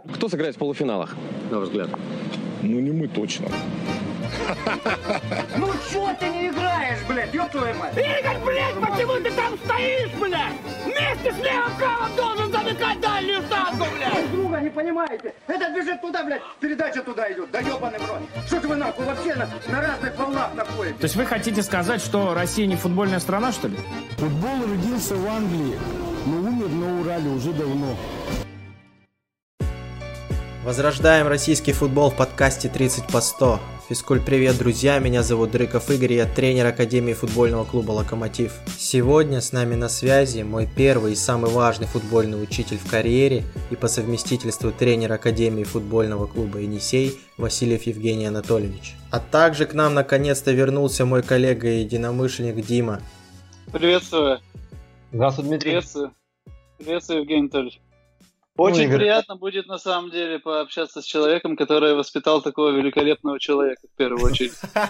Кто сыграет в полуфиналах, на ваш взгляд? Ну, не мы точно. Ну чё ты не играешь, блядь, ёб твою мать? Игорь, блядь, почему ты там стоишь, блядь? Вместе с левым-правым должен замыкать дальнюю штангу, блядь! Друг друга не понимаете? Этот бежит туда, блядь, передача туда идет, да ёбаный в рот. Что ж вы нахуй вообще на разных волнах находитесь? То есть вы хотите сказать, что Россия не футбольная страна, что ли? Футбол родился в Англии, но умер на Урале уже давно. Возрождаем российский футбол в подкасте 30 по 100. Физкульт, привет, друзья, меня зовут Дрыков Игорь, я тренер Академии футбольного клуба «Локомотив». Сегодня с нами на связи мой первый и самый важный футбольный учитель в карьере и по совместительству тренер Академии футбольного клуба «Енисей» Васильев Евгений Анатольевич. А также к нам наконец-то вернулся мой коллега и единомышленник Дима. Приветствую. Здравствуй, Дмитрий. Приветствую, Евгений Анатольевич. Очень приятно будет на самом деле пообщаться с человеком, который воспитал такого великолепного человека в первую очередь.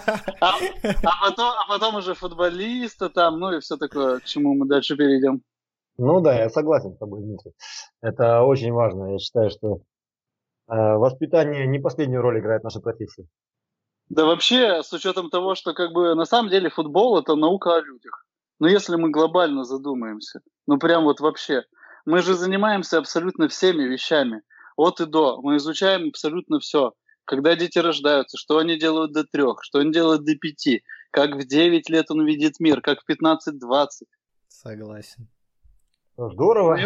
А потом уже футболиста там, ну и все такое, к чему мы дальше перейдем. Ну да, я согласен с тобой, Дмитрий. Это очень важно. Я считаю, что воспитание не последнюю роль играет в нашей профессии. Да вообще, с учетом того, что как бы на самом деле футбол это наука о людях. Но если мы глобально задумаемся, ну прям вот вообще. Мы же занимаемся абсолютно всеми вещами, от и до. Мы изучаем абсолютно все. Когда дети рождаются, что они делают до 3, что они делают до 5, как в 9 лет он видит мир, как в 15-20. Согласен. Здорово,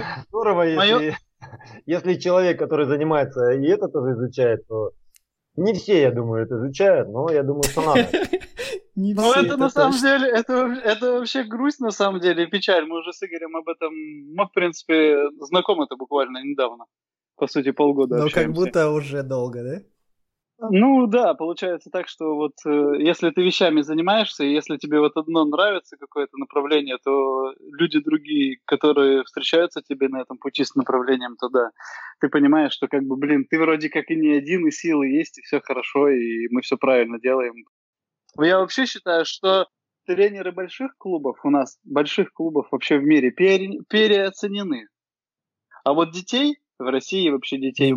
если человек, который занимается и это тоже изучает, то не все, я думаю, это изучают, но я думаю, что надо. Ну это на самом деле, это вообще грусть на самом деле и печаль. Мы уже с Игорем об этом, мы в принципе знакомы это буквально недавно, по сути полгода общаемся. Но как будто уже долго, да? Ну да, получается так, что вот если ты вещами занимаешься, и если тебе вот одно нравится, какое-то направление, то люди другие, которые встречаются тебе на этом пути с направлением, то да, ты понимаешь, что как бы, блин, ты вроде как и не один, и силы есть, и все хорошо, и мы все правильно делаем. Я вообще считаю, что тренеры больших клубов у нас, больших клубов вообще в мире переоценены. А вот детей в России вообще детей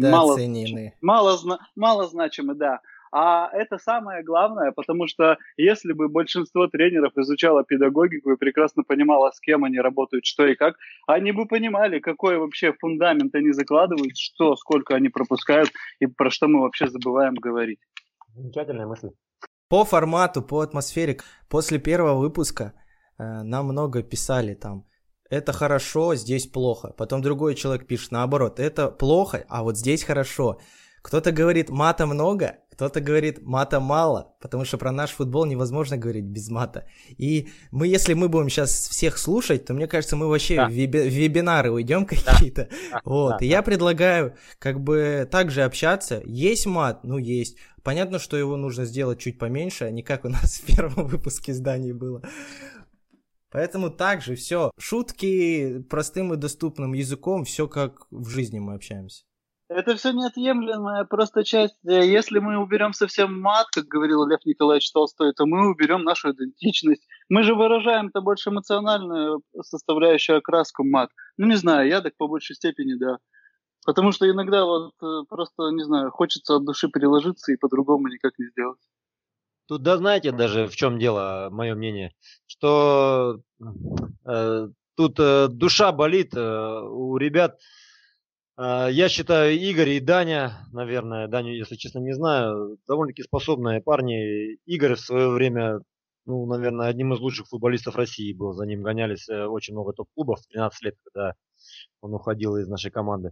мало значимы, да. А это самое главное, потому что если бы большинство тренеров изучало педагогику и прекрасно понимало, с кем они работают, что и как, они бы понимали, какой вообще фундамент они закладывают, что, сколько они пропускают и про что мы вообще забываем говорить. Замечательная мысль. По формату, по атмосфере, после первого выпуска нам много писали там, это хорошо, здесь плохо. Потом другой человек пишет наоборот, это плохо, а вот здесь хорошо. Кто-то говорит мата много, кто-то говорит мата мало, потому что про наш футбол невозможно говорить без мата. И если мы будем сейчас всех слушать, то мне кажется, мы вообще в вебинары уйдем какие-то. И я предлагаю как бы также общаться. Есть мат? Ну есть. Понятно, что его нужно сделать чуть поменьше, а не как у нас в первом выпуске изданий было. Поэтому также все. Шутки простым и доступным языком, все как в жизни мы общаемся. Это все неотъемлемая просто часть. Если мы уберем совсем мат, как говорил Лев Николаевич Толстой, то мы уберем нашу идентичность. Мы же выражаем-то больше эмоциональную составляющую, окраску мат. Ну, не знаю, я так по большей степени, да. Потому что иногда вот просто, не знаю, хочется от души переложиться и по-другому никак не сделать. Тут, да, знаете, даже в чем дело, мое мнение, что тут душа болит у ребят. Я считаю, Игорь и Даня, наверное, Даню, если честно, не знаю, довольно-таки способные парни. Игорь в свое время, ну, наверное, одним из лучших футболистов России был. За ним гонялись очень много топ-клубов в 13 лет, когда он уходил из нашей команды.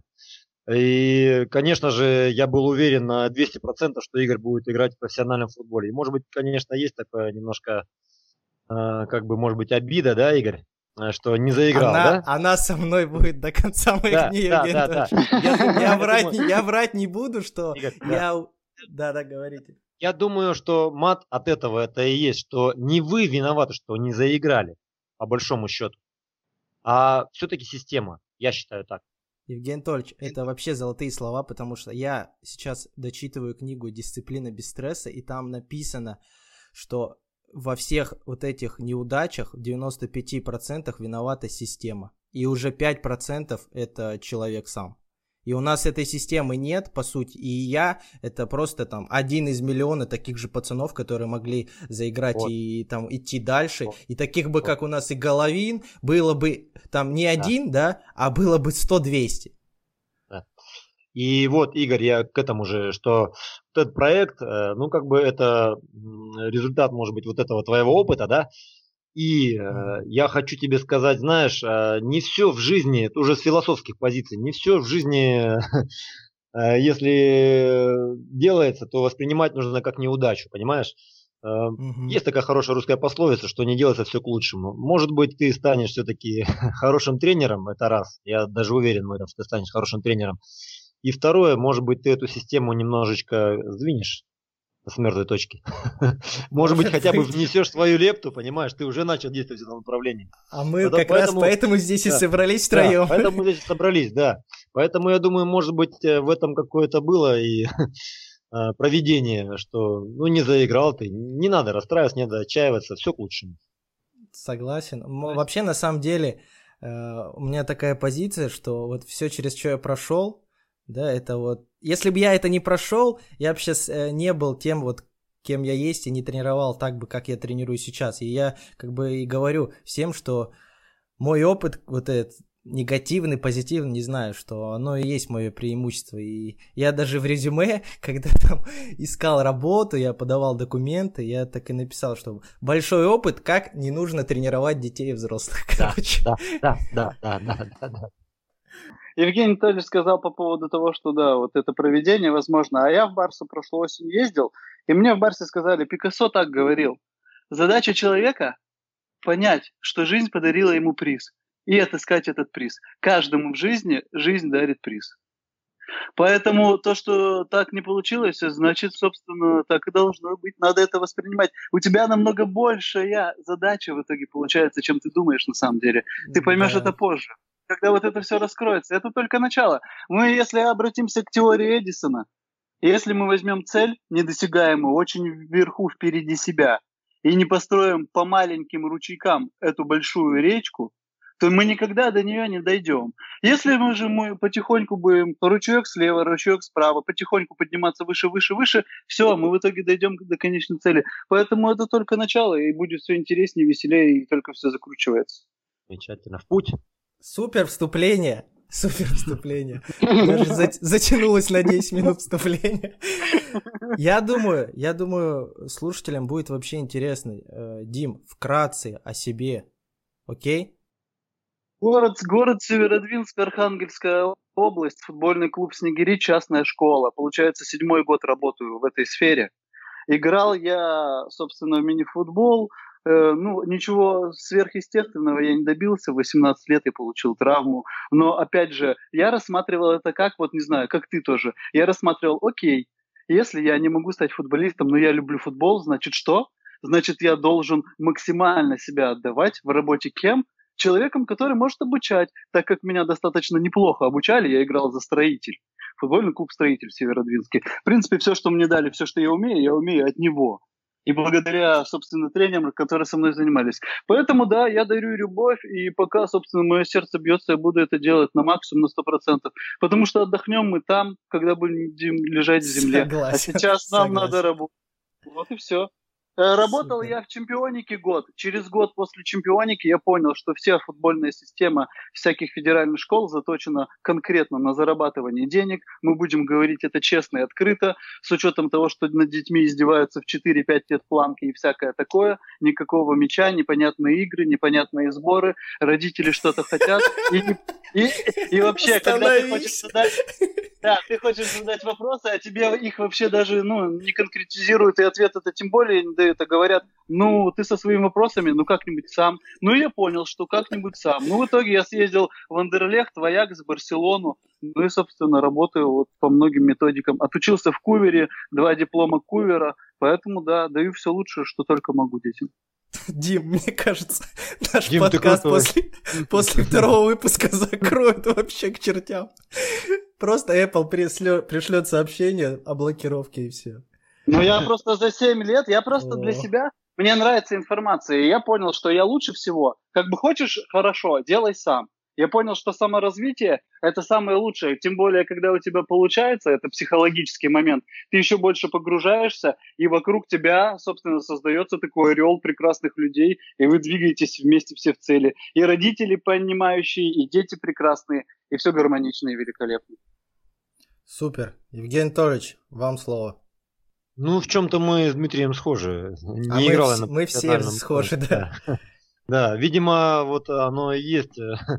И, конечно же, я был уверен на 200%, что Игорь будет играть в профессиональном футболе. И, может быть, конечно, есть такое немножко, как бы, может быть, обида, да, Игорь? Что не заиграл, да? Она со мной будет до конца моих дней, Евгений Анатольевич. Я врать не буду, что я... Да, говорите. Я думаю, что мат от этого это и есть, что не вы виноваты, что не заиграли, по большому счету, а все-таки система. Я считаю так. Евгений Анатольевич, это вообще золотые слова, потому что я сейчас дочитываю книгу «Дисциплина без стресса», и там написано, что во всех вот этих неудачах в 95% виновата система. И уже 5% это человек сам. И у нас этой системы нет, по сути. И я это просто там один из миллиона таких же пацанов, которые могли заиграть и там идти дальше. И таких бы, как у нас и Головин, было бы там не один, да, а было бы 100-200. Да. И вот, Игорь, я к этому же, что вот этот проект, ну, как бы это результат, может быть, вот этого твоего опыта, да. И я хочу тебе сказать, знаешь, не все в жизни, это уже с философских позиций, не все в жизни, если делается, то воспринимать нужно как неудачу, понимаешь? Есть такая хорошая русская пословица, что не делается все к лучшему. Может быть, ты станешь все-таки хорошим тренером, это раз. Я даже уверен в этом, что ты станешь хорошим тренером. И второе, может быть, ты эту систему немножечко сдвинешь с мертвой точки. Может быть, хотя бы внесешь свою лепту, понимаешь, ты уже начал действовать в этом направлении. А мы как раз поэтому здесь и собрались втроем. Поэтому мы здесь и собрались, да. Поэтому я думаю, может быть, в этом какое-то было и провидение, что ну не заиграл ты, не надо расстраиваться, не надо отчаиваться, все к лучшему. Согласен. Вообще, на самом деле, у меня такая позиция, что вот все, через что я прошел, да, это вот, если бы я это не прошел, я бы сейчас не был тем вот, кем я есть, и не тренировал так бы, как я тренирую сейчас. И я как бы и говорю всем, что мой опыт вот этот негативный, позитивный, не знаю, что оно и есть мое преимущество. И я даже в резюме, когда там искал работу, я подавал документы, я так и написал, что большой опыт, как не нужно тренировать детей и взрослых. Короче. Да. Евгений Анатольевич сказал по поводу того, что да, вот это проведение возможно. А я в Барсу прошлой осенью ездил, и мне в Барсе сказали, Пикассо так говорил, задача человека понять, что жизнь подарила ему приз, и отыскать этот приз. Каждому в жизни жизнь дарит приз. Поэтому то, что так не получилось, значит, собственно, так и должно быть. Надо это воспринимать. У тебя намного большая задача в итоге получается, чем ты думаешь на самом деле. Ты поймешь это позже. Когда вот это все раскроется, это только начало. Мы, если обратимся к теории Эдисона, если мы возьмем цель недосягаемую, очень вверху, впереди себя, и не построим по маленьким ручейкам эту большую речку, то мы никогда до нее не дойдем. Если мы потихоньку будем ручеек слева, ручеек справа, потихоньку подниматься выше, выше, выше, все, мы в итоге дойдем до конечной цели. Поэтому это только начало, и будет все интереснее, веселее, и только все закручивается. Замечательно. В путь. Супер вступление. Даже затянулось на 10 минут вступления. Я думаю, слушателям будет вообще интересно. Дим, вкратце о себе. Окей? Город Северодвинск, Архангельская область, футбольный клуб «Снегири», частная школа. Получается, 7-й год работаю в этой сфере. Играл я, собственно, в мини-футбол. Ничего сверхъестественного я не добился. В 18 лет я получил травму. Но, опять же, я рассматривал это как, вот не знаю, как ты тоже. Я рассматривал, окей, если я не могу стать футболистом, но я люблю футбол, значит что? Значит, я должен максимально себя отдавать в работе кем? Человеком, который может обучать. Так как меня достаточно неплохо обучали, я играл за «Строитель». Футбольный клуб «Строитель» в Северодвинске. В принципе, все, что мне дали, все, что я умею от него. И благодаря, собственно, тренерам, которые со мной занимались. Поэтому, да, я дарю любовь, и пока, собственно, мое сердце бьется, я буду это делать на максимум, на 100%. Потому что отдохнем мы там, когда будем лежать в земле. Согласен, а сейчас нам надо работать. Вот и все. Работал я в Чемпионике год. Через год после Чемпионики я понял, что вся футбольная система всяких федеральных школ заточена конкретно на зарабатывание денег. Мы будем говорить это честно и открыто, с учетом того, что над детьми издеваются в 4-5 лет планки и всякое такое. Никакого мяча, непонятные игры, непонятные сборы. Родители что-то хотят. И вообще, когда ты хочешь задать... Да, ты хочешь задать вопросы, а тебе их вообще даже не конкретизируют, и ответ это тем более не дают, а говорят, ты со своими вопросами, как-нибудь сам. Я понял, что как-нибудь сам. В итоге я съездил в Андерлехт, в Аякс, в Барселону, и, собственно, работаю вот по многим методикам. Отучился в Кувере, 2 диплома Кувера, поэтому, да, даю все лучшее, что только могу детям. Дим, мне кажется, наш подкаст после 2-го выпуска закроют вообще к чертям. Просто Apple пришлет сообщение о блокировке и все. Я просто за 7 лет, для себя, мне нравится информация, и я понял, что я лучше всего, хочешь хорошо, делай сам. Я понял, что саморазвитие – это самое лучшее. Тем более, когда у тебя получается, это психологический момент, ты еще больше погружаешься, и вокруг тебя, собственно, создается такой ореол прекрасных людей, и вы двигаетесь вместе все в цели. И родители понимающие, и дети прекрасные, и все гармонично и великолепно. Супер. Евгений Анатольевич, вам слово. Ну, в чем-то мы с Дмитрием схожи. Не играл я мы все схожи, да. Да, видимо, вот оно и есть,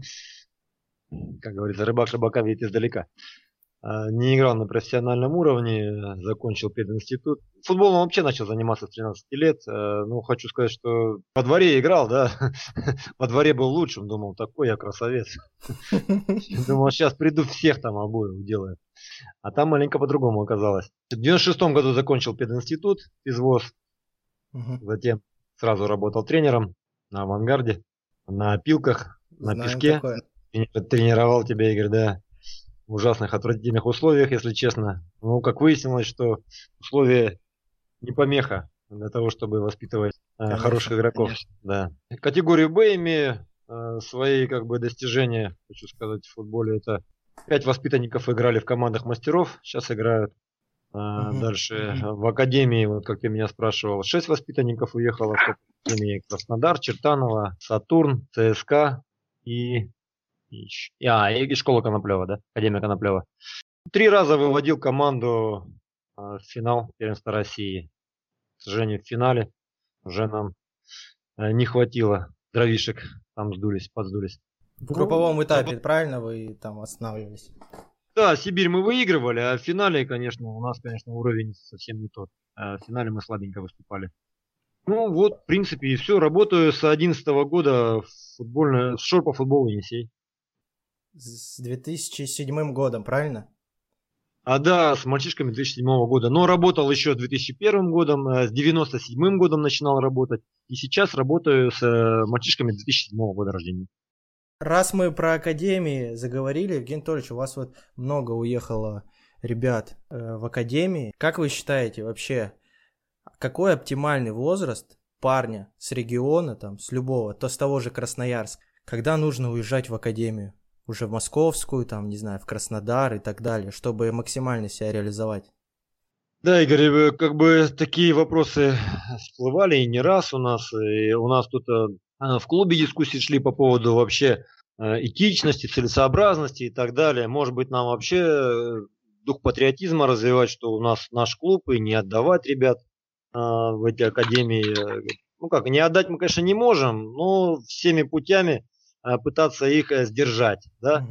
как говорится, рыбак рыбака видит издалека. Не играл на профессиональном уровне, закончил пединститут. Футболом вообще начал заниматься с 13 лет. Ну, хочу сказать, что во дворе играл, да. Во дворе был лучшим, думал, такой я красавец. Думал, сейчас приду, всех там обоих делаю. А там маленько по-другому оказалось. В 96-м году закончил пединститут, физвоз. Затем сразу работал тренером на авангарде, на опилках, на пешке. Тренировал тебя, Игорь, да, в ужасных, отвратительных условиях, если честно. Ну, как выяснилось, что условия не помеха для того, чтобы воспитывать хороших игроков. Да. Категорию Б имея свои как бы достижения, хочу сказать, в футболе. Это 5 воспитанников играли в командах мастеров, сейчас играют. Дальше в академии, вот как ты меня спрашивал, 6 воспитанников уехало в академии: Краснодар, Чертаново, Сатурн, ЦСКА и школа Коноплева, да, Академия Коноплева. 3 раза выводил команду в финал первенства России. К сожалению, в финале уже нам не хватило дровишек, там подсдулись. В групповом этапе, правильно, вы там останавливались? Да, Сибирь мы выигрывали, а в финале, конечно, у нас, уровень совсем не тот. В финале мы слабенько выступали. Ну вот, в принципе, и все. Работаю с 2011 года в шор по футболу Енисей. С 2007 годом, правильно? Да, с мальчишками 2007 года. Но работал еще 2001 годом, с 97 годом начинал работать. И сейчас работаю с мальчишками 2007 года рождения. Раз мы про академии заговорили, Евгений Анатольевич, у вас вот много уехало ребят в академии. Как вы считаете вообще, какой оптимальный возраст парня с региона, там, с любого, то с того же Красноярска, когда нужно уезжать в академию? Уже в Московскую, там, не знаю, в Краснодар и так далее, чтобы максимально себя реализовать? Да, Игорь, как бы такие вопросы всплывали и не раз у нас. И у нас тут в клубе дискуссии шли по поводу вообще этичности, целесообразности и так далее. Может быть, нам вообще дух патриотизма развивать, что у нас наш клуб, и не отдавать ребят в эти академии. Ну как, не отдать мы, конечно, не можем, но всеми путями пытаться их сдержать, да?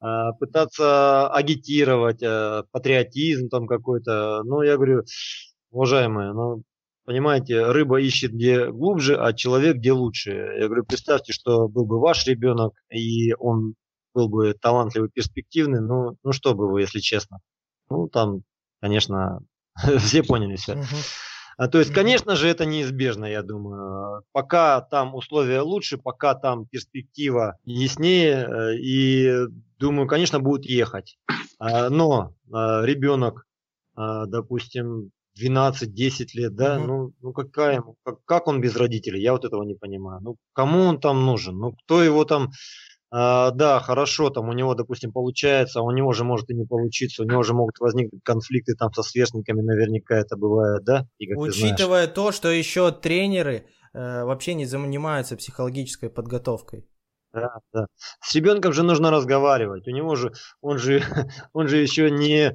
Пытаться агитировать, патриотизм там какой-то. Ну, я говорю, уважаемые, ну, понимаете, рыба ищет где глубже, а человек где лучше. Я говорю, представьте, что был бы ваш ребенок, и он был бы талантливый, перспективный, ну что бы вы, если честно. Ну, там, конечно, все поняли все. То есть, конечно же, это неизбежно, я думаю. Пока там условия лучше, пока там перспектива яснее, и, думаю, конечно, будут ехать. Но ребенок, допустим, 12-10 лет, да, ну как он без родителей? Я вот этого не понимаю. Ну, кому он там нужен? Ну, кто его там... Да, хорошо, там у него, допустим, получается, а у него же может и не получиться, у него же могут возникнуть конфликты там со сверстниками, наверняка это бывает, да, Игорь, учитывая то, что еще тренеры вообще не занимаются психологической подготовкой. Да. С ребенком же нужно разговаривать, у него же, он же еще не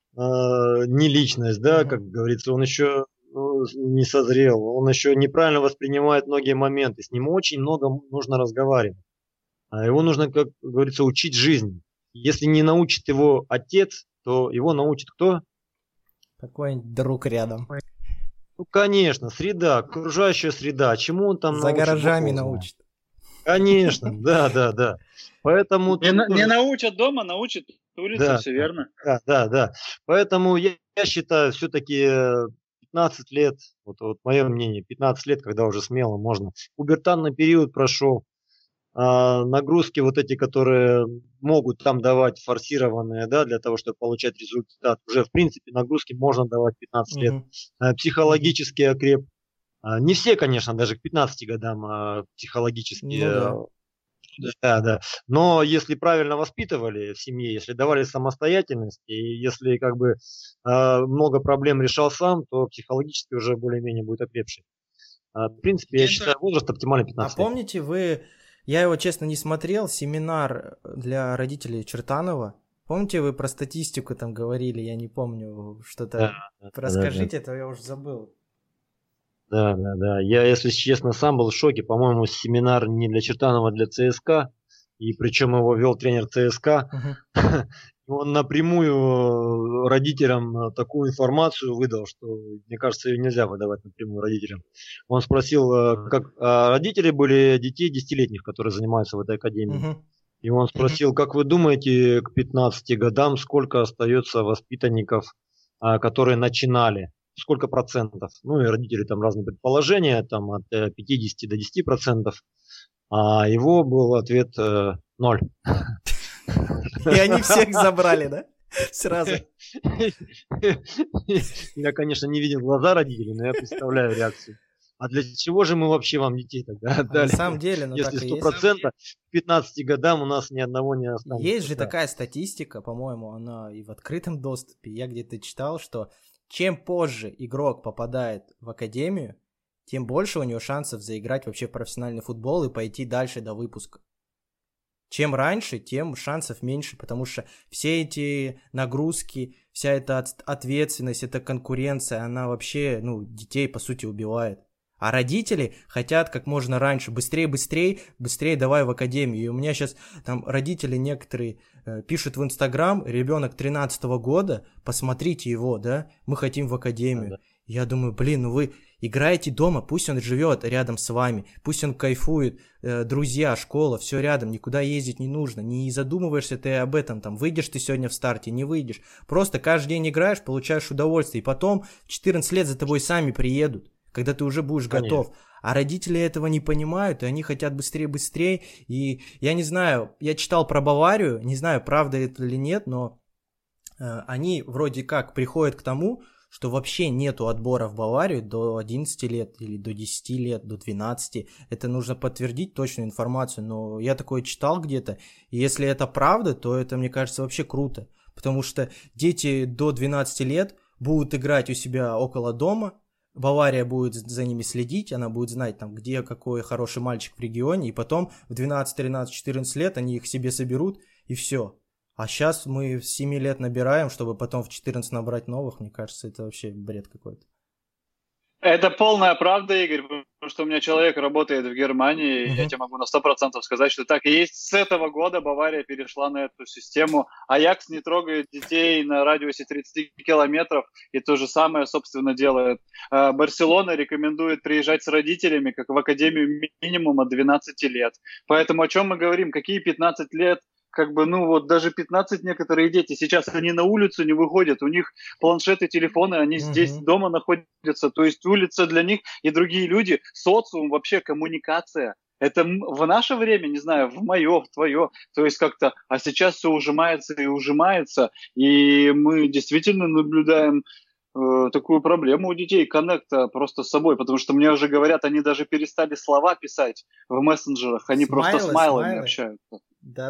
личность, да, как говорится, он еще не созрел, он еще неправильно воспринимает многие моменты, с ним очень много нужно разговаривать. Его нужно, как говорится, учить жизни. Если не научит его отец, то его научит кто? Какой-нибудь друг рядом. Ну, конечно, среда, окружающая среда. Чему он там за научит? За гаражами научит. Конечно, да. Поэтому... Не научат дома, научат улице, да, все верно. Да. Поэтому я считаю, все-таки 15 лет, вот мое мнение, 15 лет, когда уже смело можно. Пубертанный период прошел. Нагрузки вот эти, которые могут там давать форсированные, да, для того, чтобы получать результат. Уже, в принципе, нагрузки можно давать 15 лет. Психологически окреп. Не все, конечно, даже к 15 годам психологически Да, да. Но если правильно воспитывали в семье, если давали самостоятельность, и если как бы много проблем решал сам, то психологически уже более-менее будет окрепший. В принципе, я считаю, возраст оптимальный 15 А помните я его, честно, не смотрел, семинар для родителей Чертанова? Помните, вы про статистику там говорили, я не помню, что-то. Расскажите, это я уже забыл. Да. Я, если честно, сам был в шоке. По-моему, семинар не для Чертанова, а для ЦСКА. И причем его вел тренер ЦСКА. Он напрямую родителям такую информацию выдал, что, мне кажется, ее нельзя выдавать напрямую родителям. Он спросил, как родители были детей 10-летних, которые занимаются в этой академии. И он спросил, как вы думаете, к 15 годам сколько остается воспитанников, которые начинали? Сколько процентов? Ну и родители там разные предположения, там от 50 до 10%. А его был ответ 0. И они всех забрали, да? Сразу. Я, конечно, не видел глаза родителей, но я представляю реакцию. А для чего же мы вообще вам детей тогда отдали? На самом деле, если 100% к 15 годам у нас ни одного не останется. Есть же такая статистика, по-моему, она и в открытом доступе. Я где-то читал, что чем позже игрок попадает в академию, тем больше у него шансов заиграть вообще в профессиональный футбол и пойти дальше до выпуска. Чем раньше, тем шансов меньше, потому что все эти нагрузки, вся эта ответственность, эта конкуренция, она вообще, детей, по сути, убивает. А родители хотят как можно раньше, быстрее давай в академию. И у меня сейчас там родители некоторые пишут в Инстаграм, ребенок 13 года, посмотрите его, да, мы хотим в академию. Да. Я думаю, вы играете дома, пусть он живет рядом с вами, пусть он кайфует, друзья, школа, все рядом, никуда ездить не нужно, не задумываешься ты об этом, там, выйдешь ты сегодня в старте, не выйдешь, просто каждый день играешь, получаешь удовольствие, и потом в 14 лет за тобой сами приедут, когда ты уже будешь готов. А родители этого не понимают, и они хотят быстрее, и я не знаю, я читал про Баварию, не знаю, правда это или нет, но они вроде как приходят к тому, что вообще нету отбора в Баварию до 11 лет или до 10 лет, до 12. Это нужно подтвердить точную информацию, но я такое читал где-то, и если это правда, то это, мне кажется, вообще круто, потому что дети до 12 лет будут играть у себя около дома, Бавария будет за ними следить, она будет знать, там, где какой хороший мальчик в регионе, и потом в 12, 13, 14 лет они их себе соберут, и все. А сейчас мы с 7 лет набираем, чтобы потом в 14 набрать новых. Мне кажется, это вообще бред какой-то. Это полная правда, Игорь, потому что у меня человек работает в Германии, и я тебе могу на 100% сказать, что так и есть. С этого года Бавария перешла на эту систему. Аякс не трогает детей на радиусе 30 километров, и то же самое, собственно, делает. Барселона рекомендует приезжать с родителями, как в академию минимум от 12 лет. Поэтому о чем мы говорим? Какие 15 лет? Даже 15 некоторые дети, сейчас они на улицу не выходят, у них планшеты, телефоны, они здесь дома находятся, то есть улица для них и другие люди, социум, вообще коммуникация. Это в наше время, не знаю, в мое, в твое, то есть как-то, а сейчас все ужимается, и мы действительно наблюдаем такую проблему у детей, коннекта просто с собой, потому что мне уже говорят, они даже перестали слова писать в мессенджерах, они просто смайлами общаются. Да.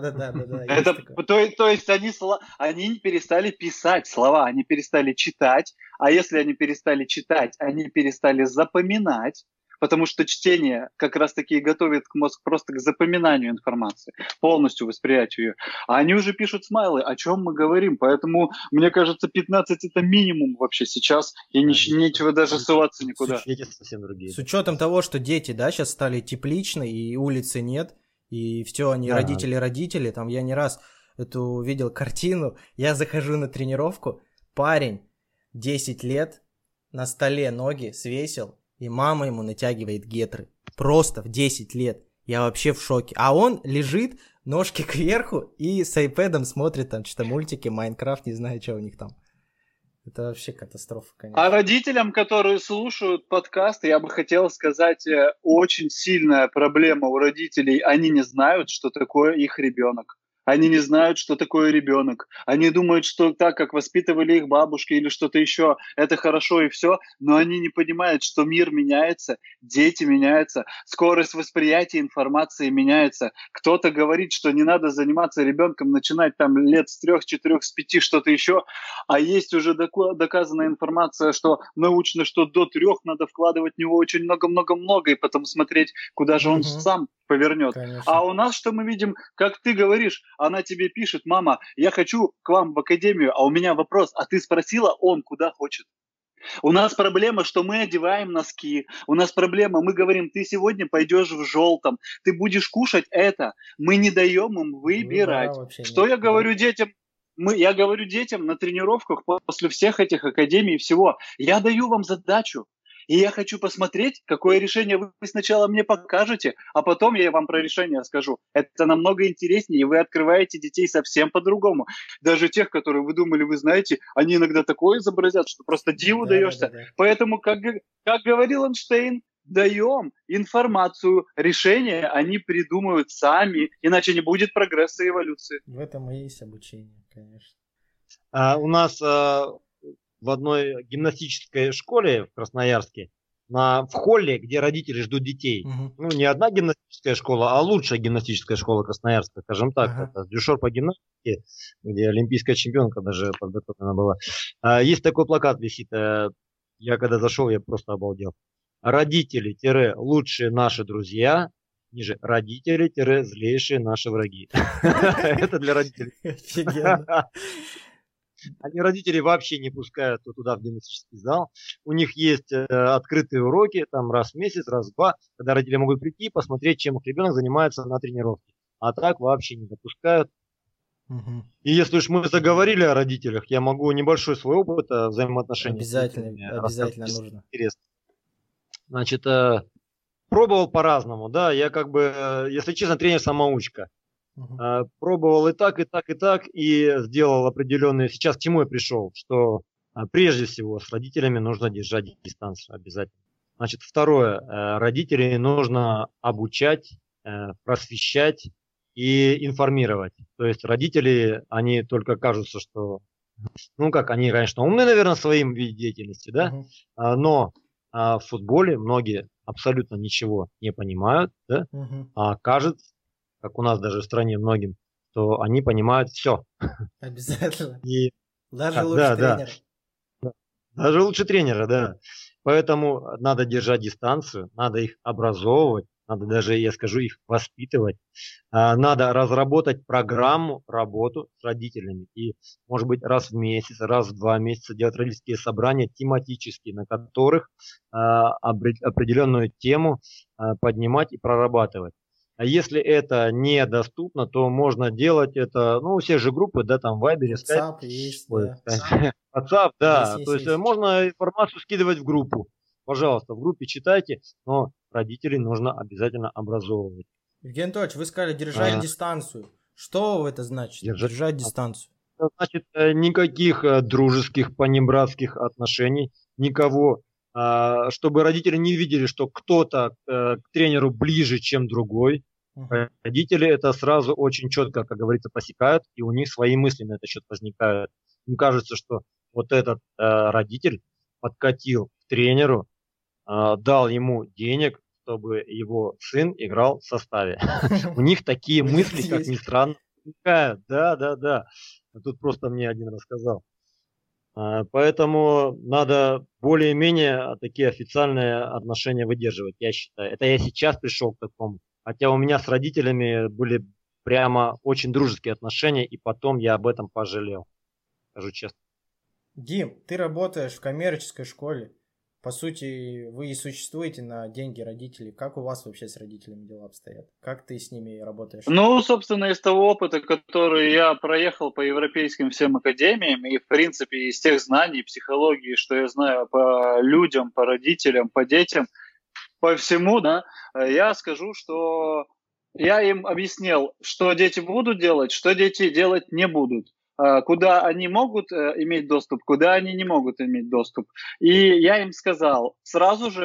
То есть они перестали писать слова, они перестали читать, а если они перестали читать, они перестали запоминать, потому что чтение как раз-таки готовит мозг просто к запоминанию информации, полностью восприятию ее. А они уже пишут смайлы, о чем мы говорим. Поэтому, мне кажется, 15 это минимум вообще сейчас, и нечего даже ссылаться никуда. С учетом того, что дети, да, сейчас стали тепличны, и улицы нет, и все, они родители, там я не раз эту видел картину, я захожу на тренировку, парень 10 лет на столе ноги свесил, и мама ему натягивает гетры. Просто в 10 лет. Я вообще в шоке. А он лежит, ножки кверху, и с айпэдом смотрит там что-то мультики, Майнкрафт, не знаю, что у них там. Это вообще катастрофа, конечно. А родителям, которые слушают подкаст, я бы хотел сказать, очень сильная проблема у родителей. Они не знают, что такое их ребенок. Они не знают, что такое ребенок. Они думают, что так, как воспитывали их бабушки или что-то еще, это хорошо и все. Но они не понимают, что мир меняется, дети меняются, скорость восприятия информации меняется. Кто-то говорит, что не надо заниматься ребенком, начинать там лет с 3, 4, с 5, что-то еще. А есть уже доказанная информация, что научно, что до 3 надо вкладывать в него очень много-много-много, и потом смотреть, куда же он сам повернет. Конечно. А у нас что мы видим, как ты говоришь, она тебе пишет: мама, я хочу к вам в академию, а у меня вопрос, а ты спросила, он куда хочет? У нас проблема, что мы одеваем носки, у нас проблема, мы говорим, ты сегодня пойдешь в желтом, ты будешь кушать это, мы не даем им выбирать. Что я говорю детям? Я говорю детям на тренировках после всех этих академий и всего, я даю вам задачу. И я хочу посмотреть, какое решение вы сначала мне покажете, а потом я вам про решение скажу. Это намного интереснее, и вы открываете детей совсем по-другому. Даже тех, которые вы думали, вы знаете, они иногда такое изобразят, что просто диву даешься. Да. Поэтому, как говорил Эйнштейн, даем информацию, решения они придумают сами, иначе не будет прогресса и эволюции. В этом и есть обучение, конечно. У нас... в одной гимнастической школе в Красноярске, в холле, где родители ждут детей. Ну, не одна гимнастическая школа, а лучшая гимнастическая школа Красноярска, скажем так. Это Дюшор по гимнастике, где олимпийская чемпионка даже подготовлена была. Есть такой плакат висит. Я когда зашел, я просто обалдел. Родители-лучшие наши друзья, ниже родители-злейшие наши враги. Это для родителей. Офигенно. Они родители вообще не пускают туда в гимнастический зал. У них есть открытые уроки, там раз в месяц, раз в 2, когда родители могут прийти и посмотреть, чем их ребенок занимается на тренировке. А так вообще не допускают. И если уж мы заговорили о родителях, я могу небольшой свой опыт взаимоотношений. Обязательно нужно. Интересно. Значит, пробовал по-разному, да, я как бы, если честно, тренер-самоучка. Пробовал и так, и сделал определенные... Сейчас к чему я пришел? Что прежде всего с родителями нужно держать дистанцию обязательно. Значит, второе. Родителей нужно обучать, просвещать и информировать. То есть родители, они только кажутся, что... Ну как, они, конечно, умны, наверное, в своем виде деятельности, да? Но в футболе многие абсолютно ничего не понимают, да? А кажется, как у нас даже в стране многим, то они понимают все. Обязательно. И... Даже лучше тренера. Да. Даже лучше тренера, да. Поэтому надо держать дистанцию, надо их образовывать, надо даже, я скажу, их воспитывать. Надо разработать программу, работу с родителями. И, может быть, раз в месяц, раз в 2 месяца делать родительские собрания тематические, на которых определенную тему поднимать и прорабатывать. А если это недоступно, то можно делать это, ну, у всех же группы, да, там в Вайбере, WhatsApp есть, да. WhatsApp, да, то есть можно информацию скидывать в группу. Пожалуйста, в группе читайте, но родителей нужно обязательно образовывать. Евгений Анатольевич, вы сказали держать дистанцию. Что это значит? Держать дистанцию. Это значит никаких дружеских, понебратских отношений, никого. Чтобы родители не видели, что кто-то к тренеру ближе, чем другой. Родители это сразу очень четко, как говорится, посекают, и у них свои мысли на этот счет возникают. Им кажется, что вот этот родитель подкатил к тренеру, дал ему денег, чтобы его сын играл в составе. У них такие мысли, как ни странно, возникают. Да. Тут просто мне один рассказал. Поэтому надо более-менее такие официальные отношения выдерживать, я считаю. Это я сейчас пришел к такому. Хотя у меня с родителями были прямо очень дружеские отношения, и потом я об этом пожалел. Скажу честно. Дим, ты работаешь в коммерческой школе. По сути, вы и существуете на деньги родителей. Как у вас вообще с родителями дела обстоят? Как ты с ними работаешь? Ну, собственно, из того опыта, который я проехал по европейским всем академиям, и, в принципе, из тех знаний, психологии, что я знаю по людям, по родителям, по детям, по всему, да, я скажу, что я им объяснил, что дети будут делать, что дети делать не будут. Куда они могут иметь доступ, куда они не могут иметь доступ. И я им сказал, сразу же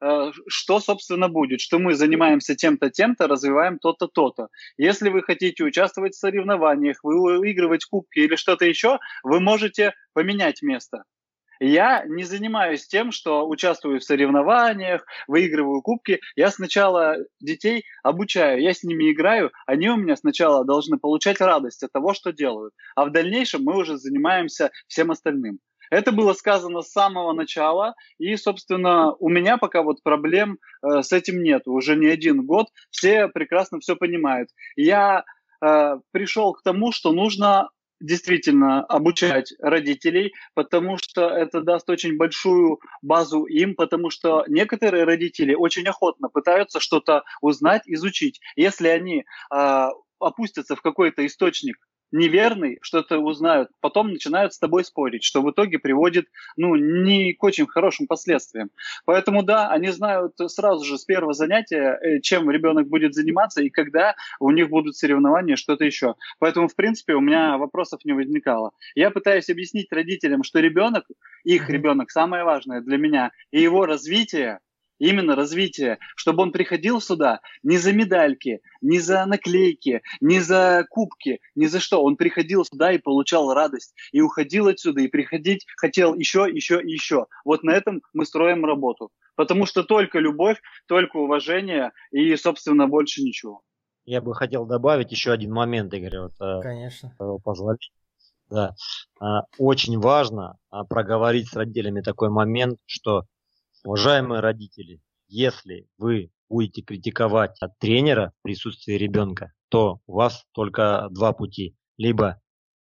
что, собственно, будет, что мы занимаемся тем-то, тем-то, развиваем то-то, то-то. Если вы хотите участвовать в соревнованиях, выигрывать кубки или что-то еще, вы можете поменять место. Я не занимаюсь тем, что участвую в соревнованиях, выигрываю кубки. Я сначала детей обучаю, я с ними играю. Они у меня сначала должны получать радость от того, что делают. А в дальнейшем мы уже занимаемся всем остальным. Это было сказано с самого начала, и, собственно, у меня пока вот проблем с этим нет. Уже не один год, все прекрасно все понимают. Я пришел к тому, что нужно действительно обучать родителей, потому что это даст очень большую базу им, потому что некоторые родители очень охотно пытаются что-то узнать, изучить. Если они опустятся в какой-то источник неверный, что-то узнают, потом начинают с тобой спорить, что в итоге приводит, не к очень хорошим последствиям. Поэтому да, они знают сразу же с первого занятия, чем ребенок будет заниматься и когда у них будут соревнования, что-то еще. Поэтому, в принципе, у меня вопросов не возникало. Я пытаюсь объяснить родителям, что ребенок, их ребенок, самое важное для меня, и его развитие, именно развитие, чтобы он приходил сюда не за медальки, не за наклейки, не за кубки, ни за что. Он приходил сюда и получал радость, и уходил отсюда, и приходить хотел еще, еще и еще. Вот на этом мы строим работу. Потому что только любовь, только уважение и, собственно, больше ничего. Я бы хотел добавить еще один момент, Игорь. Конечно. Позволите. Да. Очень важно проговорить с родителями такой момент, что, уважаемые родители, если вы будете критиковать тренера в присутствии ребенка, то у вас только два пути. Либо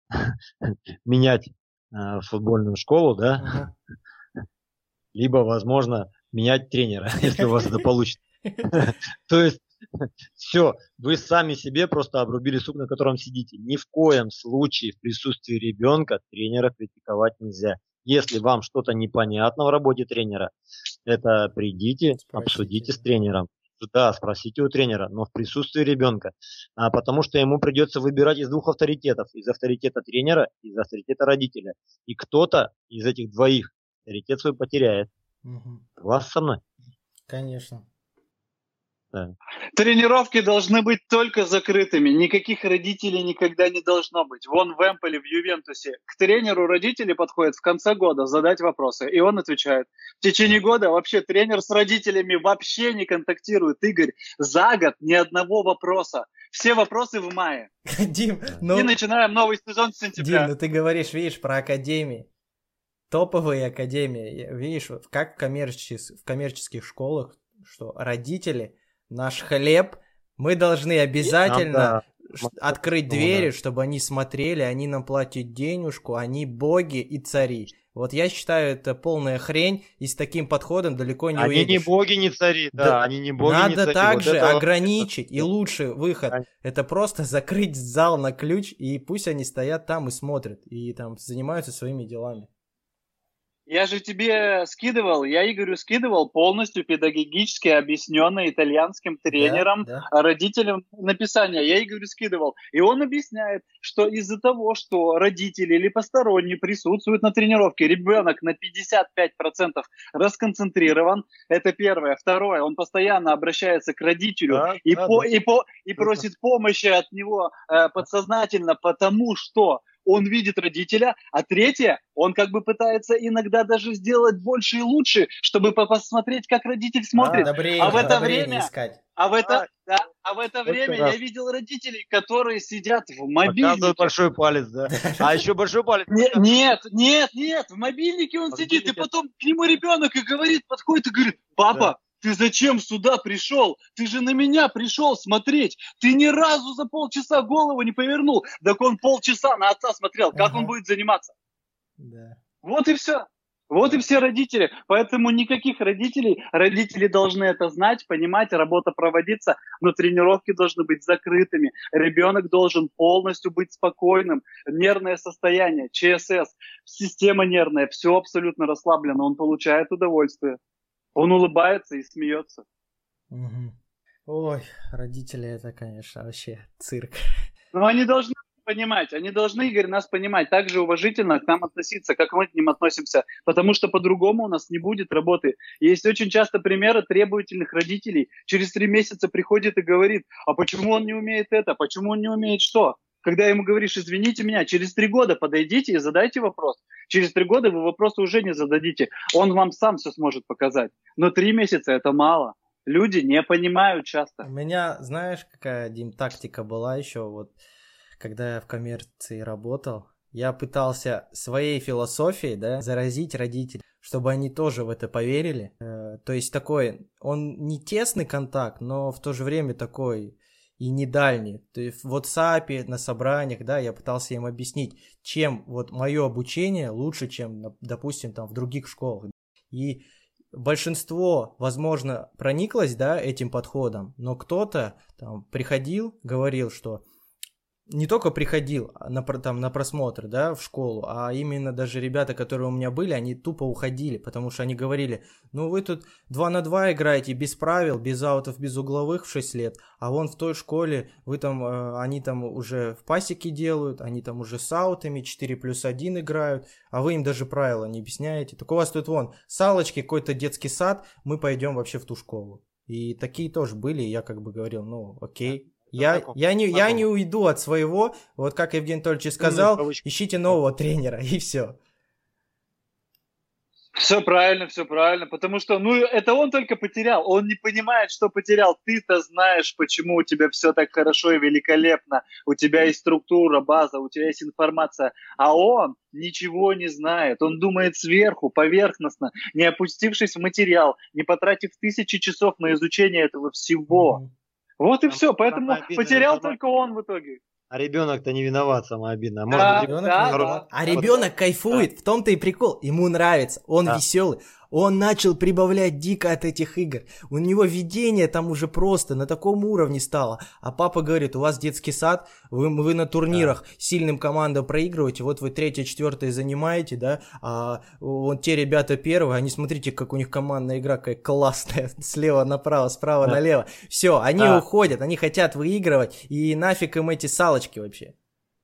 менять футбольную школу, да, либо, возможно, менять тренера, если у вас это получится. То есть, все, вы сами себе просто обрубили сук, на котором сидите. Ни в коем случае в присутствии ребенка тренера критиковать нельзя. Если вам что-то непонятно в работе тренера, это придите, обсудите с тренером. Да, спросите у тренера, но в присутствии ребенка. Потому что ему придется выбирать из двух авторитетов. Из авторитета тренера и из авторитета родителя. И кто-то из этих двоих авторитет свой потеряет. Согласны со мной? Конечно. Да. Тренировки должны быть только закрытыми. Никаких родителей никогда не должно быть. Вон в Эмполе, в Ювентусе. К тренеру родители подходят в конце года задать вопросы. И он отвечает. В течение года вообще тренер с родителями вообще не контактирует. Игорь, за год ни одного вопроса. Все вопросы в мае. Дим, и начинаем новый сезон с сентября. Дим, ты говоришь, видишь, про академии. Топовые академии. Видишь, как в коммерческих школах, что родители... Наш хлеб, мы должны обязательно открыть двери, чтобы они смотрели, они нам платят денежку, они боги и цари. Вот я считаю, это полная хрень, и с таким подходом далеко не уедешь. Они не боги, не цари, да, они не боги, надо не цари. также ограничить, и лучший выход, это просто закрыть зал на ключ, и пусть они стоят там и смотрят, и там занимаются своими делами. Я же тебе скидывал, я Игорю скидывал полностью педагогически объясненное итальянским тренером, родителям написание. Я Игорю скидывал. И он объясняет, что из-за того, что родители или посторонние присутствуют на тренировке, ребенок на 55% расконцентрирован. Это первое. Второе, он постоянно обращается к родителю и просит помощи от него подсознательно, потому что он видит родителя, а третье, он как бы пытается иногда даже сделать больше и лучше, чтобы посмотреть, как родитель смотрит. А в это время, я видел родителей, которые сидят в мобильнике. Показывают большой палец, да. А еще большой палец. Нет, в мобильнике он сидит, и потом к нему ребенок и говорит, подходит и говорит, папа, ты зачем сюда пришел? Ты же на меня пришел смотреть. Ты ни разу за полчаса голову не повернул. Так он полчаса на отца смотрел. Как он будет заниматься? Да. Вот и все. Вот и все родители. Поэтому никаких родителей. Родители должны это знать, понимать, работа проводиться, но тренировки должны быть закрытыми. Ребенок должен полностью быть спокойным. Нервное состояние, ЧСС, система нервная, все абсолютно расслаблено. Он получает удовольствие. Он улыбается и смеется. Ой, родители, это, конечно, вообще цирк. Но они должны понимать. Они должны, Игорь, нас понимать. Так же уважительно к нам относиться, как мы к ним относимся. Потому что по-другому у нас не будет работы. Есть очень часто примеры требовательных родителей. Через 3 месяца приходит и говорит, а почему он не умеет это, почему он не умеет что? Когда ему говоришь, извините меня, через 3 года подойдите и задайте вопрос. Через 3 года вы вопросы уже не зададите. Он вам сам все сможет показать. Но 3 месяца это мало. Люди не понимают часто. У меня, знаешь, какая, Дим, тактика была еще, вот, когда я в коммерции работал, я пытался своей философией, да, заразить родителей, чтобы они тоже в это поверили. То есть такой, он не тесный контакт, но в то же время такой и не дальний. То есть в WhatsApp, на собраниях, да, я пытался им объяснить, чем вот мое обучение лучше, чем, допустим, там в других школах. И большинство, возможно, прониклось, да, этим подходом, но кто-то там приходил, говорил, что не только приходил на просмотр, да, в школу, а именно даже ребята, которые у меня были, они тупо уходили, потому что они говорили, ну вы тут 2 на 2 играете без правил, без аутов, без угловых в 6 лет, а вон в той школе вы там, они там уже в пасеке делают, они там уже с аутами 4+1 играют, а вы им даже правила не объясняете. Так у вас тут вон салочки, какой-то детский сад, мы пойдем вообще в ту школу. И такие тоже были, и я как бы говорил, ну окей. Я не уйду от своего, вот как Евгений Анатольевич сказал, ищите нового тренера, и все. Все правильно, потому что, ну, это он только потерял, он не понимает, что потерял. Ты-то знаешь, почему у тебя все так хорошо и великолепно, у тебя есть структура, база, у тебя есть информация, а он ничего не знает, он думает сверху, поверхностно, не опустившись в материал, не потратив 1000 часов на изучение этого всего. Вот и все, поэтому потерял только он в итоге. А ребенок-то не виноват, самое обидное. А ребенок кайфует, в том-то и прикол, ему нравится, он веселый. Он начал прибавлять дико от этих игр. У него видение там уже просто на таком уровне стало. А папа говорит, у вас детский сад, вы на турнирах сильным командам проигрываете, вот вы 3-4 занимаете, да, а вот те ребята первые, они смотрите, как у них командная игра какая классная, слева направо, справа налево. Все, они уходят, они хотят выигрывать, и нафиг им эти салочки вообще.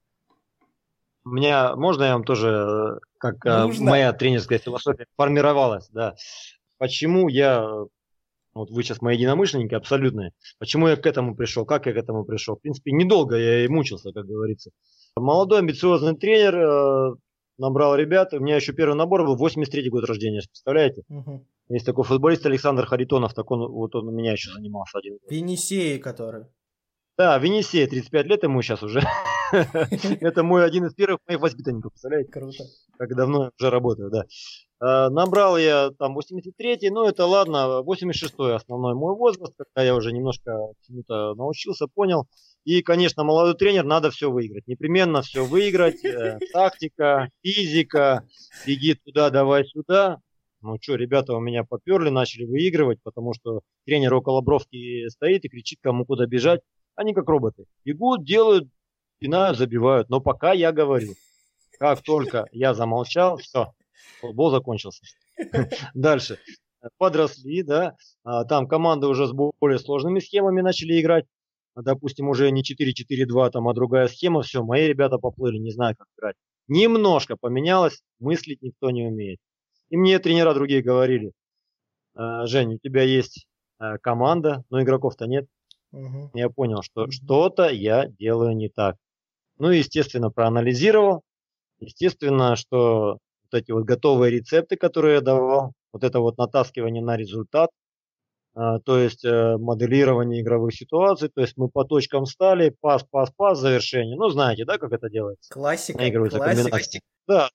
У меня, можно я вам тоже, как моя тренерская философия формировалась, да. Почему я, вот вы сейчас мои единомышленники абсолютные, почему я к этому пришел, как я к этому пришел. В принципе, недолго я и мучился, как говорится. Молодой амбициозный тренер, набрал ребят, у меня еще первый набор был, 83-й год рождения, представляете? Есть такой футболист Александр Харитонов, так он у меня еще занимался один год. Венесеи, который. Да, Венесей, 35 лет ему сейчас уже. Это мой один из первых моих воспитанников, представляете? Круто. Как давно я уже работаю, да. Набрал я там 83-й, ну это ладно, 86-й основной мой возраст, когда я уже немножко чему-то научился, понял. И, конечно, молодой тренер, надо все выиграть. Непременно все выиграть. Тактика, физика, беги туда, давай сюда. Ну что, ребята у меня поперли, начали выигрывать, потому что тренер около бровки стоит и кричит, кому куда бежать. Они как роботы. Бегут, делают, пинают, забивают. Но пока я говорю, как только я замолчал, все, футбол закончился. Дальше. Подросли, да. Там команды уже с более сложными схемами начали играть. Допустим, уже не 4-4-2, там, а другая схема. Все, мои ребята поплыли, не знаю, как играть. Немножко поменялось, мыслить никто не умеет. И мне тренера другие говорили, Жень, у тебя есть команда, но игроков-то нет. Я понял, что что-то я делаю не так. Ну, естественно, проанализировал. Естественно, что вот эти вот готовые рецепты, которые я давал, вот это вот натаскивание на результат, то есть моделирование игровых ситуаций, то есть мы по точкам стали, пас, завершение. Ну, знаете, да, как это делается? Классика. Да.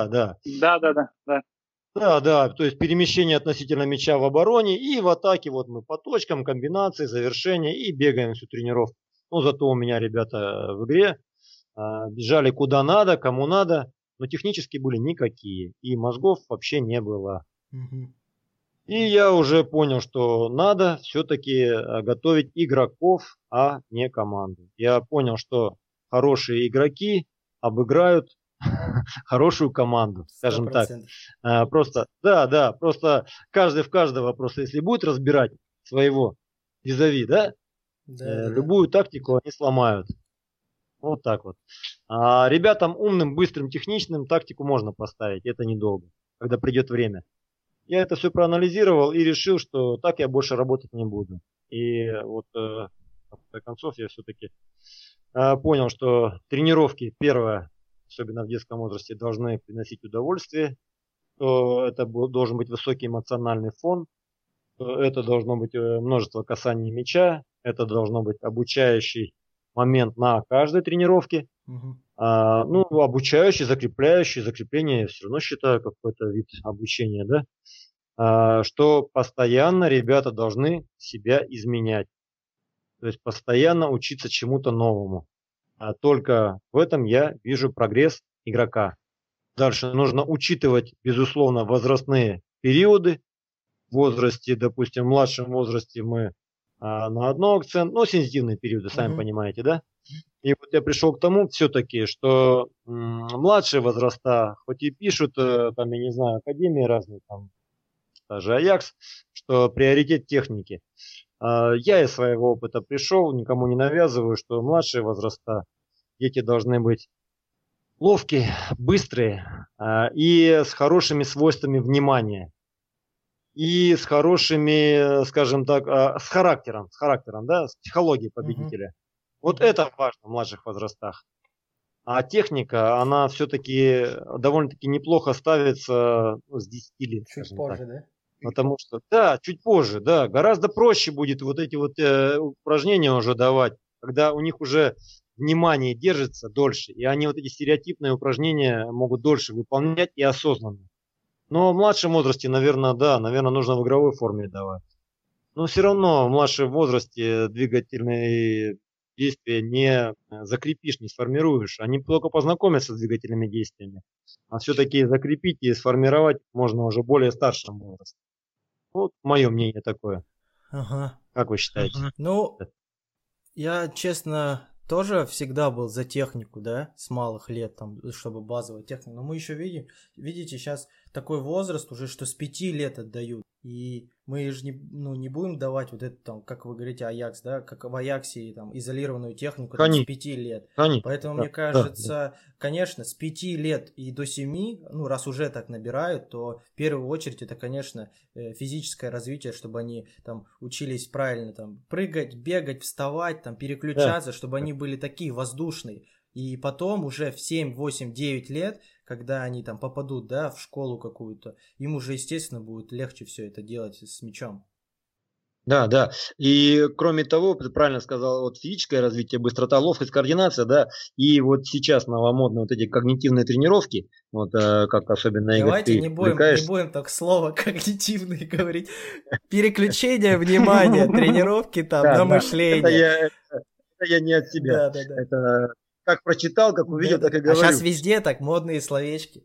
Да, То есть перемещение относительно мяча в обороне и в атаке, вот мы по точкам, комбинации, завершения и бегаем всю тренировку. Ну, зато у меня ребята в игре бежали куда надо, кому надо, но технически были никакие, и мозгов вообще не было. И я уже понял, что надо все-таки готовить игроков, а не команду. Я понял, что хорошие игроки обыграют хорошую команду, скажем 100%. Так. Просто каждый в каждого, просто если будет разбирать своего визави, да, любую тактику они сломают. Вот так вот. А ребятам умным, быстрым, техничным тактику можно поставить, это недолго, когда придет время. Я это все проанализировал и решил, что так я больше работать не буду. И вот в конце концов я все-таки понял, что тренировки, первое, особенно в детском возрасте, должны приносить удовольствие, что это должен быть высокий эмоциональный фон, что это должно быть множество касаний мяча, это должно быть обучающий момент на каждой тренировке. Ну, обучающий, закрепляющий, закрепление я все равно считаю какой-то вид обучения, да, что постоянно ребята должны себя изменять, то есть постоянно учиться чему-то новому. Только в этом я вижу прогресс игрока. Дальше нужно учитывать, безусловно, возрастные периоды. В возрасте, допустим, в младшем возрасте мы на одно акцент, ну, сенситивные периоды, сами понимаете, да? И вот я пришел к тому все-таки, что младшие возраста, хоть и пишут, там, я не знаю, академии разные, там, даже Аякс, что приоритет техники. Я из своего опыта пришел, никому не навязываю, что младшие возраста, дети должны быть ловкие, быстрые и с хорошими свойствами внимания. И с хорошими, скажем так, с характером, да, с психологией победителя. Вот это важно в младших возрастах. А техника, она все-таки довольно-таки неплохо ставится с 10 лет. Чуть позже, так. Да? Потому что, да, чуть позже, да, гораздо проще будет вот эти вот упражнения уже давать, когда у них уже внимание держится дольше, и они вот эти стереотипные упражнения могут дольше выполнять и осознанно. Но в младшем возрасте, наверное, да, наверное, нужно в игровой форме давать. Но все равно в младшем возрасте двигательные действия не закрепишь, не сформируешь. Они только познакомятся с двигательными действиями. А все-таки закрепить и сформировать можно уже в более старшем возрасте. Вот мое мнение такое. Ага. Как вы считаете? Ну, я, честно, тоже всегда был за технику, да, с малых лет, там, чтобы базовая техника. Но мы еще видите, сейчас такой возраст уже, что с 5 лет отдают. И мы же не будем давать вот это, там, как вы говорите, Аякс, да, как в Аяксе, там, изолированную технику там, с 5 лет. Поэтому, да, мне кажется, конечно, с 5 лет и до 7, ну, раз уже так набирают, то в первую очередь это, конечно, физическое развитие, чтобы они там учились правильно там прыгать, бегать, вставать, там, переключаться, чтобы они были такие воздушные. И потом уже в 7, 8, 9 лет, когда они там попадут, да, в школу какую-то, им уже, естественно, будет легче все это делать с мячом. Да, да. И кроме того, ты правильно сказал, вот физическое развитие, быстрота, ловкость, координация, да, и вот сейчас новомодные вот эти когнитивные тренировки, вот как особенно Игорь, давайте не будем так слово когнитивные говорить. Переключение внимания, тренировки там на мышление. Это я не от себя. Это как прочитал, как увидел, так и говорю. А сейчас везде так, модные словечки.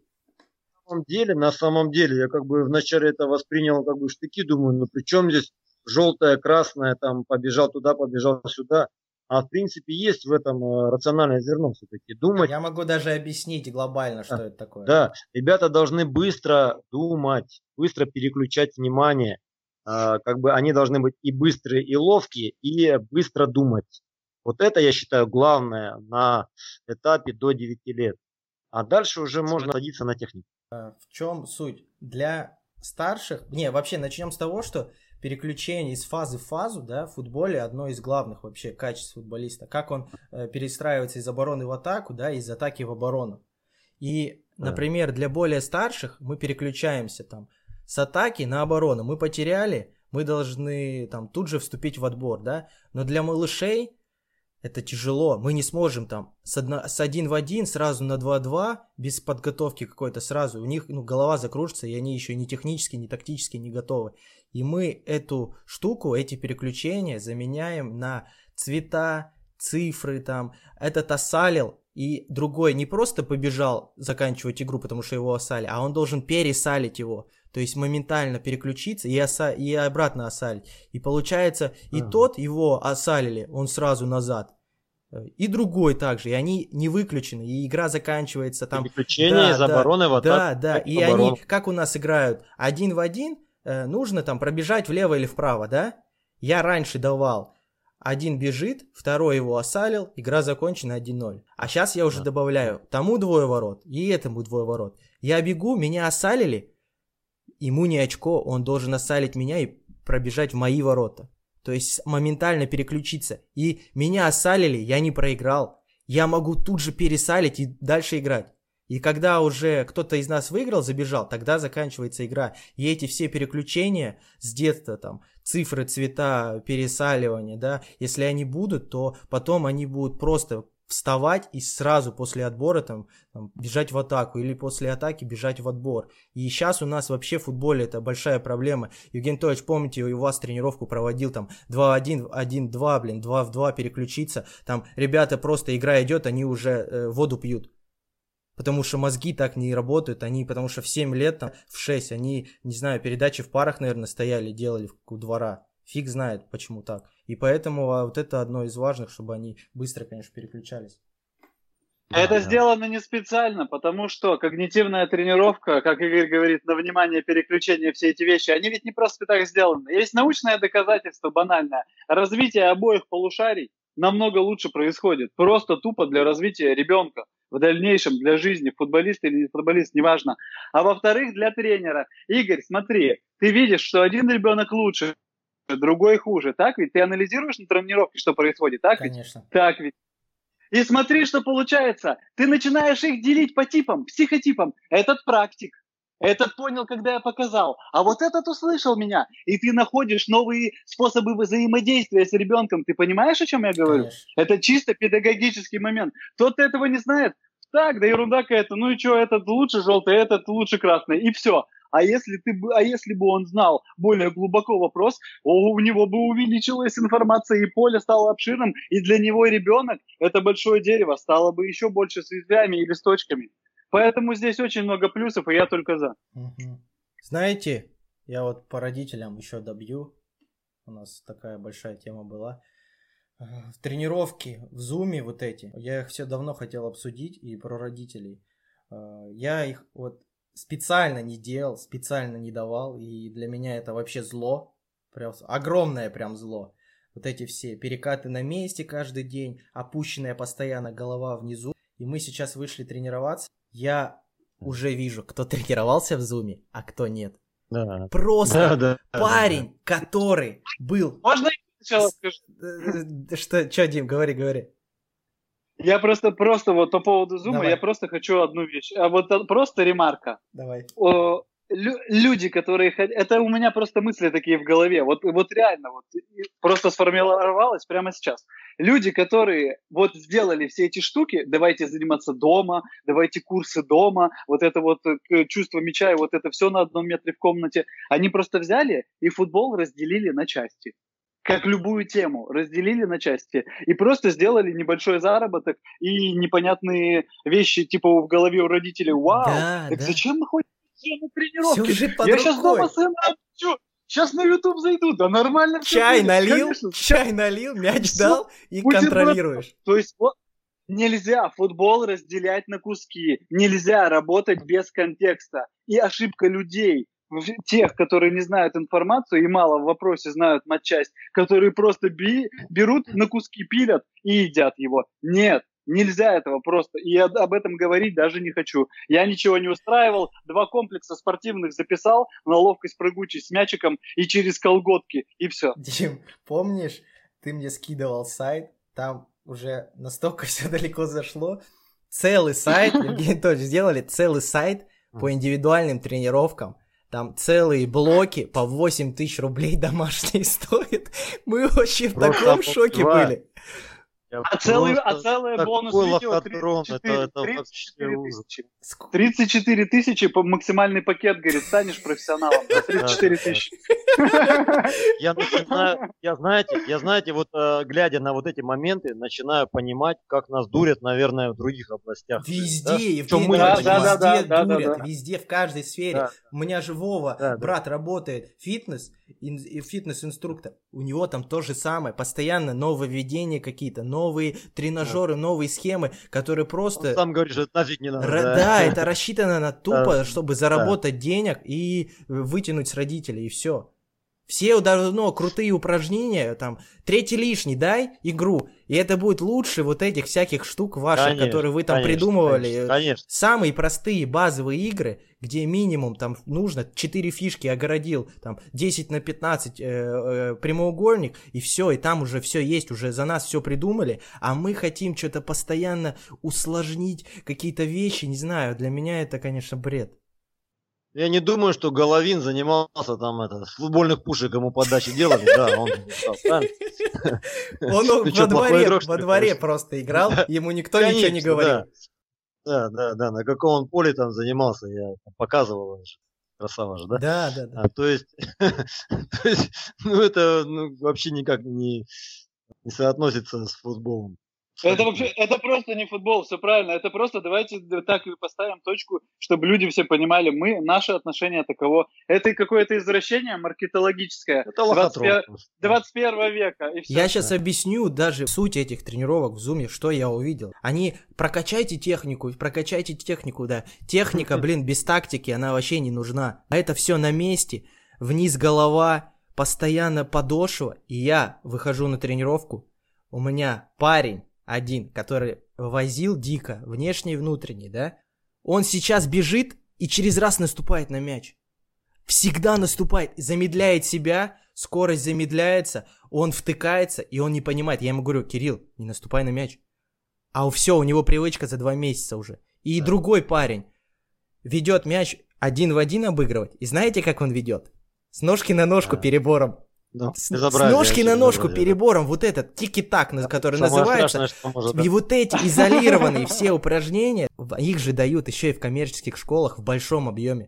На самом деле, я как бы вначале это воспринял как бы штыки, думаю, ну при чем здесь желтое, красное, там побежал туда, побежал сюда. А в принципе есть в этом рациональное зерно все-таки. Думать. Я могу даже объяснить глобально, что это такое. Да, ребята должны быстро думать, быстро переключать внимание. Как бы они должны быть и быстрые, и ловкие, и быстро думать. Вот это, я считаю, главное на этапе до 9 лет. А дальше уже можно садиться на технику. В чем суть? Для старших... вообще начнем с того, что переключение из фазы в фазу, да, в футболе одно из главных вообще качеств футболиста. Как он перестраивается из обороны в атаку, да, из атаки в оборону. И, например, для более старших мы переключаемся там с атаки на оборону. Мы потеряли, мы должны там тут же вступить в отбор, да. Но для малышей это тяжело. Мы не сможем там с 1 в 1 сразу на 2-2 без подготовки какой-то сразу. У них голова закружится, и они еще ни технически, ни тактически не готовы. И мы эту штуку, эти переключения заменяем на цвета, цифры там. Этот осалил, и другой не просто побежал заканчивать игру, потому что его осали, а он должен пересалить его. То есть моментально переключиться и обратно осалить. И получается, и тот его осалили, он сразу назад. И другой также. И они не выключены. И игра заканчивается там. Переключение из обороны в атаку. Да. И они, как у нас играют, 1 в 1, нужно там пробежать влево или вправо, да? Я раньше давал один бежит, второй его осалил, игра закончена 1-0. А сейчас я уже добавляю тому 2 ворот и этому 2 ворот. Я бегу, меня осалили, ему не очко, он должен осалить меня и пробежать в мои ворота. То есть моментально переключиться. И меня осалили, я не проиграл. Я могу тут же пересалить и дальше играть. И когда уже кто-то из нас выиграл, забежал, тогда заканчивается игра. И эти все переключения с детства, там, цифры, цвета, пересаливания, да, если они будут, то потом они будут просто вставать и сразу после отбора там, бежать в атаку или после атаки бежать в отбор. И сейчас у нас вообще в футболе это большая проблема. Евгений Анатольевич, помните, у вас тренировку проводил там 2-1, 1-2, 2-2 переключиться. Там ребята просто, игра идет, они уже воду пьют. Потому что мозги так не работают, они, потому что в 7 лет, там, в 6, они, не знаю, передачи в парах, наверное, стояли, делали у двора. Фиг знает, почему так. И поэтому вот это одно из важных, чтобы они быстро, конечно, переключались. Это сделано не специально, потому что когнитивная тренировка, как Игорь говорит, на внимание, переключение, все эти вещи, они ведь не просто так сделаны. Есть научное доказательство банальное. Развитие обоих полушарий намного лучше происходит. Просто тупо для развития ребенка. В дальнейшем для жизни, футболист или не футболист, неважно. А во-вторых, для тренера. Игорь, смотри, ты видишь, что один ребенок лучше, другой хуже. Так ведь? Ты анализируешь на тренировке, что происходит, так ведь? Конечно. Так ведь. И смотри, что получается. Ты начинаешь их делить по типам, психотипам. Этот практик. Этот понял, когда я показал. А вот этот услышал меня. И ты находишь новые способы взаимодействия с ребенком. Ты понимаешь, о чем я говорю? Конечно. Это чисто педагогический момент. Тот этого не знает. Так, да ерунда какая-то. Ну и что, этот лучше желтый, этот лучше красный. И все. А если бы он знал более глубоко вопрос, у него бы увеличилась информация, и поле стало обширным, и для него ребенок, это большое дерево, стало бы еще больше с ветвями и листочками. Поэтому здесь очень много плюсов, и я только за. Знаете, я вот по родителям еще добью. У нас такая большая тема была. В тренировке, в зуме вот эти, я их все давно хотел обсудить, и про родителей. Я их вот специально не делал, специально не давал, и для меня это вообще зло. Прям огромное прям зло. Вот эти все перекаты на месте каждый день, опущенная постоянно голова внизу. И мы сейчас вышли тренироваться. Я уже вижу, кто тренировался в зуме, а кто нет. Да. Просто парень, который был... Можно я сначала скажу? Что, Дим, говори. Я просто вот по поводу зума, Давай. я просто хочу одну вещь. А вот просто ремарка. Давай. Люди, которые хотят... Это у меня просто мысли такие в голове. Вот реально, вот просто сформировалось прямо сейчас. Люди, которые вот сделали все эти штуки, давайте заниматься дома, давайте курсы дома, вот это вот чувство мяча и вот это все на 1 метре в комнате, они просто взяли и футбол разделили на части. Как любую тему, разделили на части и просто сделали небольшой заработок и непонятные вещи типа в голове у родителей. Вау, так зачем мы ходим на тренировки? Все уже под Я рукой. сейчас дома сына обучу. Сейчас на YouTube зайду, да нормально все. Чай налил, мяч дал и контролируешь. То есть вот нельзя футбол разделять на куски, нельзя работать без контекста. И ошибка людей, тех, которые не знают информацию и мало в вопросе знают матчасть, которые просто берут на куски, пилят и едят его. Нет. Нельзя этого просто. И я об этом говорить даже не хочу. Я ничего не устраивал. 2 комплекса спортивных записал на ловкость прыгучесть с мячиком и через колготки. И все. Дим, помнишь, ты мне скидывал сайт, там уже настолько все далеко зашло. Целый сайт, Евгений Анатольевич, сделали целый сайт по индивидуальным тренировкам. Там целые блоки по 8 тысяч рублей домашние стоят. Мы вообще в таком шоке были. А целый бонус-видео 34 тысячи по максимальный пакет, говорит, станешь профессионалом. 34 тысячи. Я, знаете, вот глядя на вот эти моменты, начинаю понимать, как нас дурят, наверное, в других областях. Везде, везде, в каждой сфере. Да. У меня же Вова, брат, работает фитнес-инструктор. У него там то же самое, постоянно нововведения какие-то, новые тренажеры, новые схемы, которые просто... Он сам говорит, что это нафиг не надо. Да, это рассчитано на тупо, чтобы заработать денег и вытянуть с родителей, и все. Все давно крутые упражнения, там, третий лишний дай игру, и это будет лучше вот этих всяких штук ваших, Конечно, которые вы там конечно, придумывали. конечно. Самые простые базовые игры, где минимум там нужно 4 фишки огородил, там 10 на 15 прямоугольник, и все, и там уже все есть, уже за нас все придумали, а мы хотим что-то постоянно усложнить, какие-то вещи, не знаю, для меня это, конечно, бред. Я не думаю, что Головин занимался там с футбольных пушек ему подачи делали. Да, он правильно? Он во дворе просто играл, ему никто ничего не говорил. Да, на каком он поле там занимался, я показывал, красава же, да? Да. То есть, ну это вообще никак не соотносится с футболом. Это просто не футбол, все правильно. Это просто давайте так и поставим точку, чтобы люди все понимали, наше отношение таково. Это какое-то извращение маркетологическое. Это лохотрон. 21 века. И все. Я сейчас объясню даже суть этих тренировок в зуме, что я увидел. Они прокачайте технику, да. Техника, без тактики, она вообще не нужна. А это все на месте, вниз голова, постоянно подошва. И я выхожу на тренировку, у меня парень один, который возил дико, внешний и внутренний, да, он сейчас бежит и через раз наступает на мяч. Всегда наступает, замедляет себя, скорость замедляется, он втыкается, и он не понимает. Я ему говорю: Кирилл, не наступай на мяч. А все, у него привычка за 2 месяца уже. И другой парень ведет мяч 1 в 1 обыгрывать. И знаете, как он ведет? С ножки на ножку перебором. С ножки на ножку перебором, вот этот тики-так, который называется, и вот эти изолированные все упражнения, их же дают еще и в коммерческих школах в большом объеме.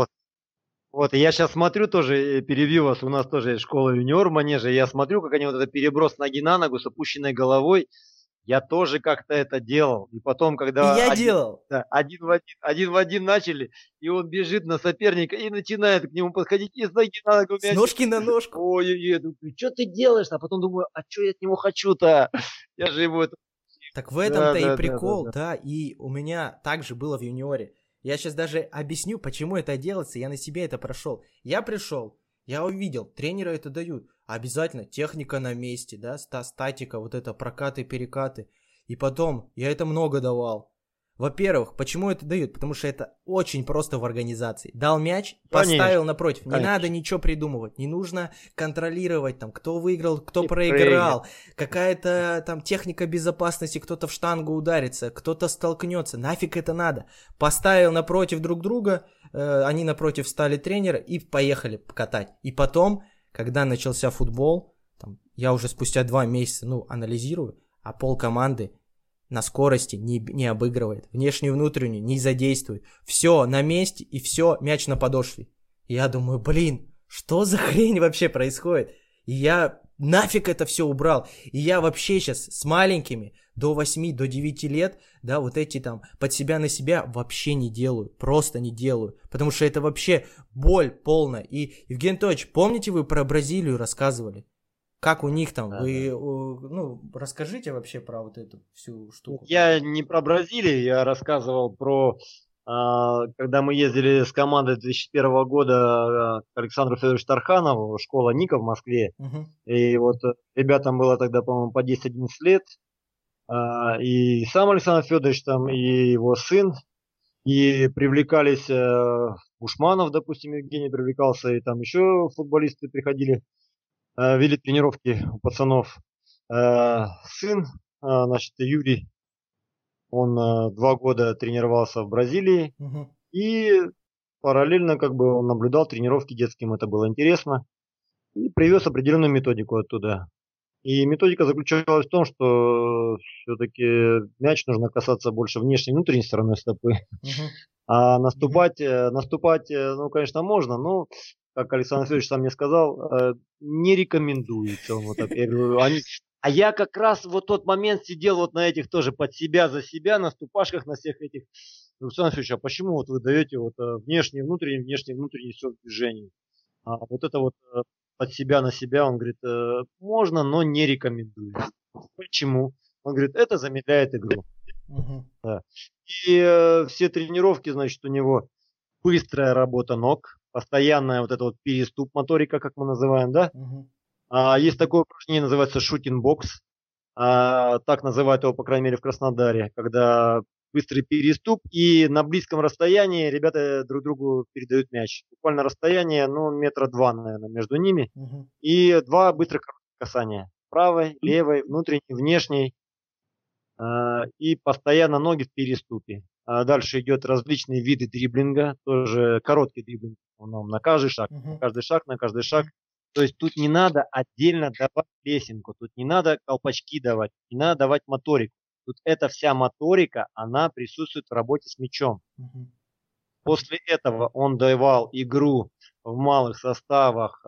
Вот, и я сейчас смотрю тоже, перебью вас, у нас тоже есть школа юниор в манеже, я смотрю, как они вот этот переброс ноги на ногу с опущенной головой, я тоже как-то это делал. И потом, когда делал. Да, один в один начали, и он бежит на соперника и начинает к нему подходить и с ноги на ногу. С ножки на ножку. Ой-ой-ой, думаю, что ты делаешь? А потом думаю, а что я от него хочу-то? Я же его... Так в этом-то и прикол, да. И у меня также было в юниоре. Я сейчас даже объясню, почему это делается. Я на себе это прошел. Я пришел, я увидел, тренеры это дают. Обязательно техника на месте, да, статика, вот это прокаты, перекаты. И потом, я это много давал. Во-первых, почему это дают? Потому что это очень просто в организации. Дал мяч, поставил напротив. Не надо ничего придумывать. Не нужно контролировать, там, кто выиграл, кто проиграл. Какая-то там техника безопасности, кто-то в штангу ударится, кто-то столкнется. Нафиг это надо? Поставил напротив друг друга, они напротив стали тренера и поехали катать. И потом, когда начался футбол, там, я уже спустя 2 месяца, анализирую, а пол команды на скорости не обыгрывает, внешнюю, внутреннюю не задействует. Все на месте и все, мяч на подошве. Я думаю, что за хрень вообще происходит? И я нафиг это все убрал. И я вообще сейчас с маленькими до 8, до 9 лет, да, вот эти там под себя на себя вообще не делаю. Просто не делаю. Потому что это вообще боль полная. И, Евгений Анатольевич, помните, вы про Бразилию рассказывали? Как у них там? Вы, расскажите вообще про вот эту всю штуку. Я не про Бразилию, я рассказывал про, когда мы ездили с командой 2001 года к Александру Федоровичу Тарханову, школа Ника в Москве. И вот ребятам было тогда, по-моему, по 10-11 лет. И сам Александр Федорович там, и его сын. И привлекались Ушманов, допустим, Евгений привлекался, и там еще футболисты приходили. Вели тренировки у пацанов. Сын, значит, Юрий, он 2 года тренировался в Бразилии. И параллельно он наблюдал тренировки детские, ему это было интересно. И привез определенную методику оттуда. И методика заключалась в том, что все-таки мяч нужно касаться больше внешней и внутренней стороны стопы. А наступать, конечно, можно, но, как Александр Федорович сам мне сказал, не рекомендуется. Он вот так. Я говорю, а я как раз вот тот момент сидел вот на этих тоже под себя, за себя, на ступашках, на всех этих. Александр Федорович, а почему вот вы даете вот внешний, внутренний все в движении? А вот это вот под себя на себя, он говорит, можно, но не рекомендую. Почему? Он говорит, это замедляет игру. Да. И все тренировки, значит, у него быстрая работа ног, постоянная вот это вот переступ моторика, как мы называем, да? Есть такое упражнение, называется шутинг-бокс. Так называют его, по крайней мере, в Краснодаре, когда быстрый переступ, и на близком расстоянии ребята друг другу передают мяч. Буквально расстояние, ну, 2 метра, наверное, между ними. И 2 быстрых касания. Правой, левой, внутренней, внешней. И постоянно ноги в переступе. Дальше идет различные виды дриблинга, тоже короткий дриблинг, на каждый шаг, на каждый шаг. То есть тут не надо отдельно давать лесенку, тут не надо колпачки давать, не надо давать моторику. Тут эта вся моторика, она присутствует в работе с мячом. После этого он давал игру в малых составах,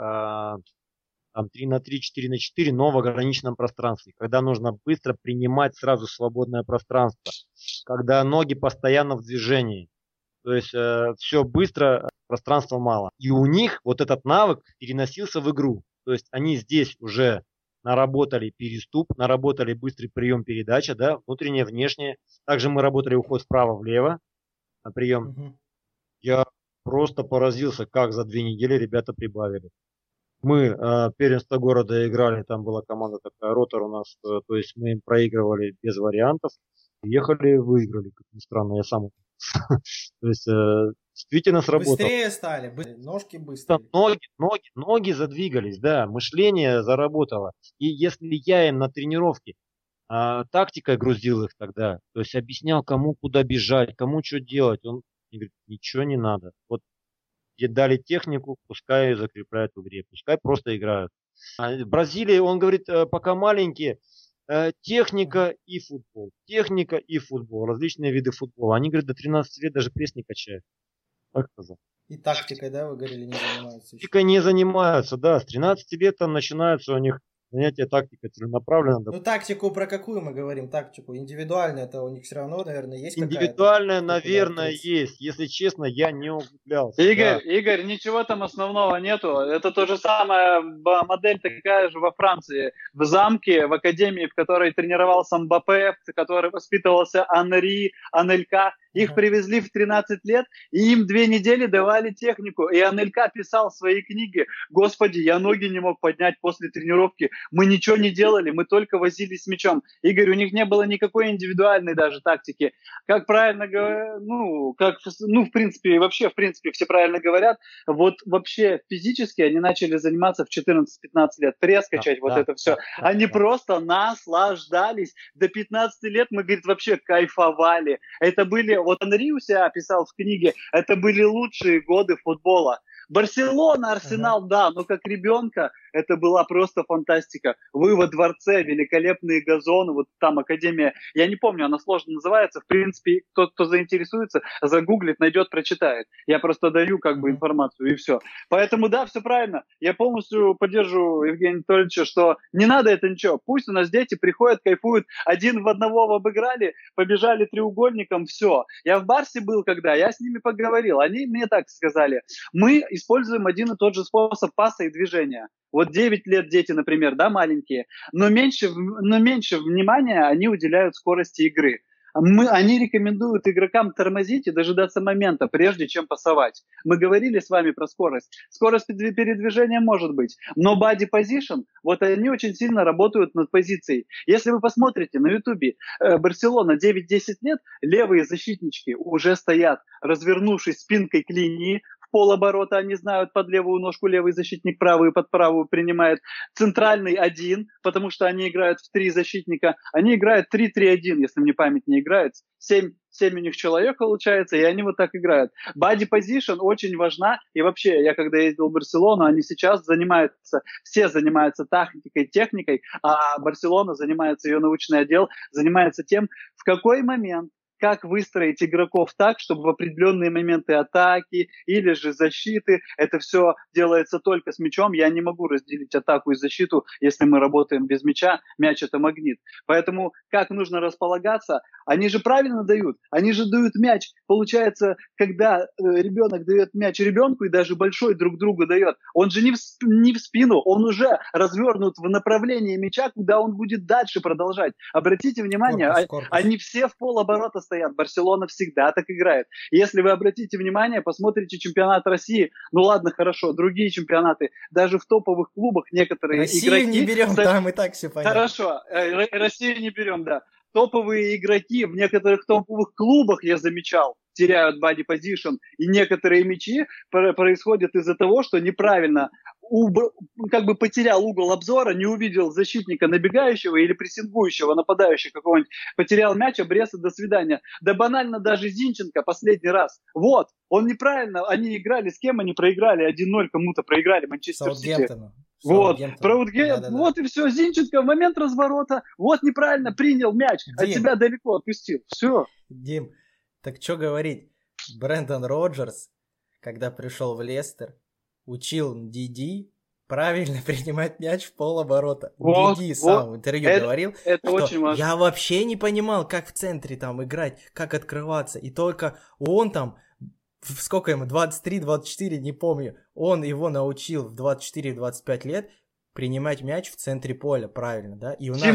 там 3-3, 4-4, но в ограниченном пространстве, когда нужно быстро принимать сразу свободное пространство, когда ноги постоянно в движении, то есть все быстро, пространства мало. И у них вот этот навык переносился в игру, то есть они здесь уже наработали переступ, наработали быстрый прием передача, да, внутреннее, внешнее. Также мы работали уход вправо-влево на прием. Я просто поразился, как за 2 недели ребята прибавили. Мы первенство города играли, там была команда такая, Ротор у нас, то есть мы им проигрывали без вариантов, ехали, выиграли, как ни странно, я сам. То есть действительно сработало. Быстрее стали, ножки быстрее. Ноги задвигались, да, мышление заработало. И если я им на тренировке тактикой грузил их тогда, то есть объяснял, кому куда бежать, кому что делать, он говорит, ничего не надо. Вот где дали технику, пускай закрепляют в игре, пускай просто играют. В Бразилии, он говорит, пока маленькие, техника и футбол. Техника и футбол. Различные виды футбола. Они, говорят, до 13 лет даже пресс не качают. Как сказать? И тактикой, да, вы говорили, не занимаются? Тактикой не занимаются, да. С 13 лет там начинаются у них занятия тактикой целенаправленно. Ну, тактику про какую мы говорим? Тактику индивидуальную, это у них все равно, наверное, есть какая-то? Индивидуальная, наверное, есть. Если честно, я не углублялся. Игорь, ничего там основного нету. Это то же самое, модель такая же во Франции. В замке, в академии, в которой тренировался Мбаппе, в которой воспитывался Анри, Анелька. Их привезли в 13 лет, и им 2 недели давали технику. И Анелька писал свои книги. Господи, я ноги не мог поднять после тренировки. Мы ничего не делали, мы только возились с мячом. Игорь, у них не было никакой индивидуальной даже тактики. Как правильно говорят, в принципе, все правильно говорят. Вот вообще физически они начали заниматься в 14-15 лет. Пресс качать, это все. Они просто наслаждались. До 15 лет мы, говорит, вообще кайфовали. Это были, вот Анри у себя писал в книге, это были лучшие годы футбола. Барселона, Арсенал, да, но как ребенка это была просто фантастика. Вы во дворце, великолепные газоны, вот там академия, я не помню, она сложно называется, в принципе, тот, кто заинтересуется, загуглит, найдет, прочитает. Я просто даю как бы информацию и все. Поэтому да, все правильно. Я полностью поддерживаю Евгения Анатольевича, что не надо это ничего. Пусть у нас дети приходят, кайфуют, 1 в 1 обыграли, побежали треугольником, все. Я в Барсе был когда, я с ними поговорил, они мне так сказали, мы используем один и тот же способ паса и движения. Вот 9 лет дети, например, да, маленькие, но меньше внимания они уделяют скорости игры. Они рекомендуют игрокам тормозить и дожидаться момента, прежде чем пасовать. Мы говорили с вами про скорость. Скорость передвижения может быть, но body position, вот они очень сильно работают над позицией. Если вы посмотрите на ютубе, Барселона 9-10 лет, левые защитнички уже стоят, развернувшись спинкой к линии, полоборота, они знают под левую ножку, левый защитник правую под правую принимает. Центральный 1, потому что они играют в 3 защитника. Они играют 3-3-1, если мне память не играет. 7 у них человек получается, и они вот так играют. Body position очень важна. И вообще, я когда ездил в Барселону, они сейчас все занимаются тактикой, техникой, а Барселона занимается, ее научный отдел, занимается тем, в какой момент, как выстроить игроков так, чтобы в определенные моменты атаки или же защиты, это все делается только с мячом. Я не могу разделить атаку и защиту, если мы работаем без мяча. Мяч – это магнит. Поэтому как нужно располагаться? Они же правильно дают. Они же дают мяч. Получается, когда ребенок дает мяч ребенку и даже большой друг другу дает, он же не в спину, он уже развернут в направлении мяча, куда он будет дальше продолжать. Обратите внимание, корпус. Они все в полоборота стоят. Барселона всегда так играет. Если вы обратите внимание, посмотрите чемпионат России, ну ладно, хорошо, другие чемпионаты, даже в топовых клубах некоторые Россию игроки... не берем, там и так все понятно. Хорошо, Россию не берем, да. Топовые игроки в некоторых топовых клубах, я замечал, теряют body position, и некоторые мячи происходят из-за того, что неправильно как бы потерял угол обзора, не увидел защитника набегающего или прессингующего, нападающего какого-нибудь, потерял мяч, обрез и до свидания. Да банально даже Зинченко последний раз. Вот, он неправильно, они играли, с кем они проиграли? 1-0 кому-то проиграли, Манчестер Сити. Вот, вот и все, Зинченко в момент разворота, вот неправильно принял мяч, Дим, от тебя далеко отпустил. Все. Дим, так что говорить? Брэндон Роджерс, когда пришел в Лестер, учил Диди правильно принимать мяч в полоборота. Вот, Диди сам в интервью говорил, это что очень важно. Я вообще не понимал, как в центре там играть, как открываться. И только он там, сколько ему, 23-24, не помню, он его научил в 24-25 лет принимать мяч в центре поля правильно, да? И у нас...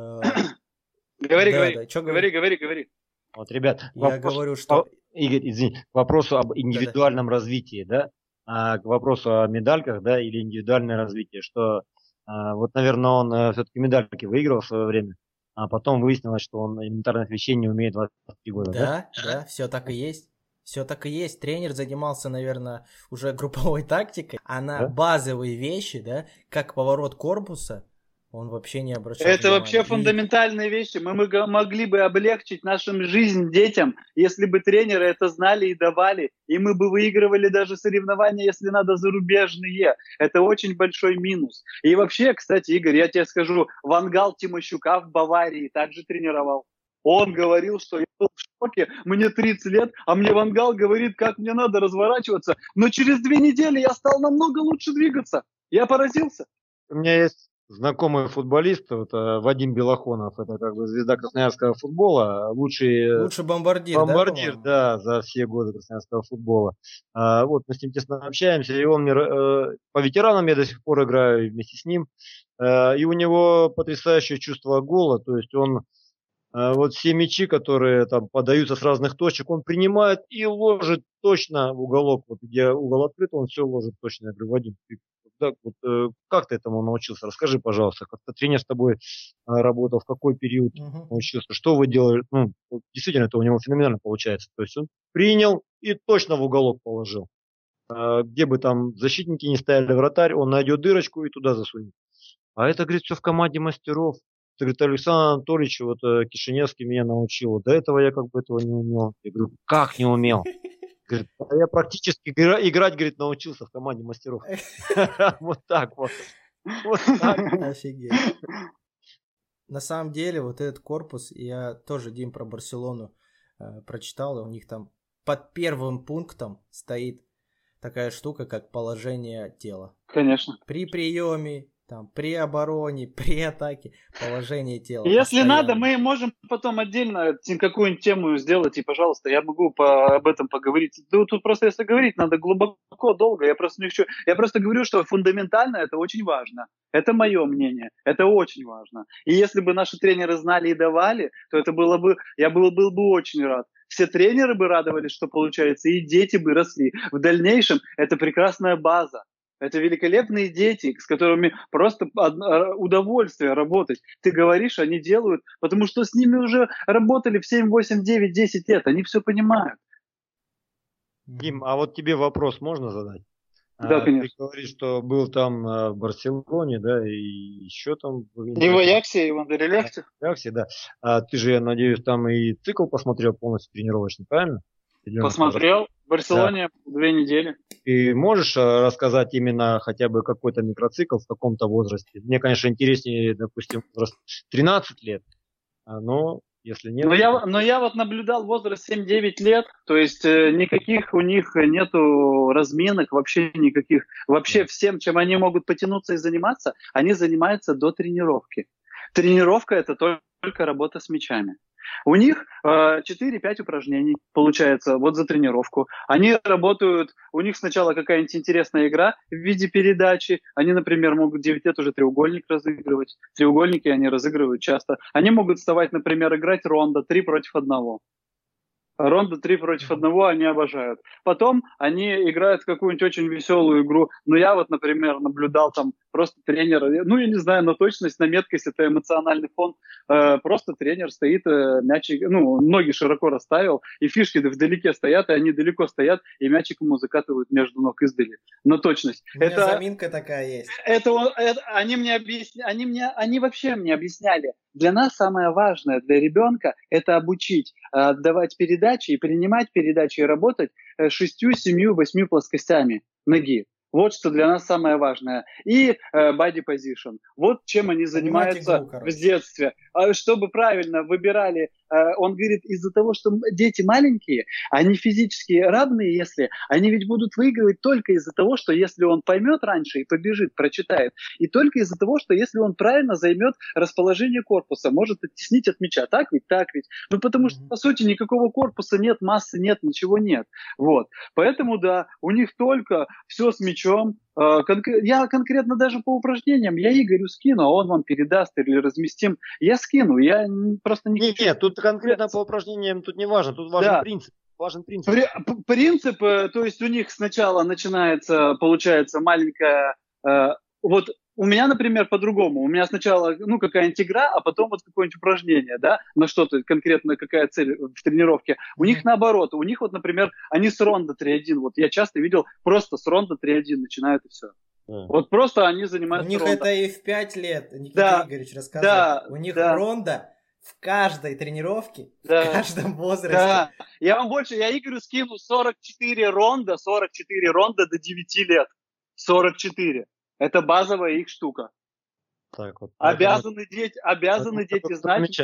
Говори. Вот, ребят, я говорю, что... Игорь, извини, к вопросу об индивидуальном развитии, да? К вопросу о медальках, да, или индивидуальное развитие, что вот, наверное, он все-таки медальки выиграл в свое время, а потом выяснилось, что он элементарных вещей не умеет 23 года, да? Да, все так и есть. Все так и есть. Тренер занимался, наверное, уже групповой тактикой, а на базовые вещи, да, как поворот корпуса, он вообще не обращал внимания. Это вообще фундаментальные вещи. Мы могли бы облегчить нашу жизнь детям, если бы тренеры это знали и давали. И мы бы выигрывали даже соревнования, если надо, зарубежные. Это очень большой минус. И вообще, кстати, Игорь, я тебе скажу, Ван Гал Тимощука в Баварии также тренировал. Он говорил, что я был в шоке, мне 30 лет, а мне Ван Гал говорит, как мне надо разворачиваться. Но через 2 недели я стал намного лучше двигаться. Я поразился. У меня есть знакомый футболист, вот, Вадим Белохонов, это как бы звезда красноярского футбола, лучший бомбардир, да, за все годы красноярского футбола. Вот мы с ним тесно общаемся, и он мне по ветеранам я до сих пор играю вместе с ним, и у него потрясающее чувство гола, то есть он вот все мячи, которые там подаются с разных точек, он принимает и ложит точно в уголок, вот где угол открыт, он все ложит точно. Я говорю, Вадим, да, вот, как ты этому научился? Расскажи, пожалуйста, как-то тренер с тобой работал, в какой период научился, что вы делали? Ну, действительно, это у него феноменально получается. То есть он принял и точно в уголок положил. Где бы там защитники не стояли, вратарь, он найдет дырочку и туда засунет. А это, говорит, все в команде мастеров. Это, говорит, Александр Анатольевич, вот Кишиневский меня научил. До этого я как бы этого не умел. Я говорю, как не умел? Говорит, я практически играть, говорит, научился в команде мастеров. Вот так вот. Вот так. Офигеть. На самом деле, вот этот корпус, я тоже, Дим, про Барселону прочитал, у них там под первым пунктом стоит такая штука, как положение тела. Конечно. При приеме, там, при обороне, при атаке, положение тела. Если надо, мы можем потом отдельно какую-нибудь тему сделать, и, пожалуйста, я могу об этом поговорить. Да, тут просто, если говорить, надо глубоко, долго. Я просто не хочу. Я просто говорю, что фундаментально это очень важно. Это мое мнение. Это очень важно. И если бы наши тренеры знали и давали, то это было бы, я был бы очень рад. Все тренеры бы радовались, что получается, и дети бы росли. В дальнейшем это прекрасная база. Это великолепные дети, с которыми просто удовольствие работать. Ты говоришь, они делают, потому что с ними уже работали в 7, 8, 9, 10 лет. Они все понимают. Дим, а вот тебе вопрос можно задать? Да, конечно. Ты говоришь, что был там в Барселоне, да, и еще там... И в Аяксе, и в Андерлекте. В Аяксе, да. Ты же, я надеюсь, там и цикл посмотрел полностью тренировочный, правильно? Посмотрел. В Барселоне 2 недели. Ты можешь рассказать именно хотя бы какой-то микроцикл в каком-то возрасте? Мне, конечно, интереснее, допустим, возраст 13 лет, но если нет... Но я вот наблюдал возраст 7-9 лет, то есть никаких у них нету разминок, вообще никаких. Вообще всем, чем они могут потянуться и заниматься, они занимаются до тренировки. Тренировка – это только работа с мячами. У них 4-5 упражнений получается вот за тренировку. Они работают, у них сначала какая-нибудь интересная игра в виде передачи. Они, например, могут 9 лет уже треугольник разыгрывать. Треугольники они разыгрывают часто. Они могут вставать, например, играть рондо 3 против 1. Ронда 3 против 1 они обожают. Потом они играют в какую-нибудь очень веселую игру. Ну, я вот, например, наблюдал там просто тренера, ну, я не знаю, на точность, на меткость, это эмоциональный фон. Просто тренер стоит, мячик, ну, ноги широко расставил, и фишки вдалеке стоят, и они далеко стоят, и мячик ему закатывают между ног издали. На точность. У меня заминка такая есть. Они вообще мне объясняли. Для нас самое важное, для ребенка, это обучить, отдавать передачи и принимать передачи и работать 6, 7, 8 плоскостями ноги. Вот что для нас самое важное. И body position. Вот чем они занимаются в детстве. Чтобы правильно выбирали, он говорит, из-за того, что дети маленькие, они физически равные, если они ведь будут выигрывать только из-за того, что если он поймет раньше и побежит, прочитает, и только из-за того, что если он правильно займет расположение корпуса, может оттеснить от мяча. Так ведь? Так ведь. Ну, потому что, по сути, никакого корпуса нет, массы нет, ничего нет. Вот. Поэтому, да, у них только все с мячом. Я конкретно даже по упражнениям, я Игорю скину, а он вам передаст или разместим. Я скину, я просто не... Нет, тут конкретно по упражнениям тут не важно, тут важен принцип. Важен принцип. Принцип, то есть у них сначала начинается, получается, маленькая... Вот у меня, например, по-другому. У меня сначала, ну, какая-нибудь игра, а потом вот какое-нибудь упражнение, да, на что-то конкретно, какая цель в тренировке. У них наоборот. У них вот, например, они с ронда 3-1. Вот я часто видел, просто с ронда 3-1 начинают и все. Вот просто они занимаются У них ронда. это и в 5 лет, Никита Игоревич рассказывал. Да, у них ронда в каждой тренировке, в каждом возрасте. Да. Я вам больше, я Игорю скину 44 ронда до 9 лет. 44. Это базовая их штука. Так, вот, обязаны дети знать. Мяча,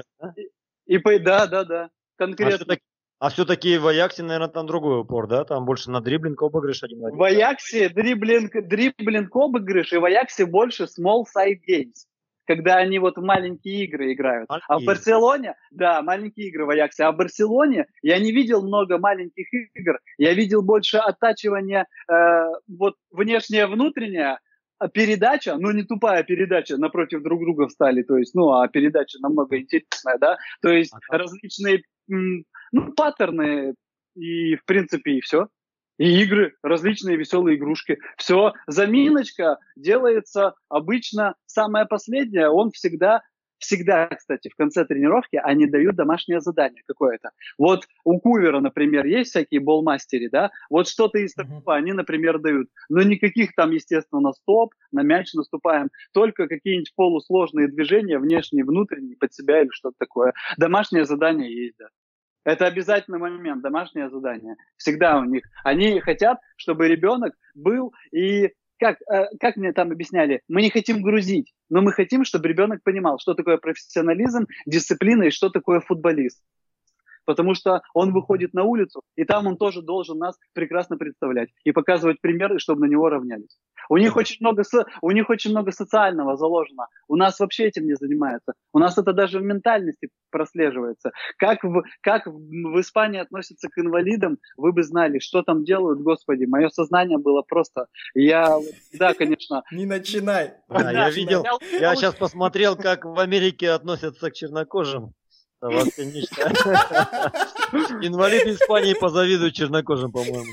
да? Да. Конкретно. А все-таки в Аяксе, наверное, там другой упор, да? Там больше на дриблинг, обыгрыш один. В Аяксе дриблинг, обыгрыш, и в Аяксе больше small side games. Когда они вот в маленькие игры играют. А в Барселоне, да, маленькие игры в Аяксе. А в Барселоне я не видел много маленьких игр. Я видел больше оттачивания вот внешнее-внутреннее. Передача, ну не тупая передача, напротив друг друга встали, то есть, ну, а передача намного интересная, да, то есть различные, ну, паттерны и, в принципе, и все. И игры, различные веселые игрушки. Все, заминочка делается обычно самое последнее, он всегда, кстати, в конце тренировки они дают домашнее задание какое-то. Вот у Кувера, например, есть всякие болмастери, да, вот что-то из такого они, например, дают. Но никаких там, естественно, на стоп, на мяч наступаем, только какие-нибудь полусложные движения, внешние, внутренние, под себя или что-то такое. Домашнее задание есть, да. Это обязательный момент, домашнее задание. Всегда у них. Они хотят, чтобы ребенок был и... Как мне там объясняли, мы не хотим грузить, но мы хотим, чтобы ребенок понимал, что такое профессионализм, дисциплина и что такое футболист. Потому что он выходит на улицу, и там он тоже должен нас прекрасно представлять и показывать примеры, чтобы на него равнялись. У них очень много социального заложено. У нас вообще этим не занимается. У нас это даже в ментальности прослеживается. Как в Испании относятся к инвалидам, вы бы знали, что там делают, господи. Мое сознание было просто... Да, конечно. Не начинай. Я видел, я сейчас посмотрел, как в Америке относятся к чернокожим. Вообще нечто. Инвалид Испании позавидует чернокожим, по-моему.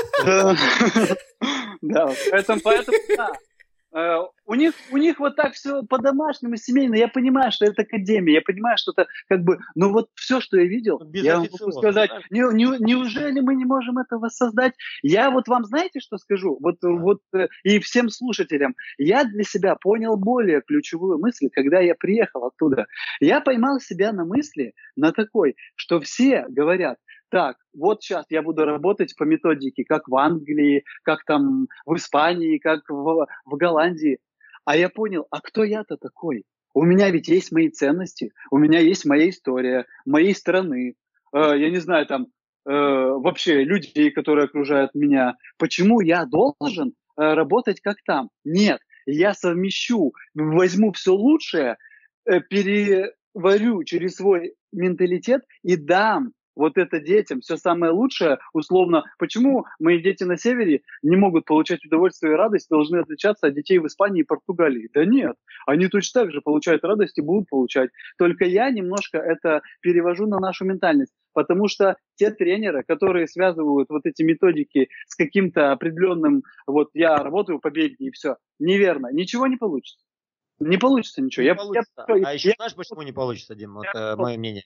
Да, поэтому да. У них вот так все по-домашнему, семейно. Я понимаю, что это академия, я понимаю, что это как бы, ну вот все, что я видел, я вам могу сказать, да? Неужели мы не можем это воссоздать? Я вот вам знаете, что скажу? Вот и всем слушателям. Я для себя понял более ключевую мысль, когда я приехал оттуда. Я поймал себя на мысли, на такой, что все говорят, так, вот сейчас я буду работать по методике, как в Англии, как там в Испании, как в Голландии. А я понял, а кто я-то такой? У меня ведь есть мои ценности, у меня есть моя история, моей страны. Я не знаю, там вообще людей, которые окружают меня. Почему я должен работать как там? Нет, я совмещу, возьму все лучшее, переварю через свой менталитет и дам вот это детям, все самое лучшее, условно. Почему мои дети на севере не могут получать удовольствие и радость, должны отличаться от детей в Испании и Португалии? Да нет, они точно так же получают радость и будут получать. Только я немножко это перевожу на нашу ментальность. Потому что те тренеры, которые связывают вот эти методики с каким-то определенным, вот я работаю по Бельгии и все, неверно, ничего не получится. Не получится ничего. Не получится. А еще знаешь, почему не получится, Дим? Вот мое мнение.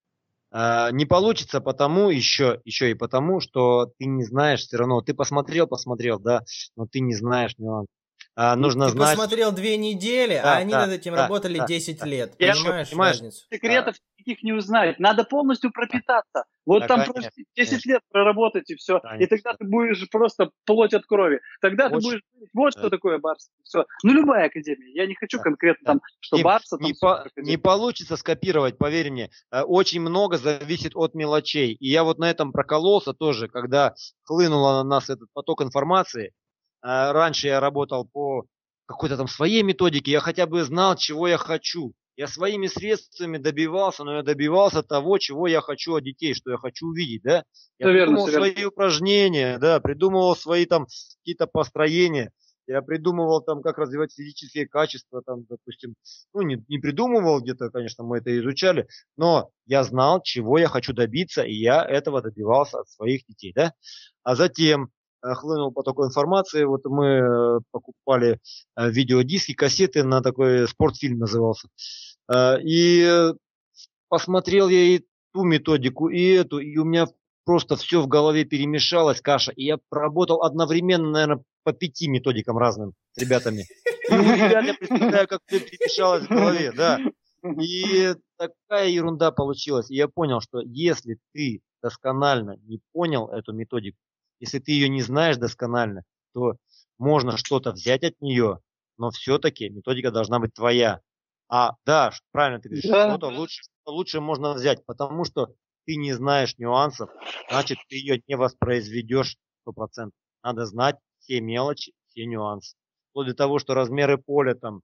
Не получится еще и потому, что ты не знаешь все равно. Ты посмотрел, да, но ты не знаешь нюанс. Нужно ты знать... посмотрел 2 недели, а они над этим работали 10 лет. Понимаешь разницу? Секретов никаких не узнать. Надо полностью пропитаться. Вот там просто 10 лет проработать и все. Конечно. И тогда ты будешь просто плоть от крови. Тогда ты будешь говорить, вот что такое Барса. Все. Ну, любая академия. Я не хочу конкретно там, что Барса... Не получится скопировать, поверь мне. Очень много зависит от мелочей. И я вот на этом прокололся тоже, когда хлынуло на нас этот поток информации. Раньше я работал по какой-то там своей методике, я хотя бы знал, чего я хочу. Я своими средствами добивался, но я добивался того, чего я хочу от детей, что я хочу увидеть, да? Я придумывал свои упражнения, да, придумывал свои там какие-то построения, я придумывал там, как развивать физические качества, там, допустим, ну, не придумывал где-то, конечно, мы это изучали, но я знал, чего я хочу добиться, и я этого добивался от своих детей, да? А затем хлынул поток информации. Вот мы покупали видеодиски, кассеты на такой спортфильм назывался. И посмотрел я и ту методику, и эту, и у меня просто все в голове перемешалось, каша. И я проработал одновременно, наверное, по 5 методикам разным с ребятами. И я представляю, как все перемешалось в голове, да. И такая ерунда получилась. И я понял, что если ты досконально не понял эту методику, если ты ее не знаешь досконально, то можно что-то взять от нее, но все-таки методика должна быть твоя. Да, правильно ты говоришь, что-то лучше можно взять, потому что ты не знаешь нюансов, значит, ты ее не воспроизведешь 100%. Надо знать все мелочи, все нюансы. Вплоть до того, что размеры поля, там,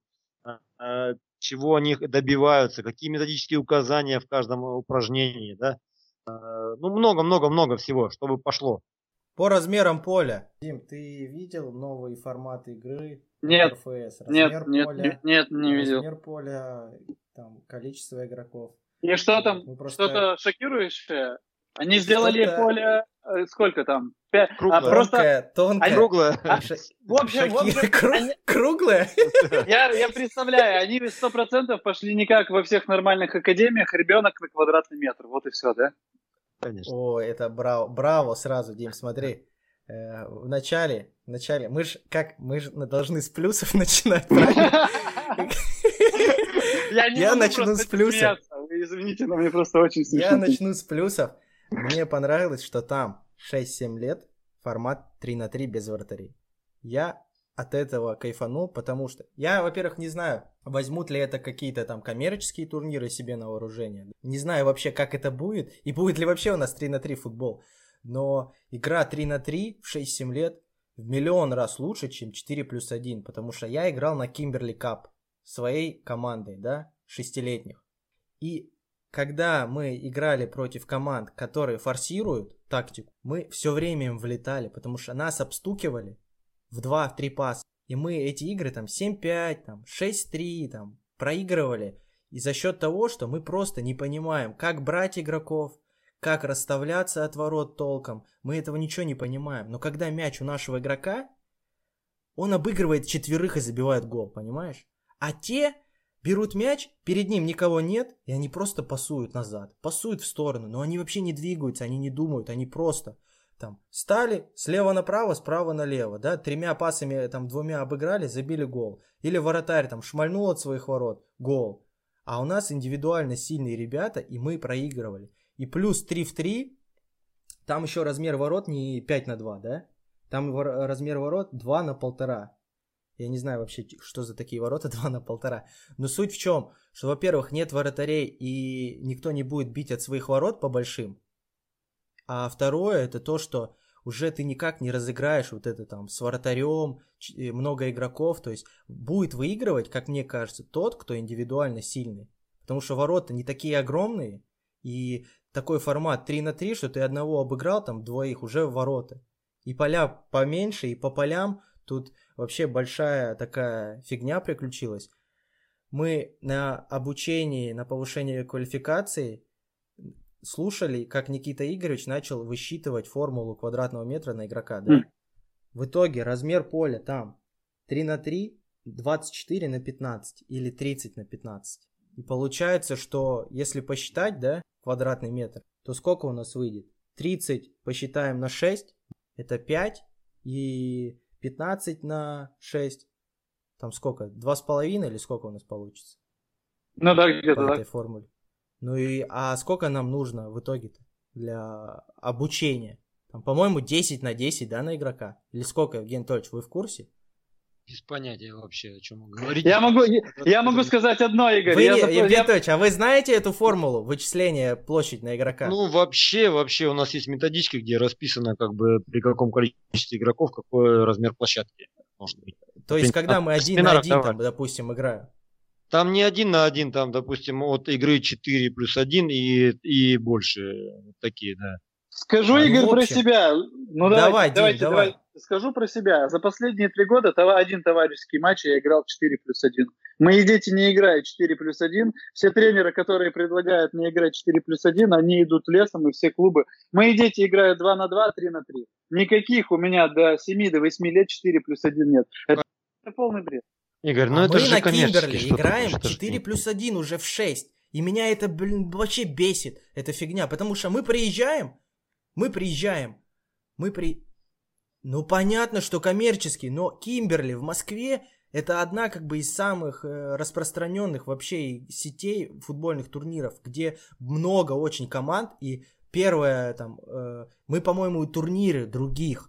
чего они добиваются, какие методические указания в каждом упражнении, да. Ну, много-много-много всего, чтобы пошло. По размерам поля. Дим, ты видел новый формат игры? Нет, РФС? Нет, не видел. Размер поля, там, количество игроков. И что там? Что-то шокирующее? Они сделали поле... Сколько там? 5? Тонкое. Круглое. В общем, круглое? Я представляю, они 100% пошли не как во всех нормальных академиях, ребенок на квадратный метр. Вот и все, да? Конечно. О, это браво сразу, Дим, смотри. В начале, мы же должны с плюсов начинать, правильно? Я начну с плюсов. Извините, но мне просто очень смешно. Я начну с плюсов. Мне понравилось, что там 6-7 лет формат 3-3 без вратарей. Я от этого кайфанул, потому что я, во-первых, не знаю, возьмут ли это какие-то там коммерческие турниры себе на вооружение. Не знаю вообще, как это будет, и будет ли вообще у нас 3-3 футбол. Но игра 3-3 в 6-7 лет в миллион раз лучше, чем 4+1, потому что я играл на Кимберли Кап своей командой, да, 6-летних. И когда мы играли против команд, которые форсируют тактику, мы все время им влетали, потому что нас обстукивали в 2-3 паса. И мы эти игры там 7-5, там 6-3 там проигрывали. И за счет того, что мы просто не понимаем, как брать игроков, как расставляться от ворот толком, мы этого ничего не понимаем. Но когда мяч у нашего игрока, он обыгрывает 4 и забивает гол, понимаешь? А те берут мяч, перед ним никого нет, и они просто пасуют назад, пасуют в сторону, но они вообще не двигаются, они не думают, они просто там стали слева направо, справа налево, да, 3 пасами, там 2 обыграли, забили гол. Или вратарь там шмальнул от своих ворот, гол. А у нас индивидуально сильные ребята, и мы проигрывали. И плюс 3-3, там еще размер ворот не 5-2, да, там размер ворот 2-1,5. Я не знаю вообще, что за такие ворота 2-1,5. Но суть в чем, что, во-первых, нет вратарей, и никто не будет бить от своих ворот по большим. А второе, это то, что уже ты никак не разыграешь вот это там с вратарем, много игроков. То есть будет выигрывать, как мне кажется, тот, кто индивидуально сильный. Потому что ворота не такие огромные, и такой формат 3-3, что ты одного обыграл, там 2 уже в ворота. И поля поменьше, и по полям тут вообще большая такая фигня приключилась. Мы на обучении, на повышении квалификации слушали, как Никита Игоревич начал высчитывать формулу квадратного метра на игрока, да? В итоге размер поля там 3×3, 24 на 15 или 30 на 15. И получается, что если посчитать, да, квадратный метр, то сколько у нас выйдет? 30 посчитаем на 6, это 5, и 15 на 6, там сколько? 2,5 или сколько у нас получится? Ну да, где-то по так. этой формуле. Ну и, а сколько нам нужно в итоге-то для обучения? Там, по-моему, 10 на 10, да, на игрока? Или сколько, Евгений Анатольевич, вы в курсе? Без понятия вообще, о чем вы говорите. Я могу сказать одно, Игорь. Евгений Анатольевич, а вы знаете эту формулу вычисления площади на игрока? Ну, вообще у нас есть методичка, где расписано, как бы, при каком количестве игроков, какой размер площадки может быть. То есть, когда мы 1 на 1, там, допустим, играем? Там не 1 на 1, там, допустим, от игры 4+1 и больше. Такие, да. Скажу, Игорь, про себя. Ну, давай. Скажу про себя. За последние 3 года один товарищеский матч я играл 4+1. Мои дети не играют 4+1. Все тренеры, которые предлагают мне играть 4+1, они идут лесом, и все клубы. Мои дети играют 2 на 2, 3 на 3. Никаких у меня до 7, до 8 лет 4+1 нет. Это полный бред. Игорь, ну а это мы же на Кимберли что-то, играем что-то 4+1 уже в 6. И меня это, вообще бесит, эта фигня. Потому что мы приезжаем. Ну, понятно, что коммерческий, но Кимберли в Москве это одна как бы из самых распространенных вообще сетей футбольных турниров, где много очень команд. И первое, там, мы, по-моему, турниры других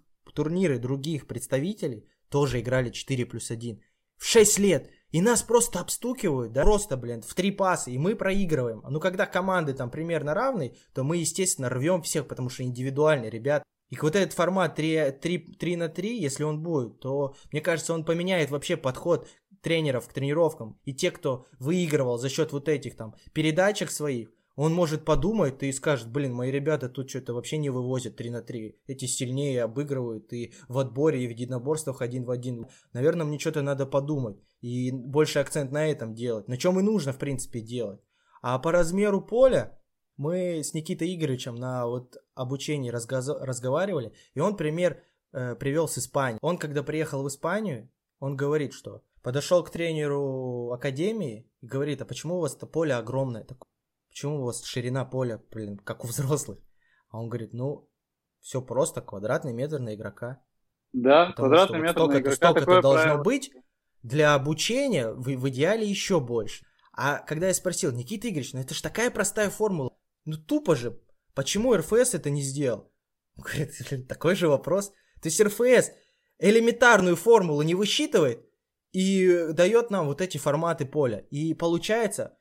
представителей тоже играли 4+1. В 6 лет. И нас просто обстукивают, да, просто, в 3 паса, и мы проигрываем. Ну, когда команды там примерно равны, то мы, естественно, рвем всех, потому что индивидуальные ребята. И вот этот формат 3 на 3, если он будет, то, мне кажется, он поменяет вообще подход тренеров к тренировкам. И те, кто выигрывал за счет вот этих там передачек своих, он может подумать и скажет: блин, мои ребята тут что-то вообще не вывозят 3 на 3. Эти сильнее обыгрывают и в отборе, и в единоборствах 1 в 1. Наверное, мне что-то надо подумать. И больше акцент на этом делать. На чем и нужно, в принципе, делать. А по размеру поля мы с Никитой Игоревичем на вот обучении разговаривали. И он пример привел с Испании. Он, когда приехал в Испанию, он говорит, что подошел к тренеру академии и говорит: а почему у вас-то поле огромное такое? Почему у вас ширина поля, как у взрослых? А он говорит: ну, все просто, квадратный метр на игрока. Да, потому квадратный метр на игрока. Столько-то должно быть. Для обучения в идеале еще больше. А когда я спросил: Никита Игоревич, ну это же такая простая формула. Ну тупо же. Почему РФС это не сделал? Он говорит: такой же вопрос. То есть РФС элементарную формулу не высчитывает и дает нам вот эти форматы поля. И получается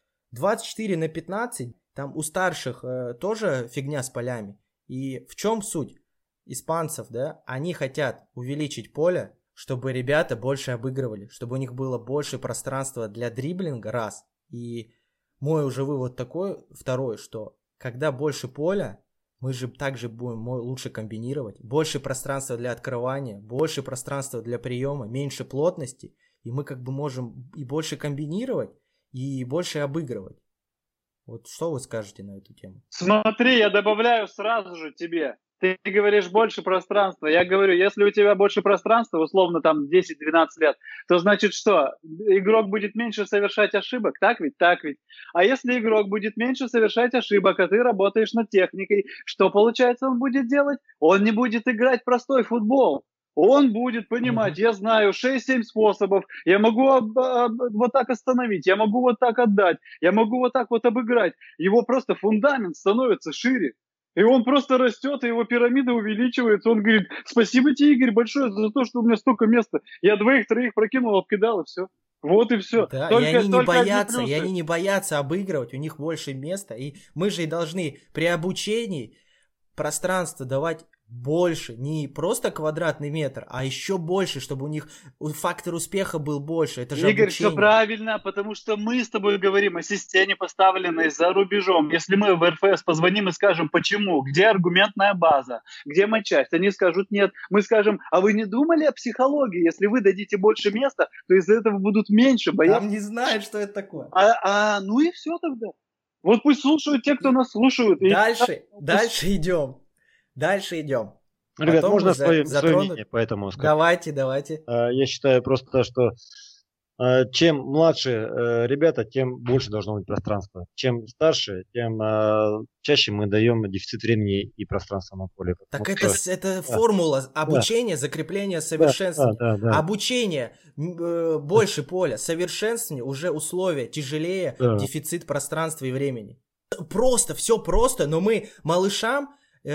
24 на 15, там у старших тоже фигня с полями. И в чем суть испанцев, да? Они хотят увеличить поле, чтобы ребята больше обыгрывали, чтобы у них было больше пространства для дриблинга, раз. И мой уже вывод такой, второй, что когда больше поля, мы же также будем лучше комбинировать, больше пространства для открывания, больше пространства для приема, меньше плотности, и мы как бы можем и больше комбинировать, и больше обыгрывать. Вот что вы скажете на эту тему? Смотри, я добавляю сразу же тебе. Ты говоришь больше пространства. Я говорю, если у тебя больше пространства, условно там 10-12 лет, то значит что? Игрок будет меньше совершать ошибок, так ведь? Так ведь. А если игрок будет меньше совершать ошибок, а ты работаешь над техникой, что получается он будет делать? Он не будет играть простой футбол. Он будет понимать, я знаю 6-7 способов, я могу вот так остановить, я могу вот так отдать, я могу вот так вот обыграть. Его просто фундамент становится шире. И он просто растет, и его пирамида увеличивается. Он говорит: спасибо тебе, Игорь, большое за то, что у меня столько места. Я 2-3 прокинул, обкидал, и все. Вот и все. Да, и они не боятся обыгрывать, у них больше места. И мы же и должны при обучении пространство давать больше, не просто квадратный метр, а еще больше, чтобы у них фактор успеха был больше. Это же Игорь, обучение. все правильно, потому что мы с тобой говорим о системе, поставленной за рубежом. Если мы в РФС позвоним и скажем: почему, где аргументная база, где матчасть, они скажут: нет. Мы скажем: а вы не думали о психологии? Если вы дадите больше места, то из-за этого будут меньше бояться. Там не знают, что это такое. Ну и все тогда. Вот пусть слушают те, кто нас слушают. Дальше идем. Ребят, Потом можно мы свое затронут- мнение по этому сказать? Давайте. Я считаю просто, что чем младше ребята, тем больше должно быть пространства. Чем старше, тем чаще мы даем дефицит времени и пространства на поле. Так это формула обучения, закрепления, совершенствования. Да. Обучение, больше поля, совершенствование, уже условия тяжелее, дефицит пространства и времени. Просто, все просто, но мы малышам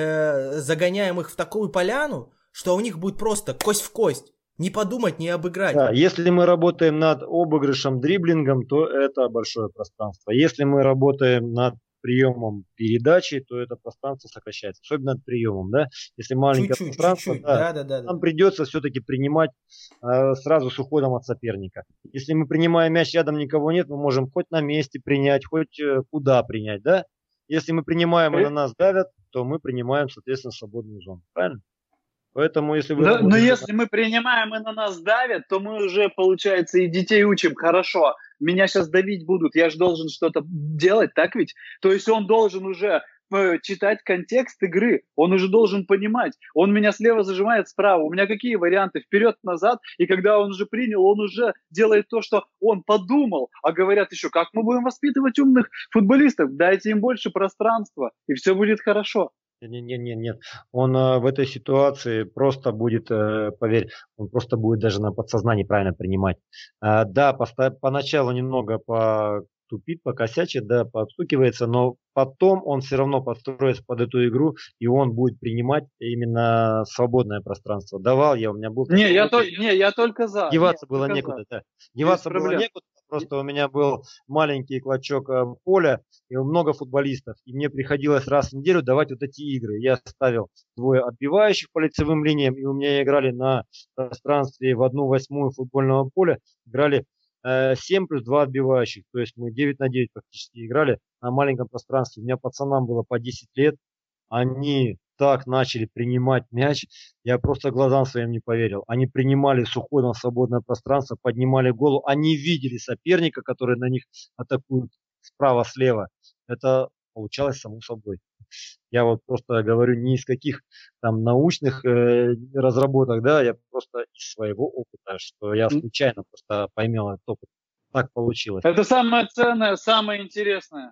загоняем их в такую поляну, что у них будет просто кость в кость. Не подумать, не обыграть. Да, если мы работаем над обыгрышем, дриблингом, то это большое пространство. Если мы работаем над приемом передачи, то это пространство сокращается. Особенно над приемом, да? Если маленькое пространство, чуть-чуть. Да, нам придется все-таки принимать сразу с уходом от соперника. Если мы принимаем мяч, рядом никого нет, мы можем хоть на месте принять, хоть куда принять, да? Если мы принимаем и на нас давят, то мы принимаем, соответственно, свободную зону. Правильно? Поэтому, если вы... Но если мы принимаем и на нас давят, то мы уже, получается, и детей учим. Хорошо, меня сейчас давить будут, я же должен что-то делать, так ведь? То есть он должен уже читать контекст игры, он уже должен понимать. Он меня слева зажимает, справа. У меня какие варианты? Вперед-назад. И когда он уже принял, он уже делает то, что он подумал. А говорят еще, как мы будем воспитывать умных футболистов? Дайте им больше пространства, и все будет хорошо. Нет. Он в этой ситуации просто будет, поверь, он просто будет даже на подсознании правильно принимать. Да, поначалу немного потупит, покосячит, да, поотстукивается, но потом он все равно подстроится под эту игру, и он будет принимать именно свободное пространство. Давал я, у меня был... Я только за. Деваться было некуда, да. Деваться было некуда. Просто у меня был маленький клочок поля, и много футболистов. И мне приходилось раз в неделю давать вот эти игры. Я ставил двое отбивающих по лицевым линиям, и у меня играли на пространстве в 1/8 футбольного поля. Играли 7 плюс 2 отбивающих. То есть мы 9 на 9 практически играли на маленьком пространстве. У меня пацанам было по 10 лет. Они так начали принимать мяч, я просто глазам своим не поверил. Они принимали с уходом в свободное пространство, поднимали голову, они видели соперника, который на них атакует справа-слева. Это получалось само собой. Я вот просто говорю не из каких там научных разработок, да, я просто из своего опыта, что я случайно просто поймел этот опыт. Так получилось. Это самое ценное, самое интересное.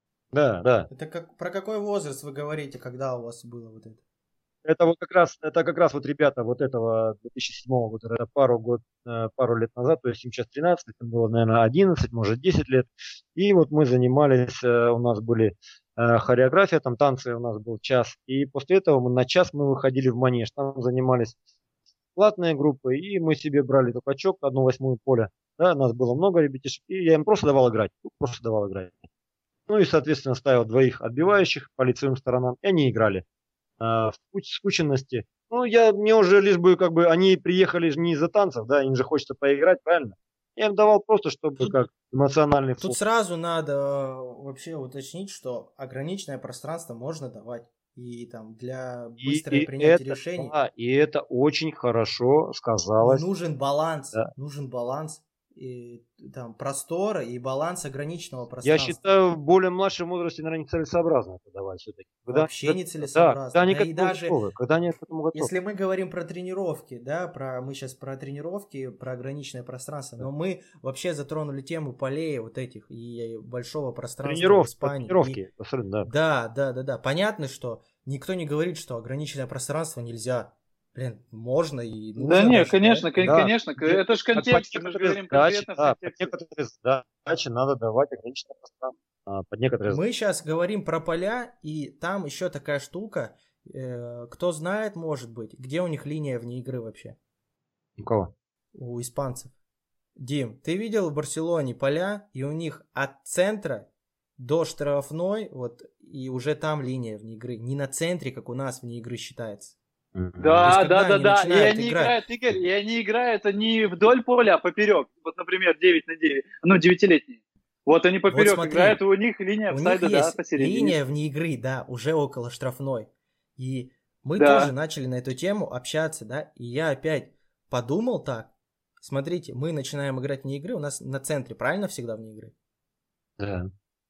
Да. Это про какой возраст вы говорите, когда у вас было вот это? Это как раз вот ребята вот этого 2007 года, это пару лет назад, то есть им сейчас 13, им было, наверное, 11, может 10 лет. И вот мы занимались, у нас были хореография, там танцы у нас был час. И после этого на час мы выходили в манеж, там занимались платные группы, и мы себе брали токачок, 1/8 поля. Да, нас было много ребятишек, и я им просто давал играть. Ну и, соответственно, ставил двоих отбивающих по лицевым сторонам, и они играли в скученности. Ну, мне уже лишь бы, как бы, они приехали же не из-за танцев, да, им же хочется поиграть, правильно? Я им давал просто, чтобы как эмоциональный фон. Тут сразу надо вообще уточнить, что ограниченное пространство можно давать. И там для быстрого принятия решений. Да, и это очень хорошо сказалось. Нужен баланс. Да. Нужен баланс. И, там, простора и баланс ограниченного пространства. Я считаю, в более младшем возрасте, наверное, нецелесообразно это давать все-таки. Вообще нецелесообразно. Да, и даже когда они к этому готовы. Если мы говорим про тренировки, да, мы сейчас про тренировки, про ограниченное пространство, но мы вообще затронули тему полей вот этих и большого пространства в Испании. Тренировки, абсолютно, да. Да. Понятно, что никто не говорит, что ограниченное пространство нельзя. Блин, можно и нужно. Да нет, даже, конечно. Это же контекст, мы же говорим конкретно в контексте. Под некоторые задачи надо давать ограниченное пространство. Мы сейчас говорим про поля, и там еще такая штука, кто знает, может быть, где у них линия вне игры вообще? У кого? У испанцев. Дим, ты видел в Барселоне поля, и у них от центра до штрафной, вот, и уже там линия вне игры. Не на центре, как у нас вне игры считается. Да. И они играют, Игорь, и они играют не вдоль поля, а поперек. Вот, например, 9 на 9. 9-летние. Вот они поперек играют, и у них линия офсайда, да, посередине. Линия вне игры, да, уже около штрафной. И мы тоже начали на эту тему общаться, да, и я опять подумал так. Смотрите, мы начинаем играть вне игры, у нас на центре, правильно, всегда вне игры? Да.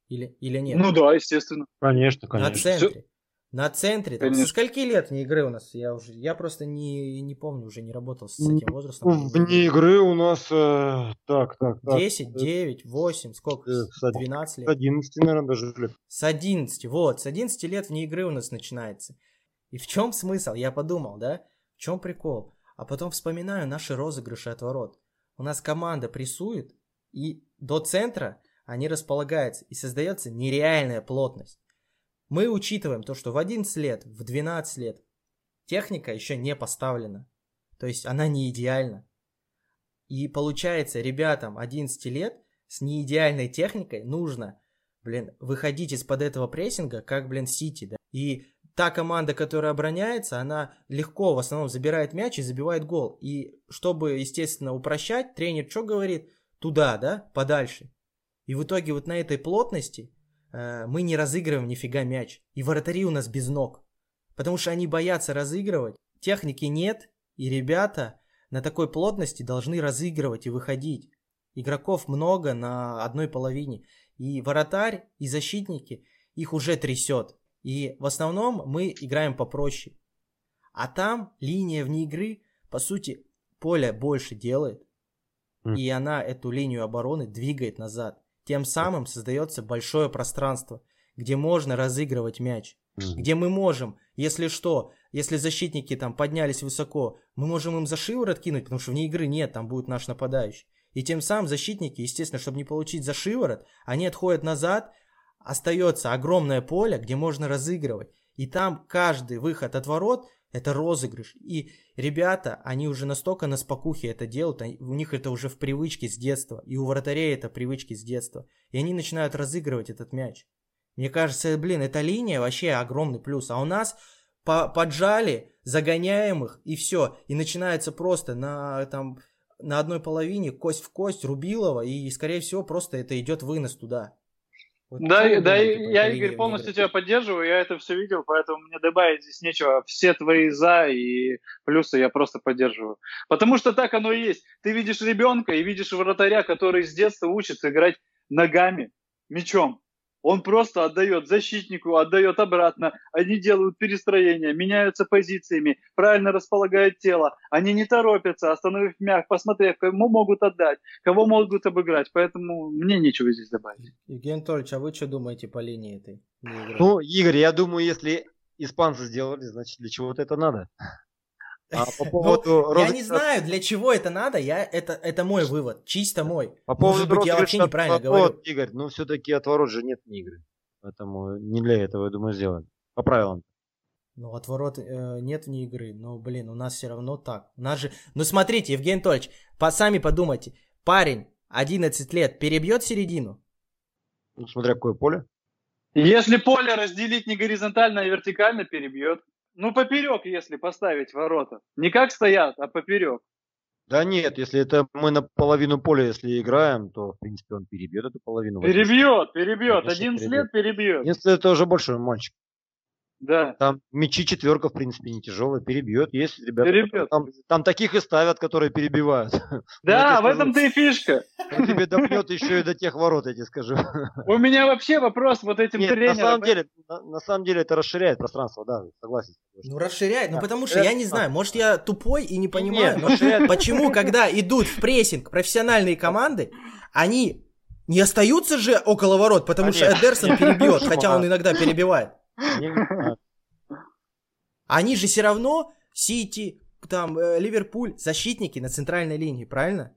Или нет? Ну да, естественно. Конечно, На конечно. центре. На центре. Там, со Конечно. скольки лет вне игры у нас? Я просто не помню, уже не работал с этим возрастом. Вне игры у нас... так. 10, 9, 8, сколько? С 12 С лет. 11, наверное, даже лет. С 11, вот. С 11 лет вне игры у нас начинается. И в чем смысл? Я подумал, да? В чем прикол? А потом вспоминаю наши розыгрыши от ворот. У нас команда прессует, и до центра они располагаются, и создается нереальная плотность. Мы учитываем то, что в 11 лет, в 12 лет техника еще не поставлена. То есть она не идеальна. И получается, ребятам 11 лет с неидеальной техникой нужно, выходить из-под этого прессинга, как, Сити, да. И та команда, которая обороняется, она легко в основном забирает мяч и забивает гол. И чтобы, естественно, упрощать, тренер что говорит? Туда, да, подальше. И в итоге вот на этой плотности мы не разыгрываем нифига мяч. И вратари у нас без ног. Потому что они боятся разыгрывать. Техники нет. И ребята на такой плотности должны разыгрывать и выходить. Игроков много на одной половине. И вратарь, и защитники, их уже трясет. И в основном мы играем попроще. А там линия вне игры, по сути, поле больше делает. И она эту линию обороны двигает назад. Тем самым создается большое пространство, где можно разыгрывать мяч. Где мы можем, если что, если защитники там поднялись высоко, мы можем им за шиворот кинуть, потому что вне игры нет, там будет наш нападающий. И тем самым защитники, естественно, чтобы не получить за шиворот, они отходят назад, остается огромное поле, где можно разыгрывать. И там каждый выход от ворот – это розыгрыш. И ребята, они уже настолько на спокухе это делают, у них это уже в привычке с детства. И у вратарей это привычки с детства. И они начинают разыгрывать этот мяч. Мне кажется, эта линия вообще огромный плюс. А у нас поджали, загоняем их, и все. И начинается просто на одной половине кость в кость Рубилова, и, скорее всего, просто это идет вынос туда. Вот я, Игорь, полностью тебя поддерживаю, я это все видел, поэтому мне добавить здесь нечего. Все твои за и плюсы я просто поддерживаю. Потому что так оно и есть. Ты видишь ребенка и видишь вратаря, который с детства учится играть ногами, мячом. Он просто отдает защитнику, отдает обратно. Они делают перестроение, меняются позициями, правильно располагают тело. Они не торопятся, остановив мяч, посмотрев, кому могут отдать, кого могут обыграть. Поэтому мне нечего здесь добавить. Евгений Анатольевич, а вы что думаете по линии этой? Ну, Игорь, я думаю, если испанцы сделали, значит, для чего-то это надо. А по поводу я не знаю, для чего это надо, это мой вывод, чисто мой. По поводу Может быть, я вообще неправильно говорю. Игорь, все-таки от ворот же нет игры. Поэтому не для этого, я думаю, сделали. По правилам. Ну, от ворот нет вне игры, но, у нас все равно так. Смотрите, Евгений Анатольевич, сами подумайте, парень 11 лет перебьет середину? Ну, смотря какое поле. Если поле разделить не горизонтально, а вертикально, перебьет. Ну, поперек, если поставить ворота. Не как стоят, а поперек. Да нет, если это мы на половину поля, если играем, то, в принципе, он перебьет эту половину. Перебьет. Конечно, 11 лет перебьет. Если это уже большой мальчик. Да. Там мячи четверка, в принципе, не тяжелые, перебьет. Есть ребята, перебьет. Там таких и ставят, которые перебивают. Да, в этом-то и фишка. Он тебе допнет еще и до тех ворот, я тебе скажу. У меня вообще вопрос вот этим тренерам. На самом деле это расширяет пространство, да, согласен. Ну, расширяет, потому что я не знаю, может я тупой и не понимаю, но почему, когда идут в прессинг профессиональные команды, они не остаются же около ворот, потому что Эдерсон перебьет, хотя он иногда перебивает. Они же все равно Сити, Ливерпуль, защитники на центральной линии, правильно?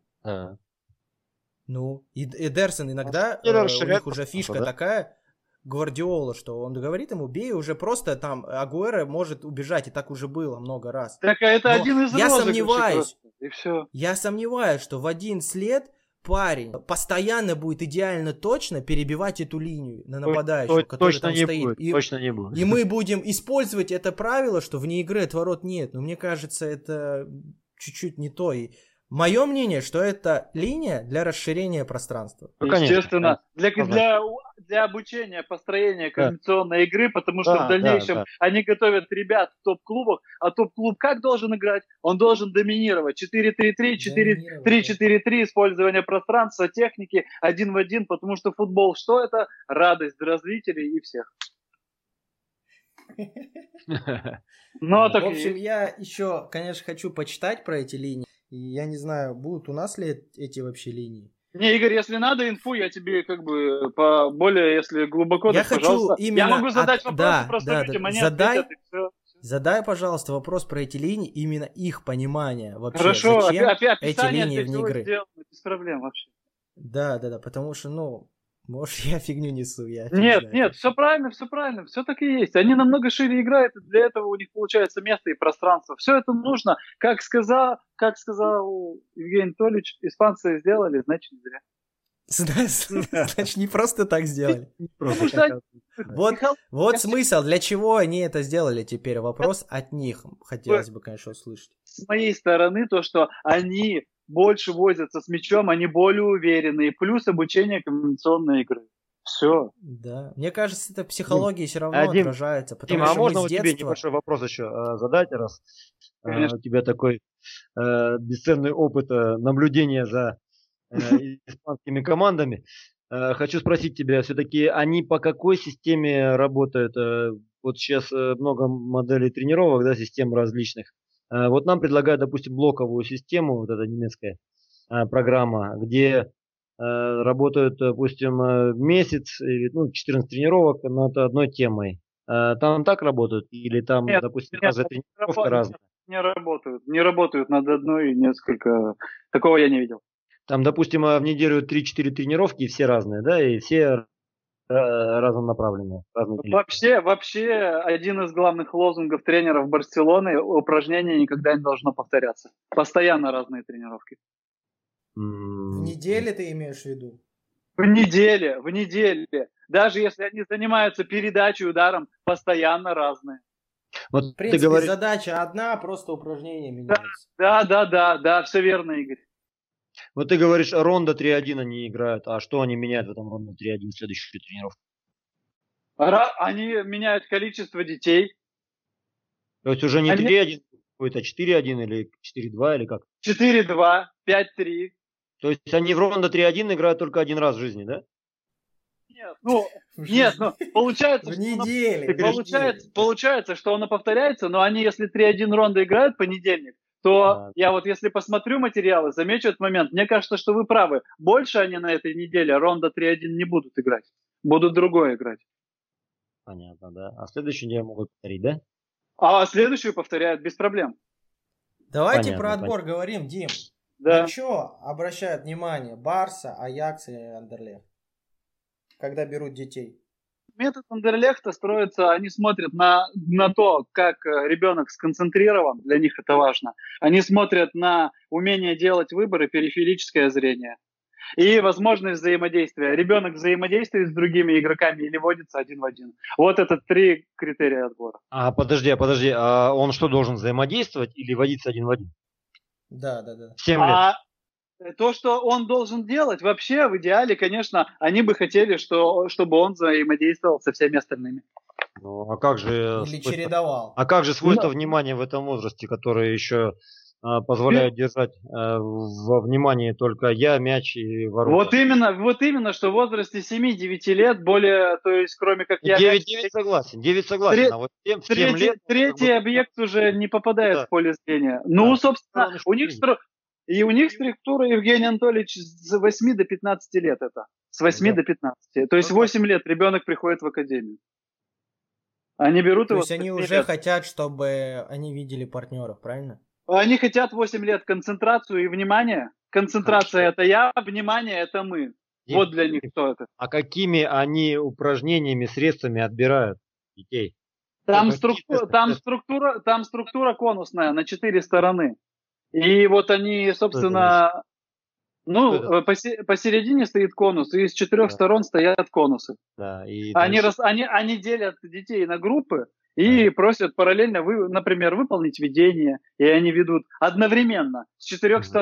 Ну, и Эдерсон иногда, у них уже фишка такая, Гвардиола, что он говорит ему, бей уже просто Агуэро может убежать, и так уже было много раз. Так это один из розыгрышей. И все. Я сомневаюсь, что в 11 лет парень постоянно будет идеально точно перебивать эту линию на нападающего, который точно там не стоит. Будет, точно не будет. И мы будем использовать это правило, что вне игры от ворот нет. Но мне кажется, это чуть-чуть не то. И Мое мнение, что это линия для расширения пространства. Ну, конечно, Естественно, конечно. для обучения построения комбинационной игры, потому что Да, в дальнейшем да. они готовят ребят в топ-клубах, а топ-клуб как должен играть? Он должен доминировать. 4-3-3, 3-4-3, использование пространства, техники, 1 в 1, потому что футбол, что это? Радость для зрителей и всех. Но В так и общем, есть. я еще, конечно, хочу почитать про эти линии. И я не знаю, будут у нас ли эти вообще линии. Не, Игорь, если надо инфу, я тебе как бы по более, если глубоко, Я так, хочу пожалуйста. именно Я могу задать от- вопросы, да, просто да, людям, да. они Задай. ответят, и всё. Задай, пожалуйста, вопрос про эти линии, именно их понимание вообще. Хорошо, Зачем эти описание линии для вне всего игры? сделано, без проблем вообще. Да, потому что, может, я фигню несу, я фиг Нет, знает нет, вообще. все правильно, все так и есть. Они намного шире играют, и для этого у них получается место и пространство. Все это нужно, как сказал Евгений Анатольевич, испанцы сделали, значит, не зря. Значит, не просто так сделали. Потому что они- Вот смысл, для чего они это сделали теперь. Вопрос от них. Хотелось бы, конечно, услышать. с моей стороны то, что они больше возятся с мячом, они более уверенные, плюс обучение комбинационной игры. Все. Да. Мне кажется, это в психологии все равно Дим, отражается. Потому Дима, а что мы можно с вот тебе детства... небольшой вопрос еще задать, раз Конечно. у тебя такой бесценный опыт наблюдения за испанскими командами? Хочу спросить тебя, все-таки они по какой системе работают? Вот сейчас много моделей тренировок, да, систем различных. Вот нам предлагают, допустим, блоковую систему, вот эта немецкая программа, где работают, допустим, месяц или 14 тренировок над одной темой. Там так работают? Или там, Нет, допустим, нет, каждая тренировка разная? Не работают над одной несколько. Такого я не видел. Там, допустим, в неделю 3-4 тренировки, и все разные, да, и все разнонаправленные. Вообще, один из главных лозунгов тренеров Барселоны — упражнение никогда не должно повторяться. Постоянно разные тренировки. В неделе ты имеешь в виду? В неделе. Даже если они занимаются передачей, ударом, постоянно разные. Вот В ты принципе, говоришь, задача одна, просто упражнение меняется. Да, все верно, Игорь. вот ты говоришь, ронда 3-1 они играют, а что они меняют в этом ронда 3-1 в следующую тренировку? Они меняют количество детей. То есть уже не Они- 3-1 будет, а 4-1 или 4-2 или как? 4-2, 5-3. То есть они в ронда 3-1 играют только один раз в жизни, да? Нет, получается, В что неделе. получается, что оно повторяется, но они, если 3-1 ронда играют в понедельник, то Да. я вот если посмотрю материалы, замечу этот момент, мне кажется, что вы правы. Больше они на этой неделе ронда 3-1 не будут играть. Будут другое играть. Понятно, да. А следующий неделю могут повторить, да? А следующую повторяют без проблем. Давайте Понятно, про отбор говорим, Дим. Да. На что обращают внимание Барса, Аякс и Андерлехт, когда берут детей? Метод Андерлехта строится, они смотрят на то, как ребенок сконцентрирован, для них это важно. Они смотрят на умение делать выборы, периферическое зрение и возможность взаимодействия. Ребенок взаимодействует с другими игроками или водится один в один. Вот это 3 критерия отбора. А подожди, а он что, должен взаимодействовать или водиться один в один? Да. 7 лет. А то, что он должен делать, вообще в идеале, конечно, они бы хотели, чтобы он взаимодействовал со всеми остальными. Ну, а как же Или чередовал. А как же свойство внимания в этом возрасте, которое еще позволяет держать во внимании только я, мяч и ворота? Вот именно, что в возрасте 7-9 лет, более, то есть кроме как я... 9 согласен, 9 согласен, а вот в 7 лет... Третий объект уже не попадает в поле зрения. Ну, собственно, у них структура, Евгений Анатольевич, с 8 до 15 лет это. С 8 до 15. То есть 8 лет ребенок приходит в академию. Они берут То его... есть они уже хотят, чтобы они видели партнеров, правильно? Они хотят 8 лет концентрацию и внимание. Концентрация это я, внимание это мы. Вот для них кто это. А какими они упражнениями, средствами отбирают детей? Там структура конусная на 4 стороны. И вот они, собственно, посередине стоит конус, и с 4 сторон стоят конусы. Да, и они делят детей на группы и просят параллельно, например, выполнить ведение, и они ведут одновременно с 4 сторон.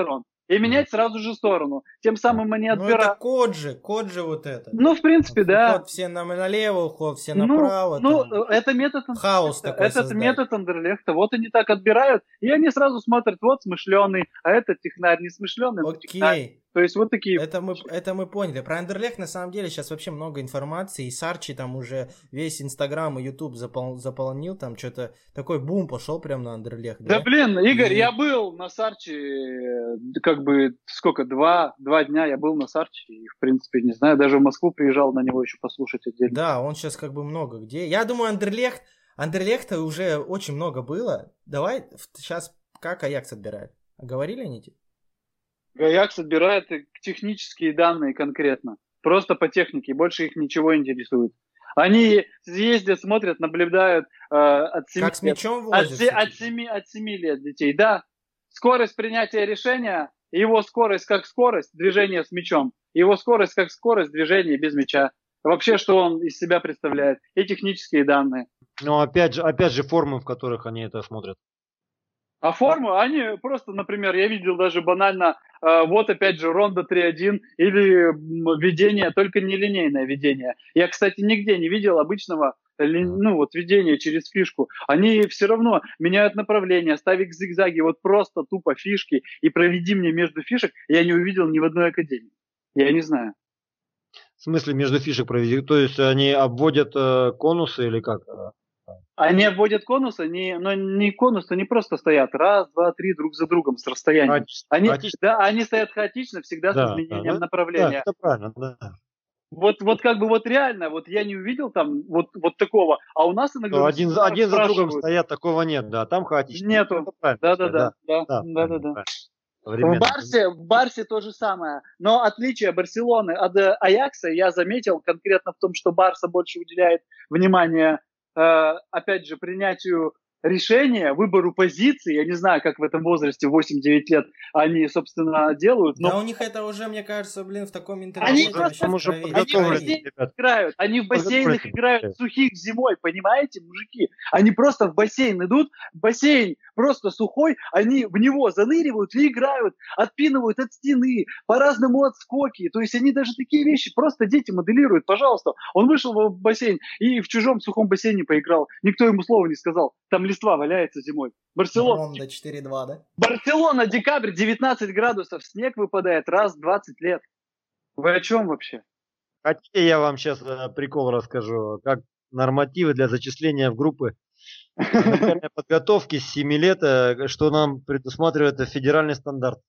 и менять сразу же сторону. Тем самым они Ну, это отбирают. код же вот это. Ну, в принципе, да. Уход все налево, уход все направо. Ну, там. это метод Хаос такой этот создать. метод Андерлехта. Вот они так отбирают, и они сразу смотрят, вот смышленый, а этот технарь не смышленый, но технарь. Окей. То есть вот такие. Это мы поняли. Про Андерлехт на самом деле сейчас вообще много информации. И Сарчи там уже весь Инстаграм и Ютуб заполнил. Там что-то такой бум пошел прям на Андерлехт. Да блин, Игорь, я был на Сарчи, как бы, сколько, два дня я был на Сарчи. И, в принципе, не знаю, даже в Москву приезжал на него еще послушать отдельно. Да, он сейчас как бы много где. Я думаю, Андерлехта уже очень много было. Давай сейчас как Аякс отбирает? Говорили они тебе? Аякс отбирает технические данные конкретно. Просто по технике. Больше их ничего интересует. Они ездят, смотрят, наблюдают от 7 Как с мячом от возятся? 7 лет детей. Да. Скорость принятия решения, его скорость как скорость движения с мячом, его скорость как скорость движения без мяча. Вообще, что он из себя представляет. И технические данные. Но опять же формы, в которых они это смотрят. А форму, они просто, например, я видел даже банально, вот опять же Ронда 3.1 или ведение, только нелинейное ведение. Я, кстати, нигде не видел обычного ведения через фишку. Они все равно меняют направление, ставят зигзаги, вот просто тупо фишки и проведи мне между фишек, я не увидел ни в одной академии. Я не знаю. В смысле между фишек провести? То есть они обводят конусы или как? Они обводят конусы, но не конусы, они просто стоят раз, два, три друг за другом с расстоянием. Они стоят хаотично, всегда с изменением направления. Да, это правильно, да. Вот как бы вот реально, вот я не увидел там вот такого, а у нас иногда один за другом стоят, такого нет, да, там хаотично. Нету. Да. В Барсе то же самое. Но отличие Барселоны от Аякса я заметил конкретно в том, что Барса больше уделяет внимание, опять же, принятию решения, выбору позиции. Я не знаю, как в этом возрасте, 8-9 лет, они, собственно, делают. Но... Да у них это уже, мне кажется, в таком интернете. Они в бассейнах играют сухих зимой, понимаете, мужики? Они просто в бассейн идут, бассейн просто сухой, они в него заныривают и играют, отпинывают от стены, по-разному отскоки. То есть они даже такие вещи, просто дети моделируют, пожалуйста. Он вышел в бассейн и в чужом сухом бассейне поиграл. Никто ему слова не сказал. Там листва валяется зимой. Барселона. 4-2, да? Барселона, декабрь, 19 градусов, снег выпадает раз в 20 лет. Вы о чем вообще? Хотите, я вам сейчас прикол расскажу, как нормативы для зачисления в группы начальной подготовки с 7 лет, что нам предусматривает федеральный стандарт.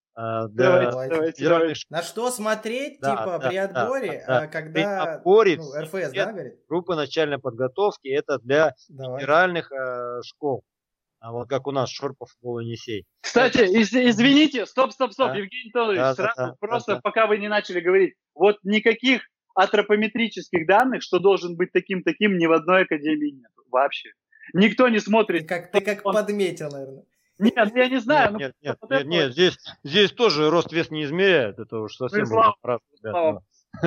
Давайте. На что смотреть, при отборе, когда при отборе РФС, да, говорит? Группы начальной подготовки это для федеральных школ. А вот как у нас Шорпов, футбол, Енисей. Кстати, извините, стоп, Евгений Анатольевич, пока вы не начали говорить, вот никаких антропометрических данных, что должен быть таким-таким, ни в одной академии нет вообще. Никто не смотрит. Ты как подметил, наверное. Нет, я не знаю. Нет, здесь тоже рост вес не измеряют, это уж совсем разное.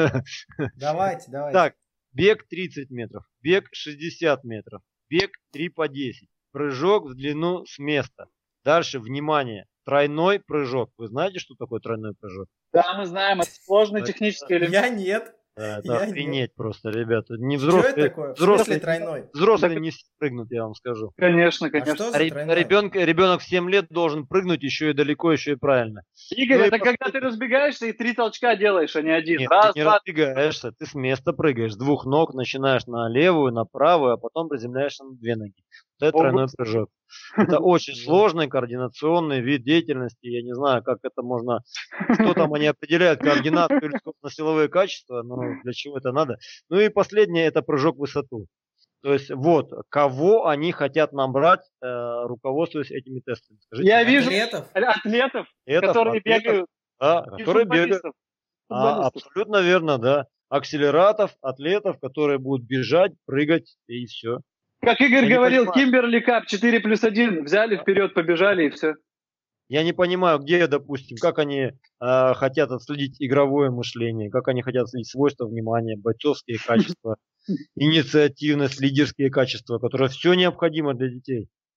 Давайте. Так, бег 30 метров, бег 60 метров, бег 3 по 10, прыжок в длину с места. Дальше, внимание, тройной прыжок. Вы знаете, что такое тройной прыжок? Да, мы знаем, это сложный технический элемент. Я нет. Это охренеть просто, ребята. Не взрослые, что это такое? Взрослые, тройной? Взрослые не прыгнут, я вам скажу. Конечно. Ребенок в 7 лет должен прыгнуть еще и далеко, еще и правильно. Игорь, это когда ты разбегаешься и 3 толчка делаешь, а не один. Нет, ты не разбегаешься, ты с места прыгаешь. С 2 ног начинаешь на левую, на правую, а потом приземляешься на 2 ноги. Вот это тройной прыжок. Это очень сложный координационный вид деятельности. Я не знаю, как это можно... Что там они определяют, координаты или силовые качества, но для чего это надо. Ну и последнее, это прыжок в высоту. То есть вот, кого они хотят набрать, руководствуясь этими тестами. Скажите, я вижу атлетов, которые бегают. Да, которые бегают. Абсолютно верно, да. Акселератов, атлетов, которые будут бежать, прыгать и все. Как Игорь говорил, Кимберли Кап 4+1, взяли вперед, побежали и все. Я не понимаю, где, допустим, как они хотят отследить игровое мышление, как они хотят отследить свойства внимания, бойцовские качества, инициативность, лидерские качества, которые все необходимо для детей.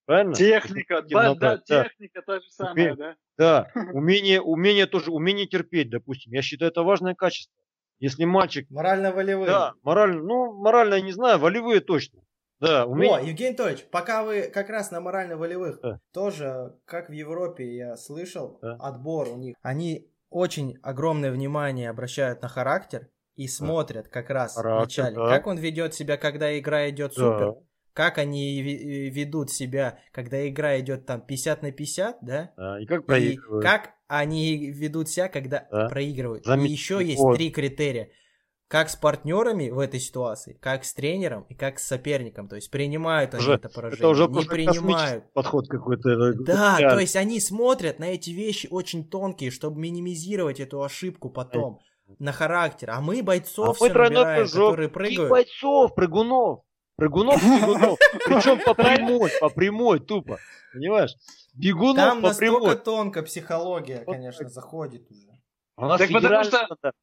Правильно? Техника, да, техника та же самая, да? Да, умение тоже, умение терпеть, допустим. Я считаю, это важное качество. Если мальчик... Морально-волевые. Да, морально я не знаю, волевые точно. Да, О, Евгений Анатольевич, пока вы как раз на морально-волевых, Да. тоже, как в Европе я слышал, Да. отбор у них, они очень огромное внимание обращают на характер и смотрят как раз Характер, вначале, да. как он ведет себя, когда игра идет Да. супер, как они ведут себя, когда игра идет там 50 на 50, да? Да, и как И проигрывают. как они ведут себя, когда Да. проигрывают. Заметь, И еще есть вот. 3 критерия. Как с партнерами в этой ситуации, как с тренером и как с соперником. То есть принимают они это поражение, Это уже не просто принимают. космический подход какой-то. Да, то есть они смотрят на эти вещи очень тонкие, чтобы минимизировать эту ошибку потом. На характер. А мы бойцов мы все тройной набираем, прыжок. которые прыгают. Бойцов, прыгунов. Прыгунов. Причем по прямой, тупо. Понимаешь? Бегунов Там по настолько прямой. тонко психология, Вот конечно, так. заходит уже. У нас Так потому федеральный что- стандарт.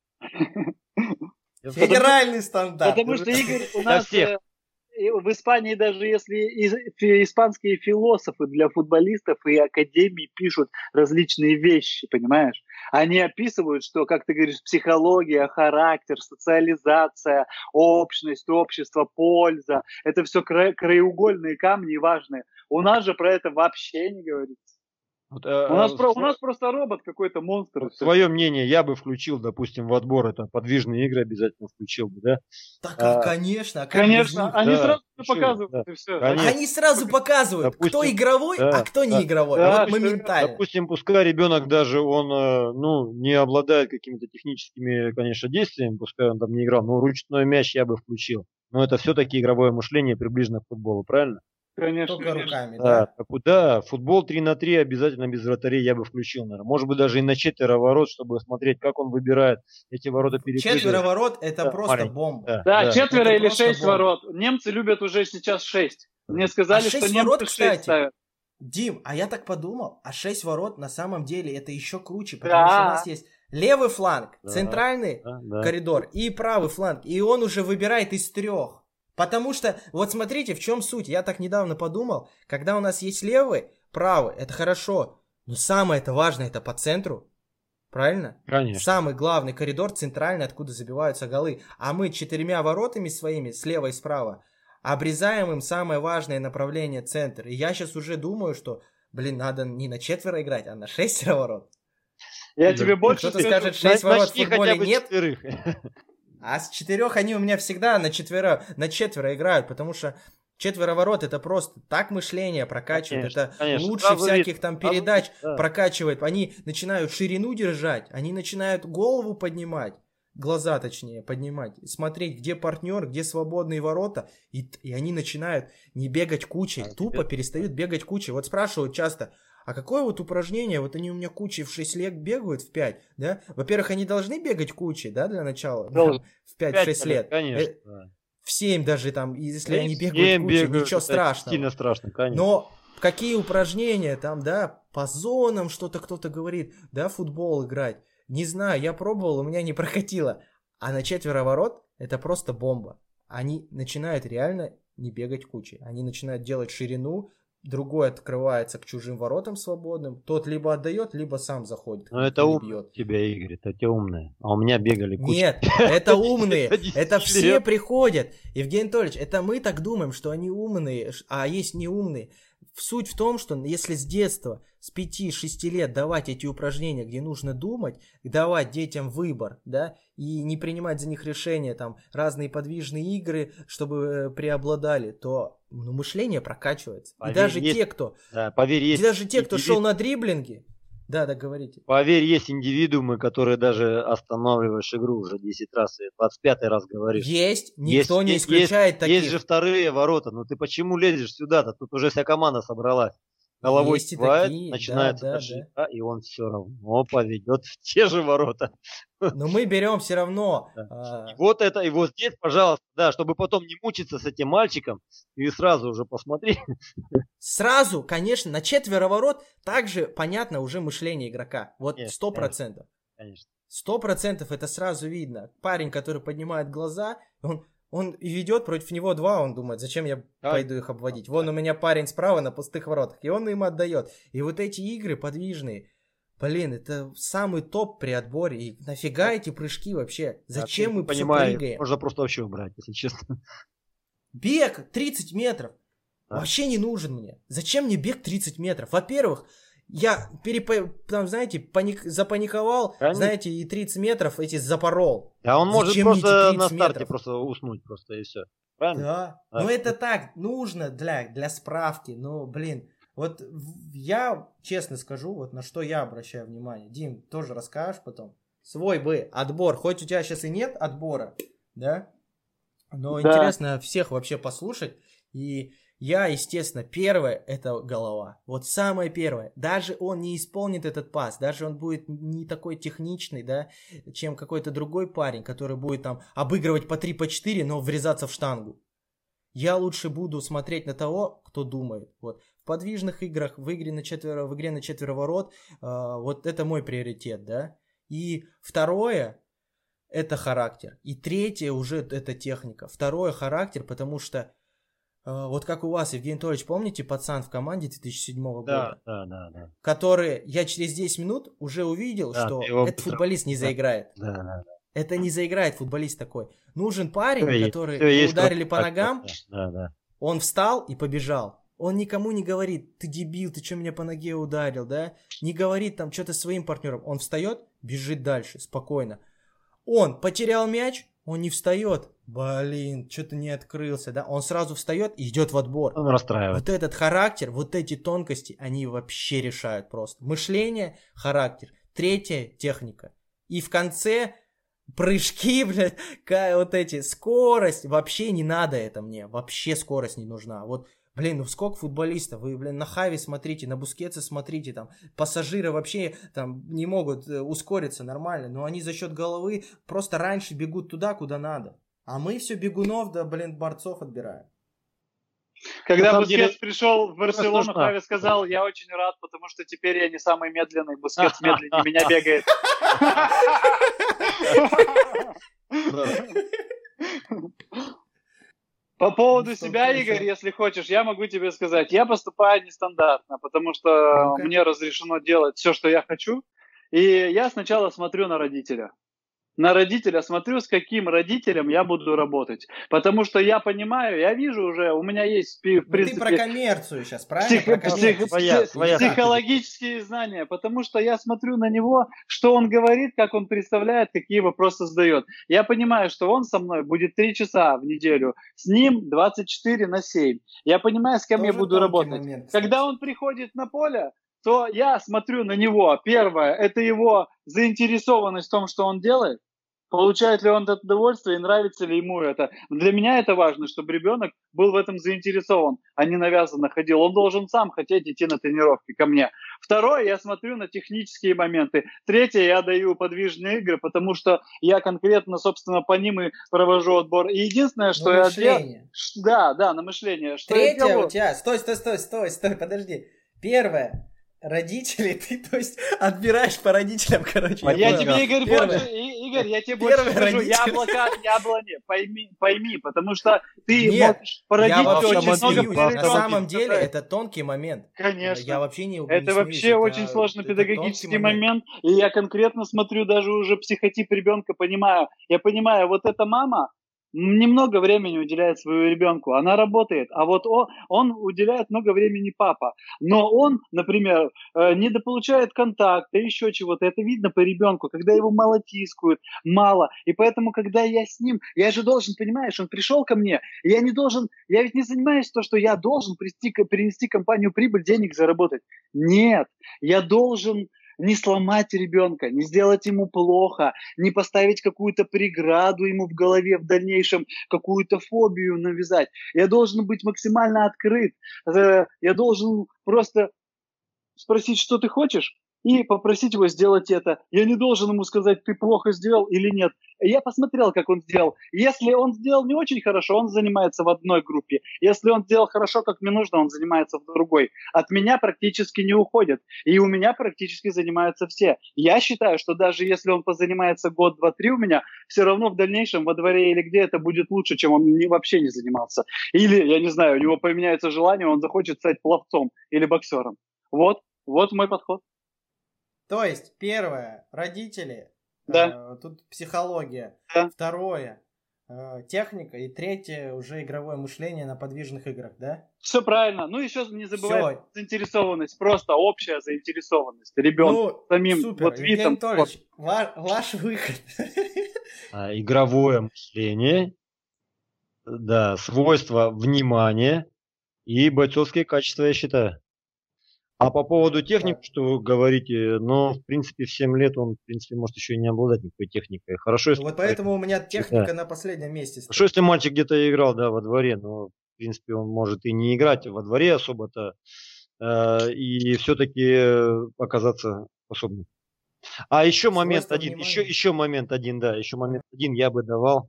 Федеральный стандарт. Потому что, Игорь, у Для нас всех. в Испании даже если испанские философы для футболистов и академии пишут различные вещи, понимаешь? Они описывают, что, как ты говоришь, психология, характер, социализация, общность, общество, польза. Это все краеугольные камни важные. У нас же про это вообще не говорится. Вот, У нас просто робот какой-то монстр. вот свое мнение я бы включил, допустим, в отбор, это подвижные игры обязательно включил бы, да? Так, конечно. А как без Конечно, них? они Да, сразу почему? показывают, Да. и все. Конечно. Они сразу показывают, Допустим, кто игровой, да, а кто не да. игровой. Да, Вот что- моментально. Допустим, пускай ребенок даже он, не обладает какими-то техническими, конечно, действиями, пускай он там не играл, но ручной мяч я бы включил. Но это все-таки игровое мышление приближено к футболу, правильно? Конечно, Только конечно. руками, Да, да? да, футбол 3-3 обязательно без вратарей я бы включил, наверное. Может быть, даже и на 4 ворот, чтобы смотреть, как он выбирает эти ворота перепрыгивать. 4 ворот это Да, просто маленький. бомба. Да, 4 Это или просто 6 бомба. ворот. Немцы любят уже сейчас 6. Мне сказали, А что 6 немцы ворот, 6 кстати, ставят. Дим, а я так подумал, а 6 ворот на самом деле это еще круче, потому что у Да. нас есть левый фланг, Да. центральный Да. коридор и правый фланг, и он уже выбирает из 3. Потому что, вот смотрите, в чем суть, я так недавно подумал, когда у нас есть левый, правый, это хорошо, но самое это важное, это по центру, правильно? Конечно. Самый главный коридор центральный, откуда забиваются голы, а мы 4 воротами своими, слева и справа, обрезаем им самое важное направление центр. И я сейчас уже думаю, что, надо не на 4 играть, а на 6 ворот. Я тебе больше Кто-то скажу. скажет, 6 ворот в Начни футболе хотя бы нет, 4. а с 4 они у меня всегда на 4 играют, потому что 4 ворот это просто так мышление прокачивает, Конечно, это конечно. лучше Сразу всяких видно, там сразу передач видно, да. прокачивает. Они начинают ширину держать, они начинают голову поднимать, глаза точнее поднимать, смотреть, где партнер, где свободные ворота, и они начинают не бегать кучей, тупо перестают бегать кучей. Вот спрашивают часто, а какое вот упражнение, вот они у меня кучей в 6 лет бегают, в 5, да? Во-первых, они должны бегать кучей, да, для начала, Должны. в 5-6 лет. Конечно. Да. В 7 даже там, если они В бегают 7 кучей, бегают, ничего это страшного. Сильно страшно, конечно. Но какие упражнения там, да, по зонам что-то кто-то говорит, да, футбол играть. Не знаю, я пробовал, у меня не прокатило. А на 4 ворот это просто бомба. Они начинают реально не бегать кучей. Они начинают делать ширину, другой открывается к чужим воротам свободным. Тот либо отдает, либо сам заходит. Ну это или умно бьет. у тебя, Игорь, это те умные. А у меня бегали куча. Нет, это умные, До 10 это все лет. приходят. Евгений Анатольевич, это мы так думаем, что они умные, а есть неумные. Суть в том, что если с детства, с 5-6 лет давать эти упражнения, где нужно думать, давать детям выбор, да, и не принимать за них решения, там, разные подвижные игры, чтобы преобладали, то мышление прокачивается. Поверь, и даже есть- те, кто, Да, поверь, есть даже те, кто индивид- шел на дриблинге, да, говорите. Поверь, есть индивидуумы, которые даже останавливаешь игру уже 10 раз и 25 раз говоришь. Есть, никто не Есть- исключает таких. Есть же вторые ворота, но ты почему лезешь сюда-то? Тут уже вся команда собралась. Головой Есть и кивает, такие, начинается да, дождь, и он все равно поведет в те же ворота. Но мы берем все равно. И вот это, и вот здесь, пожалуйста, да, чтобы потом не мучиться с этим мальчиком, и сразу уже посмотри. Сразу, конечно, на 4 ворот также понятно уже мышление игрока. Вот Конечно, 100%. Конечно. 100% это сразу видно. Парень, который поднимает глаза, Он ведет, против него 2, он думает, зачем я пойду их обводить. Вон у меня парень справа на пустых воротах, и он им отдает. И вот эти игры подвижные, блин, это самый топ при отборе. И нафига эти прыжки вообще? Зачем мы все прыгаем? Можно просто вообще убрать, если честно. Бег 30 метров. Вообще не нужен мне. Зачем мне бег 30 метров? Во-первых, я там, знаете, запаниковал, знаете, и 30 метров эти запорол. А он может Зачем просто на старте метров? просто уснуть просто и все. Правильно? Да. Ну это так, нужно для справки. Ну, блин, вот я честно скажу, вот на что я обращаю внимание. Дим, тоже расскажешь потом. Свой бы отбор. Хоть у тебя сейчас и нет отбора, да? Но интересно всех вообще послушать. И я, естественно, первое, это голова. Вот самое первое. Даже он не исполнит этот пас, даже он будет не такой техничный, да, чем какой-то другой парень, который будет там обыгрывать по 3, по 4, но врезаться в штангу. Я лучше буду смотреть на того, кто думает. Вот. В подвижных играх, в игре на 4 ворот, вот это мой приоритет, да. И второе, это характер. И третье уже это техника. Второе характер, потому что вот как у вас, Евгений Анатольевич, помните пацан в команде 2007 года? Да. Который я через 10 минут уже увидел, что этот футболист не заиграет. Да. Это не заиграет футболист такой. Нужен парень, который ударили по ногам, он встал и побежал. Он никому не говорит, ты дебил, ты что меня по ноге ударил, да? Не говорит там что-то своим партнерам. Он встает, бежит дальше, спокойно. Он потерял мяч, он не встает. Блин, что-то не открылся, да? Он сразу встает и идет в отбор. Он расстраивает. Вот этот характер, вот эти тонкости, они вообще решают просто. Мышление, характер. Третье, техника. И в конце прыжки, блядь, вот эти, скорость. Вообще не надо это мне. Вообще скорость не нужна. Вот, блин, ну сколько футболистов. Вы, блин, на Хави смотрите, на Бускетса смотрите, там, пассажиры вообще там не могут ускориться нормально, но они за счет головы просто раньше бегут туда, куда надо. А мы все бегунов, да, блин, борцов отбираем. Когда Бускетс пришел в Барселону, Хави сказал, я очень рад, потому что теперь я не самый медленный, Бускетс медленнее меня бегает. По поводу себя, Игорь, если хочешь, я могу тебе сказать, я поступаю нестандартно, потому что мне разрешено делать все, что я хочу, и я сначала смотрю на родителя. На родителя смотрю, с каким родителем я буду работать. Потому что я понимаю, я вижу уже, у меня есть, в принципе... Ты про коммерцию сейчас, правильно? Психологические знания. Потому что я смотрю на него, что он говорит, как он представляет, какие вопросы задает. Я понимаю, что он со мной будет 3 часа в неделю. С ним 24/7. Я понимаю, с кем я буду работать. Когда он приходит на поле, то я смотрю на него. Первое, это его заинтересованность в том, что он делает. Получает ли он это удовольствие и нравится ли ему это. Для меня это важно, чтобы ребенок был в этом заинтересован, а не навязанно ходил. Он должен сам хотеть идти на тренировки ко мне. Второе, я смотрю на технические моменты. Третье, я даю подвижные игры, потому что я конкретно, собственно, по ним и провожу отбор. И единственное, что я делаю... Да, на мышление. Что третье у тебя... Стой, подожди. Первое. Родители, ты, то есть, отбираешь по родителям, короче. Я тебе, Игорь, я тебе больше скажу, яблоко от яблони, пойми, потому что ты можешь породить очень много. На самом деле, это тонкий момент. Конечно. Я вообще не это вообще очень сложный педагогический момент, и я конкретно смотрю даже уже психотип ребенка, понимаю. Я понимаю, вот эта мама немного времени уделяет своему ребенку, она работает, а вот он уделяет много времени папа, но он, например, недополучает контакта, еще чего-то, это видно по ребенку, когда его мало тискают, мало, и поэтому, когда я с ним, я же должен, понимаешь, он пришел ко мне, я ведь не занимаюсь то, что я должен принести компанию прибыль, денег заработать, нет, я должен не сломать ребенка, не сделать ему плохо, не поставить какую-то преграду ему в голове в дальнейшем, какую-то фобию навязать. Я должен быть максимально открыт. Я должен просто спросить, что ты хочешь, и попросить его сделать это. Я не должен ему сказать, ты плохо сделал или нет. Я посмотрел, как он сделал. Если он сделал не очень хорошо, он занимается в одной группе. Если он сделал хорошо, как мне нужно, он занимается в другой. От меня практически не уходят. И у меня практически занимаются все. Я считаю, что даже если он позанимается год, два, три у меня, все равно в дальнейшем во дворе или где это будет лучше, чем он вообще не занимался. Или, я не знаю, у него поменяется желание, он захочет стать пловцом или боксером. Вот мой подход. То есть, первое, родители, Да. тут психология. Да. Второе, техника. И третье, уже игровое мышление на подвижных играх, да? Все правильно. Ну, еще не забывай Всё. заинтересованность. Просто общая заинтересованность. Ребенка самим супер. вот Евгений видом. Анатольевич, ваш выход. Игровое мышление, да, свойства внимания и бойцовские качества, я считаю. А по поводу техники, что вы говорите, ну, в принципе, в 7 лет он, в принципе, может еще и не обладать никакой техникой. Хорошо, если... Вот поэтому у меня техника на последнем месте стоит. Хорошо, если мальчик где-то играл, да, во дворе, но, в принципе, он может и не играть во дворе особо-то, и все-таки оказаться способным. А еще момент один, еще момент один я бы давал.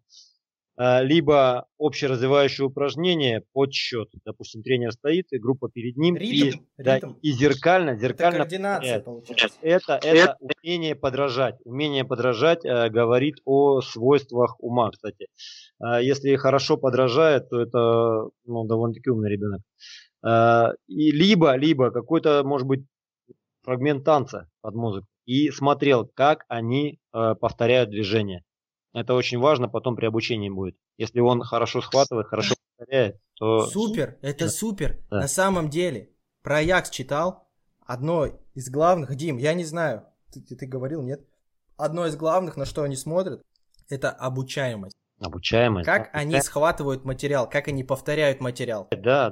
Либо общеразвивающее упражнение под счет. Допустим, тренер стоит, и группа перед ним. Ритм. И зеркально. Это координация, получается. Это умение подражать. Умение подражать говорит о свойствах ума, кстати. Если хорошо подражает, то это довольно-таки умный ребенок. И либо какой-то, может быть, фрагмент танца под музыку. И смотрел, как они повторяют движение. Это очень важно потом при обучении будет. Если он хорошо схватывает, хорошо повторяет, то... Супер, это супер. Да. На самом деле, про Аякс читал. Одно из главных, Дим, я не знаю, ты говорил, нет? Одно из главных, на что они смотрят, это обучаемость. Обучаемость. Как они схватывают материал, как они повторяют материал. Да.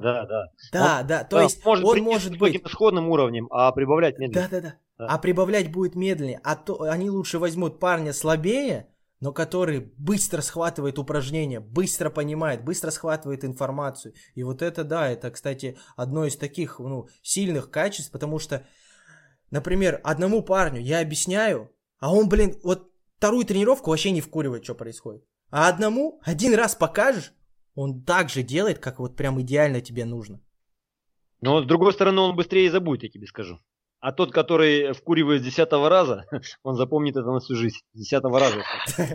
Да, то есть он может быть... исходным уровнем, а прибавлять медленнее. Да. А прибавлять будет медленнее. А то они лучше возьмут парня слабее, но который быстро схватывает упражнения, быстро понимает, быстро схватывает информацию. И вот это, да, это, кстати, одно из таких, сильных качеств, потому что, например, одному парню я объясняю, а он, вот вторую тренировку вообще не вкуривает, что происходит. А одному один раз покажешь, он так же делает, как вот прям идеально тебе нужно. Но с другой стороны, он быстрее забудет, я тебе скажу. А тот, который вкуривает с 10-го раза, он запомнит это на всю жизнь. С 10-го раза.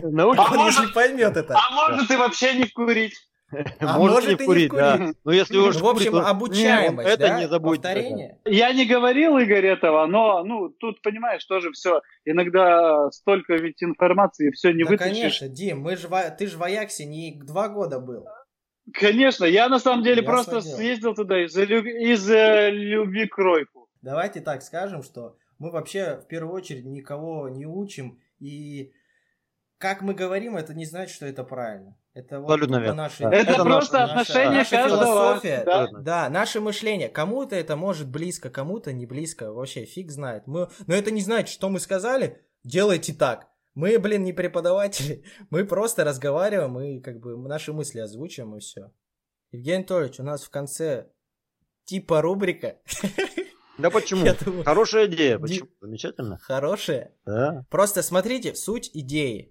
Если поймет это. А может и вообще не курить. Может не курить, да. Но если уж в общем, обучаемость, это не забудь. Повторение. Я не говорил, Игорь, этого, но тут, понимаешь, тоже все. Иногда столько ведь информации, все не вытащишь. Конечно, Дим, ты же в Аяксе не 2 года был. Конечно, я на самом деле Ясно просто дело. съездил туда из любви к Кройфу. Давайте так скажем, что мы вообще в первую очередь никого не учим, и как мы говорим, это не значит, что это правильно. Это вот это просто отношение каждого. Философия, да, наше мышление. Кому-то это может близко, кому-то не близко, вообще фиг знает. Но это не значит, что мы сказали, делайте так. Мы, не преподаватели, мы просто разговариваем и наши мысли озвучиваем и все. Евгений Анатольевич, у нас в конце типа рубрика. Да почему? Хорошая идея. Почему? Замечательно. Хорошая? Да. Просто смотрите, суть идеи.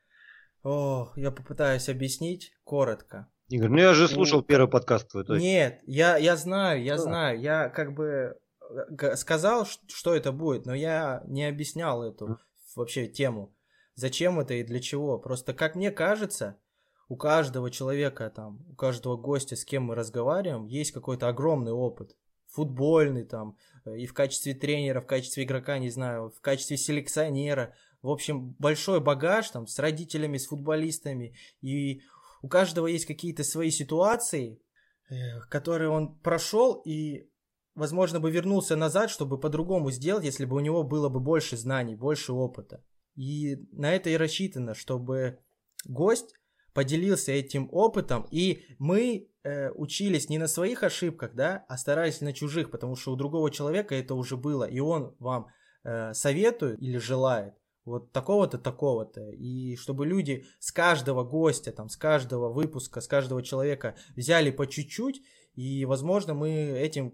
Я попытаюсь объяснить коротко. Игорь, я же слушал первый подкаст твой. Нет, я знаю. Я сказал, что это будет, но я не объяснял эту вообще тему. Зачем это и для чего? Просто, как мне кажется, у каждого человека, у каждого гостя, с кем мы разговариваем, есть какой-то огромный опыт. Футбольный и в качестве тренера, в качестве игрока, не знаю, в качестве селекционера. В общем, большой багаж с родителями, с футболистами. И у каждого есть какие-то свои ситуации, которые он прошел и, возможно, бы вернулся назад, чтобы по-другому сделать, если бы у него было бы больше знаний, больше опыта. И на это и рассчитано, чтобы гость поделился этим опытом, и мы учились не на своих ошибках, а старались на чужих, потому что у другого человека это уже было, и он вам советует или желает вот такого-то, такого-то, и чтобы люди с каждого гостя, с каждого выпуска, с каждого человека взяли по чуть-чуть, и, возможно, мы этим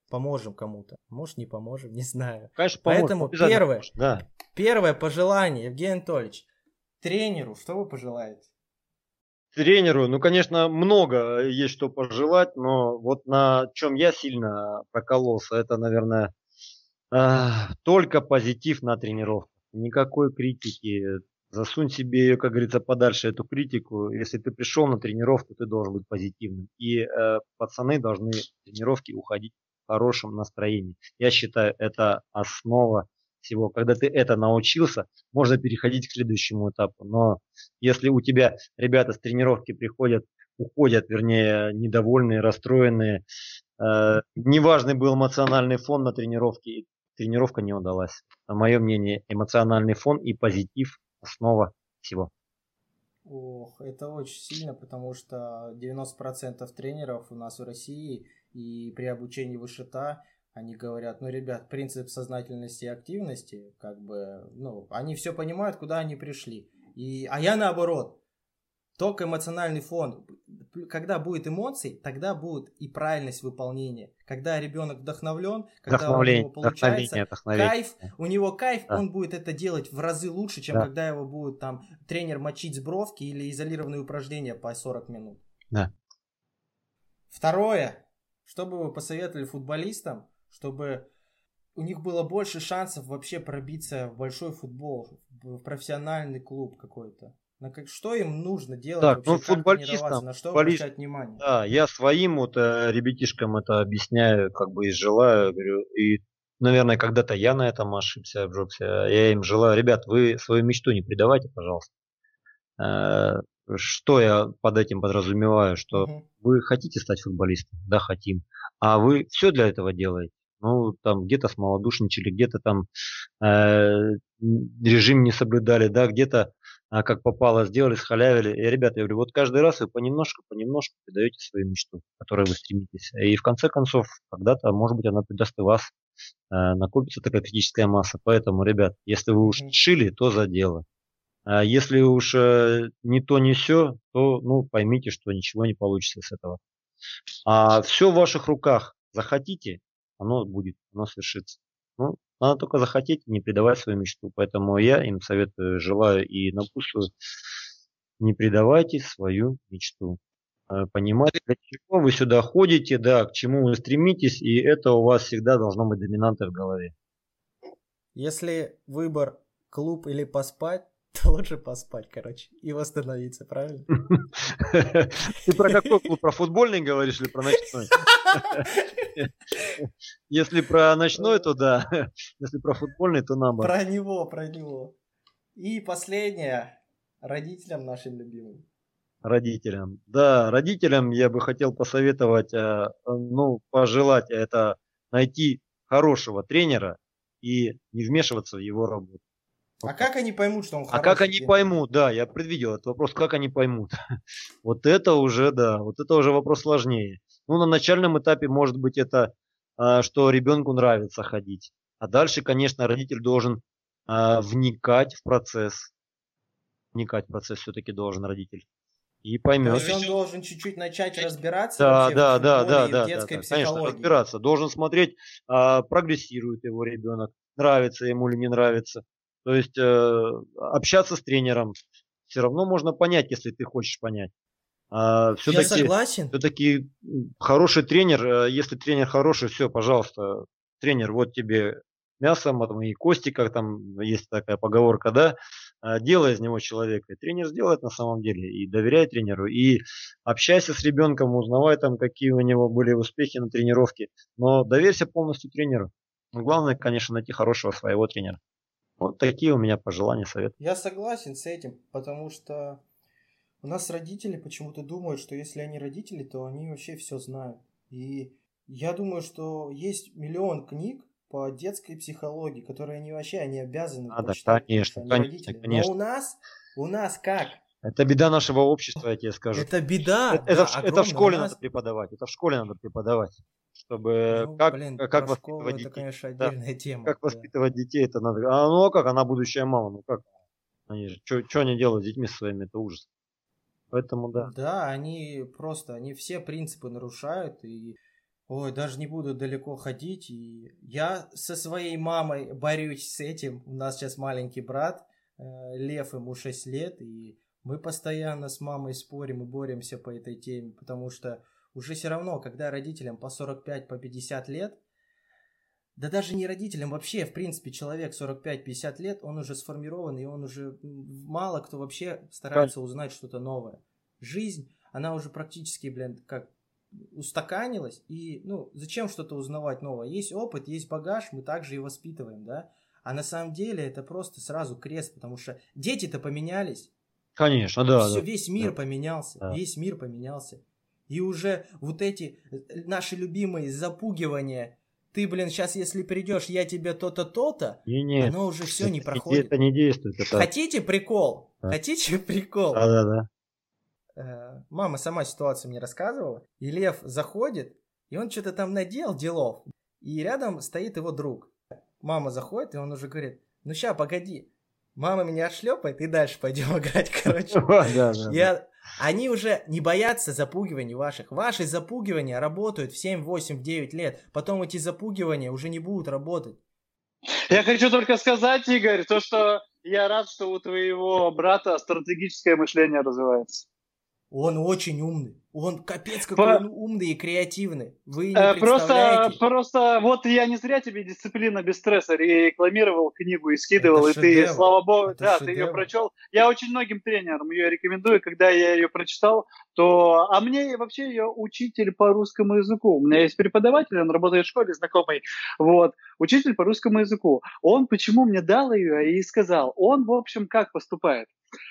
поможем кому-то. Может, не поможем, не знаю. Конечно, Поэтому поможем, первое, да. первое пожелание, Евгений Анатольевич, тренеру, что вы пожелаете? Тренеру, ну, конечно, много есть что пожелать, но вот на чем я сильно прокололся, это, наверное, только позитив на тренировках. Никакой критики. Засунь себе ее, как говорится, подальше, эту критику. Если ты пришел на тренировку, ты должен быть позитивным. И пацаны должны с тренировки уходить в хорошем настроении. Я считаю, это основа всего. Когда ты это научился, можно переходить к следующему этапу. Но если у тебя ребята с тренировки уходят, вернее, недовольные, расстроенные, неважный был эмоциональный фон на тренировке, тренировка не удалась. На мое мнение, эмоциональный фон и позитив – основа всего. Ох, это очень сильно, потому что 90% тренеров у нас в России и при обучении ВШТ, они говорят, ну, ребят, принцип сознательности и активности, как бы, ну, они все понимают, куда они пришли. А я наоборот. Только эмоциональный фон. Когда будет эмоции, тогда будет и правильность выполнения. Когда ребенок вдохновлен, когда у него получается кайф, у него кайф, да. Он будет это делать в разы лучше, чем когда его будет там тренер мочить с бровки или изолированные упражнения по 40 минут. Да. Второе, что бы вы посоветовали футболистам, чтобы у них было больше шансов вообще пробиться в большой футбол, в профессиональный клуб какой-то? Что им нужно делать так, вообще, ну, как тренироваться, на что обращать внимание? Да, я своим вот ребятишкам это объясняю, как бы и желаю, говорю, и, наверное, когда-то я на этом ошибся, обжегся, я им желаю, ребят, вы свою мечту не предавайте, пожалуйста. Что я под этим подразумеваю, что вы хотите стать футболистом? Да, хотим. А вы все для этого делаете? Ну, там где-то смолодушничали, где-то там режим не соблюдали, да, где-то как попало сделали, схалявили. И, ребята, я говорю, вот каждый раз вы понемножку предаете свою мечту, к которой вы стремитесь. И в конце концов, когда-то, может быть, она придаст и вас, накопится такая критическая масса. Поэтому, ребят, если вы уж решили, то за дело. А если уж не то, не все, то, ну, поймите, что ничего не получится с этого. А все в ваших руках. Захотите, оно будет, оно свершится. Ну, надо только захотеть, не предавать свою мечту. Поэтому я им советую, желаю и напутствую, не предавайте свою мечту. Понимаете, для чего вы сюда ходите, да, к чему вы стремитесь, и это у вас всегда должно быть доминантой в голове. Если выбор клуб или поспать, то лучше поспать, короче, и восстановиться, правильно? Ты про какой клуб? Про футбольный говоришь или про ночной? Если про ночной, то да. Если про футбольный, то наоборот. Про него. И последнее. Родителям нашим любимым. Родителям. Да, родителям я бы хотел посоветовать, ну, пожелать это найти хорошего тренера и не вмешиваться в его работу. А как они поймут, что он хороший? А как они поймут, да, я предвидел этот вопрос, как они поймут. Вот это уже, да, вот это уже вопрос сложнее. Ну, на начальном этапе, может быть, это, что ребенку нравится ходить. А дальше, конечно, родитель должен вникать в процесс. Вникать в процесс все-таки должен родитель. И поймет. То есть он должен чуть-чуть начать разбираться вообще в детской психологии. Конечно, разбираться. Должен смотреть, прогрессирует его ребенок, нравится ему или не нравится. То есть общаться с тренером все равно можно понять, если ты хочешь понять. Я согласен. Все-таки хороший тренер, если тренер хороший, все, пожалуйста, тренер, вот тебе мясо, мои кости, как там есть такая поговорка, да, делай из него человека. И тренер сделает на самом деле, и доверяй тренеру, и общайся с ребенком, узнавай там, какие у него были успехи на тренировке, но доверься полностью тренеру. Но главное, конечно, найти хорошего своего тренера. Вот такие у меня пожелания, советы. Я согласен с этим, потому что у нас родители почему-то думают, что если они родители, то они вообще все знают. И я думаю, что есть миллион книг по детской психологии, которые они вообще обязаны почитать. Конечно. Но у нас как? Это беда нашего общества, я тебе скажу. Это беда. Это в школе надо преподавать. Это в школе надо преподавать. Чтобы как воспитывать детей. Это, конечно, отдельная тема. Как воспитывать детей, это надо. Ну как, она будущая мама, ну как? Что они делают с детьми своими, это ужас. Поэтому да. Да, они все принципы нарушают, и Ой, даже не буду далеко ходить. И я со своей мамой борюсь с этим. У нас сейчас маленький брат, Лев, ему 6 лет, и мы постоянно с мамой спорим и боремся по этой теме, потому что уже все равно, когда родителям по 45, по 50 лет, да даже не родителям, вообще, в принципе, человек 45-50 лет, он уже сформирован, и он уже мало кто вообще старается узнать что-то новое. Жизнь, она уже практически, как устаканилась, и, зачем что-то узнавать новое? Есть опыт, есть багаж, мы также и воспитываем, да? А на самом деле это просто сразу крест, потому что дети-то поменялись. Конечно, да. Все, весь мир поменялся, весь мир поменялся. И уже вот эти наши любимые запугивания, ты, сейчас если придешь, я тебе то-то, то-то, нет, оно уже все не проходит. Это не действует. Это... Хотите прикол? Да. Хотите прикол? Да. Мама сама ситуацию мне рассказывала, и Лев заходит, и он что-то там наделал делов, и рядом стоит его друг. Мама заходит, и он уже говорит, ща, погоди. Мама меня отшлепает, и дальше пойдем играть, короче. Они уже не боятся запугиваний ваших. Ваши запугивания работают в 7, 8, 9 лет. Потом эти запугивания уже не будут работать. Я хочу только сказать, Игорь, то, что я рад, что у твоего брата стратегическое мышление развивается. Он очень умный. Он капец какой умный и креативный. Вы не представляете. Просто вот я не зря тебе «Дисциплина без стресса» рекламировал книгу и скидывал, это и шедевр. Ты, слава богу, ты ее прочел. Я очень многим тренерам ее рекомендую, когда я ее прочитал, то... А мне вообще ее учитель по русскому языку. У меня есть преподаватель, он работает в школе, знакомый. Вот. Учитель по русскому языку. Он почему мне дал ее и сказал, он, в общем, как поступает?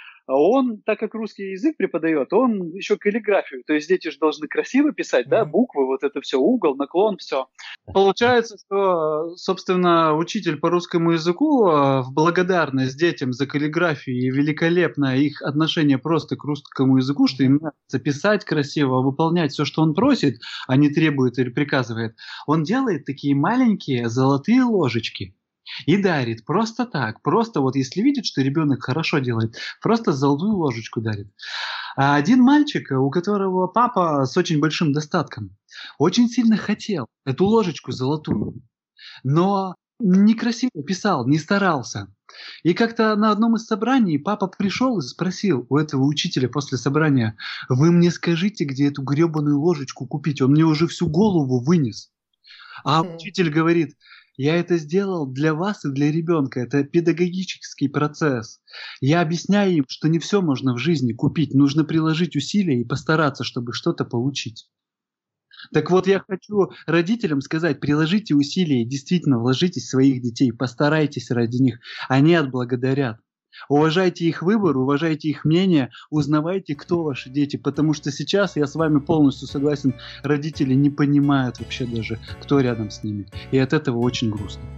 Он, так как русский язык преподает, он еще каллиграфию. То есть дети же должны красиво писать, да, буквы, вот это все, угол, наклон, все. Получается, что, собственно, учитель по русскому языку в благодарность детям за каллиграфию и великолепное их отношение просто к русскому языку, что им нравится писать красиво, выполнять все, что он просит, а не требует или приказывает, он делает такие маленькие золотые ложечки. И дарит просто так, просто вот если видит, что ребенок хорошо делает, просто золотую ложечку дарит. А один мальчик, у которого папа с очень большим достатком, очень сильно хотел эту ложечку золотую, но некрасиво писал, не старался. И как-то на одном из собраний папа пришел и спросил у этого учителя после собрания, вы мне скажите, где эту гребаную ложечку купить, он мне уже всю голову вынес. А учитель говорит, я это сделал для вас и для ребенка. Это педагогический процесс. Я объясняю им, что не все можно в жизни купить. Нужно приложить усилия и постараться, чтобы что-то получить. Так вот, я хочу родителям сказать, приложите усилия, действительно вложитесь в своих детей, постарайтесь ради них. Они отблагодарят. Уважайте их выбор, уважайте их мнение, узнавайте, кто ваши дети, потому что сейчас, я с вами полностью согласен, родители не понимают вообще даже, кто рядом с ними, и от этого очень грустно.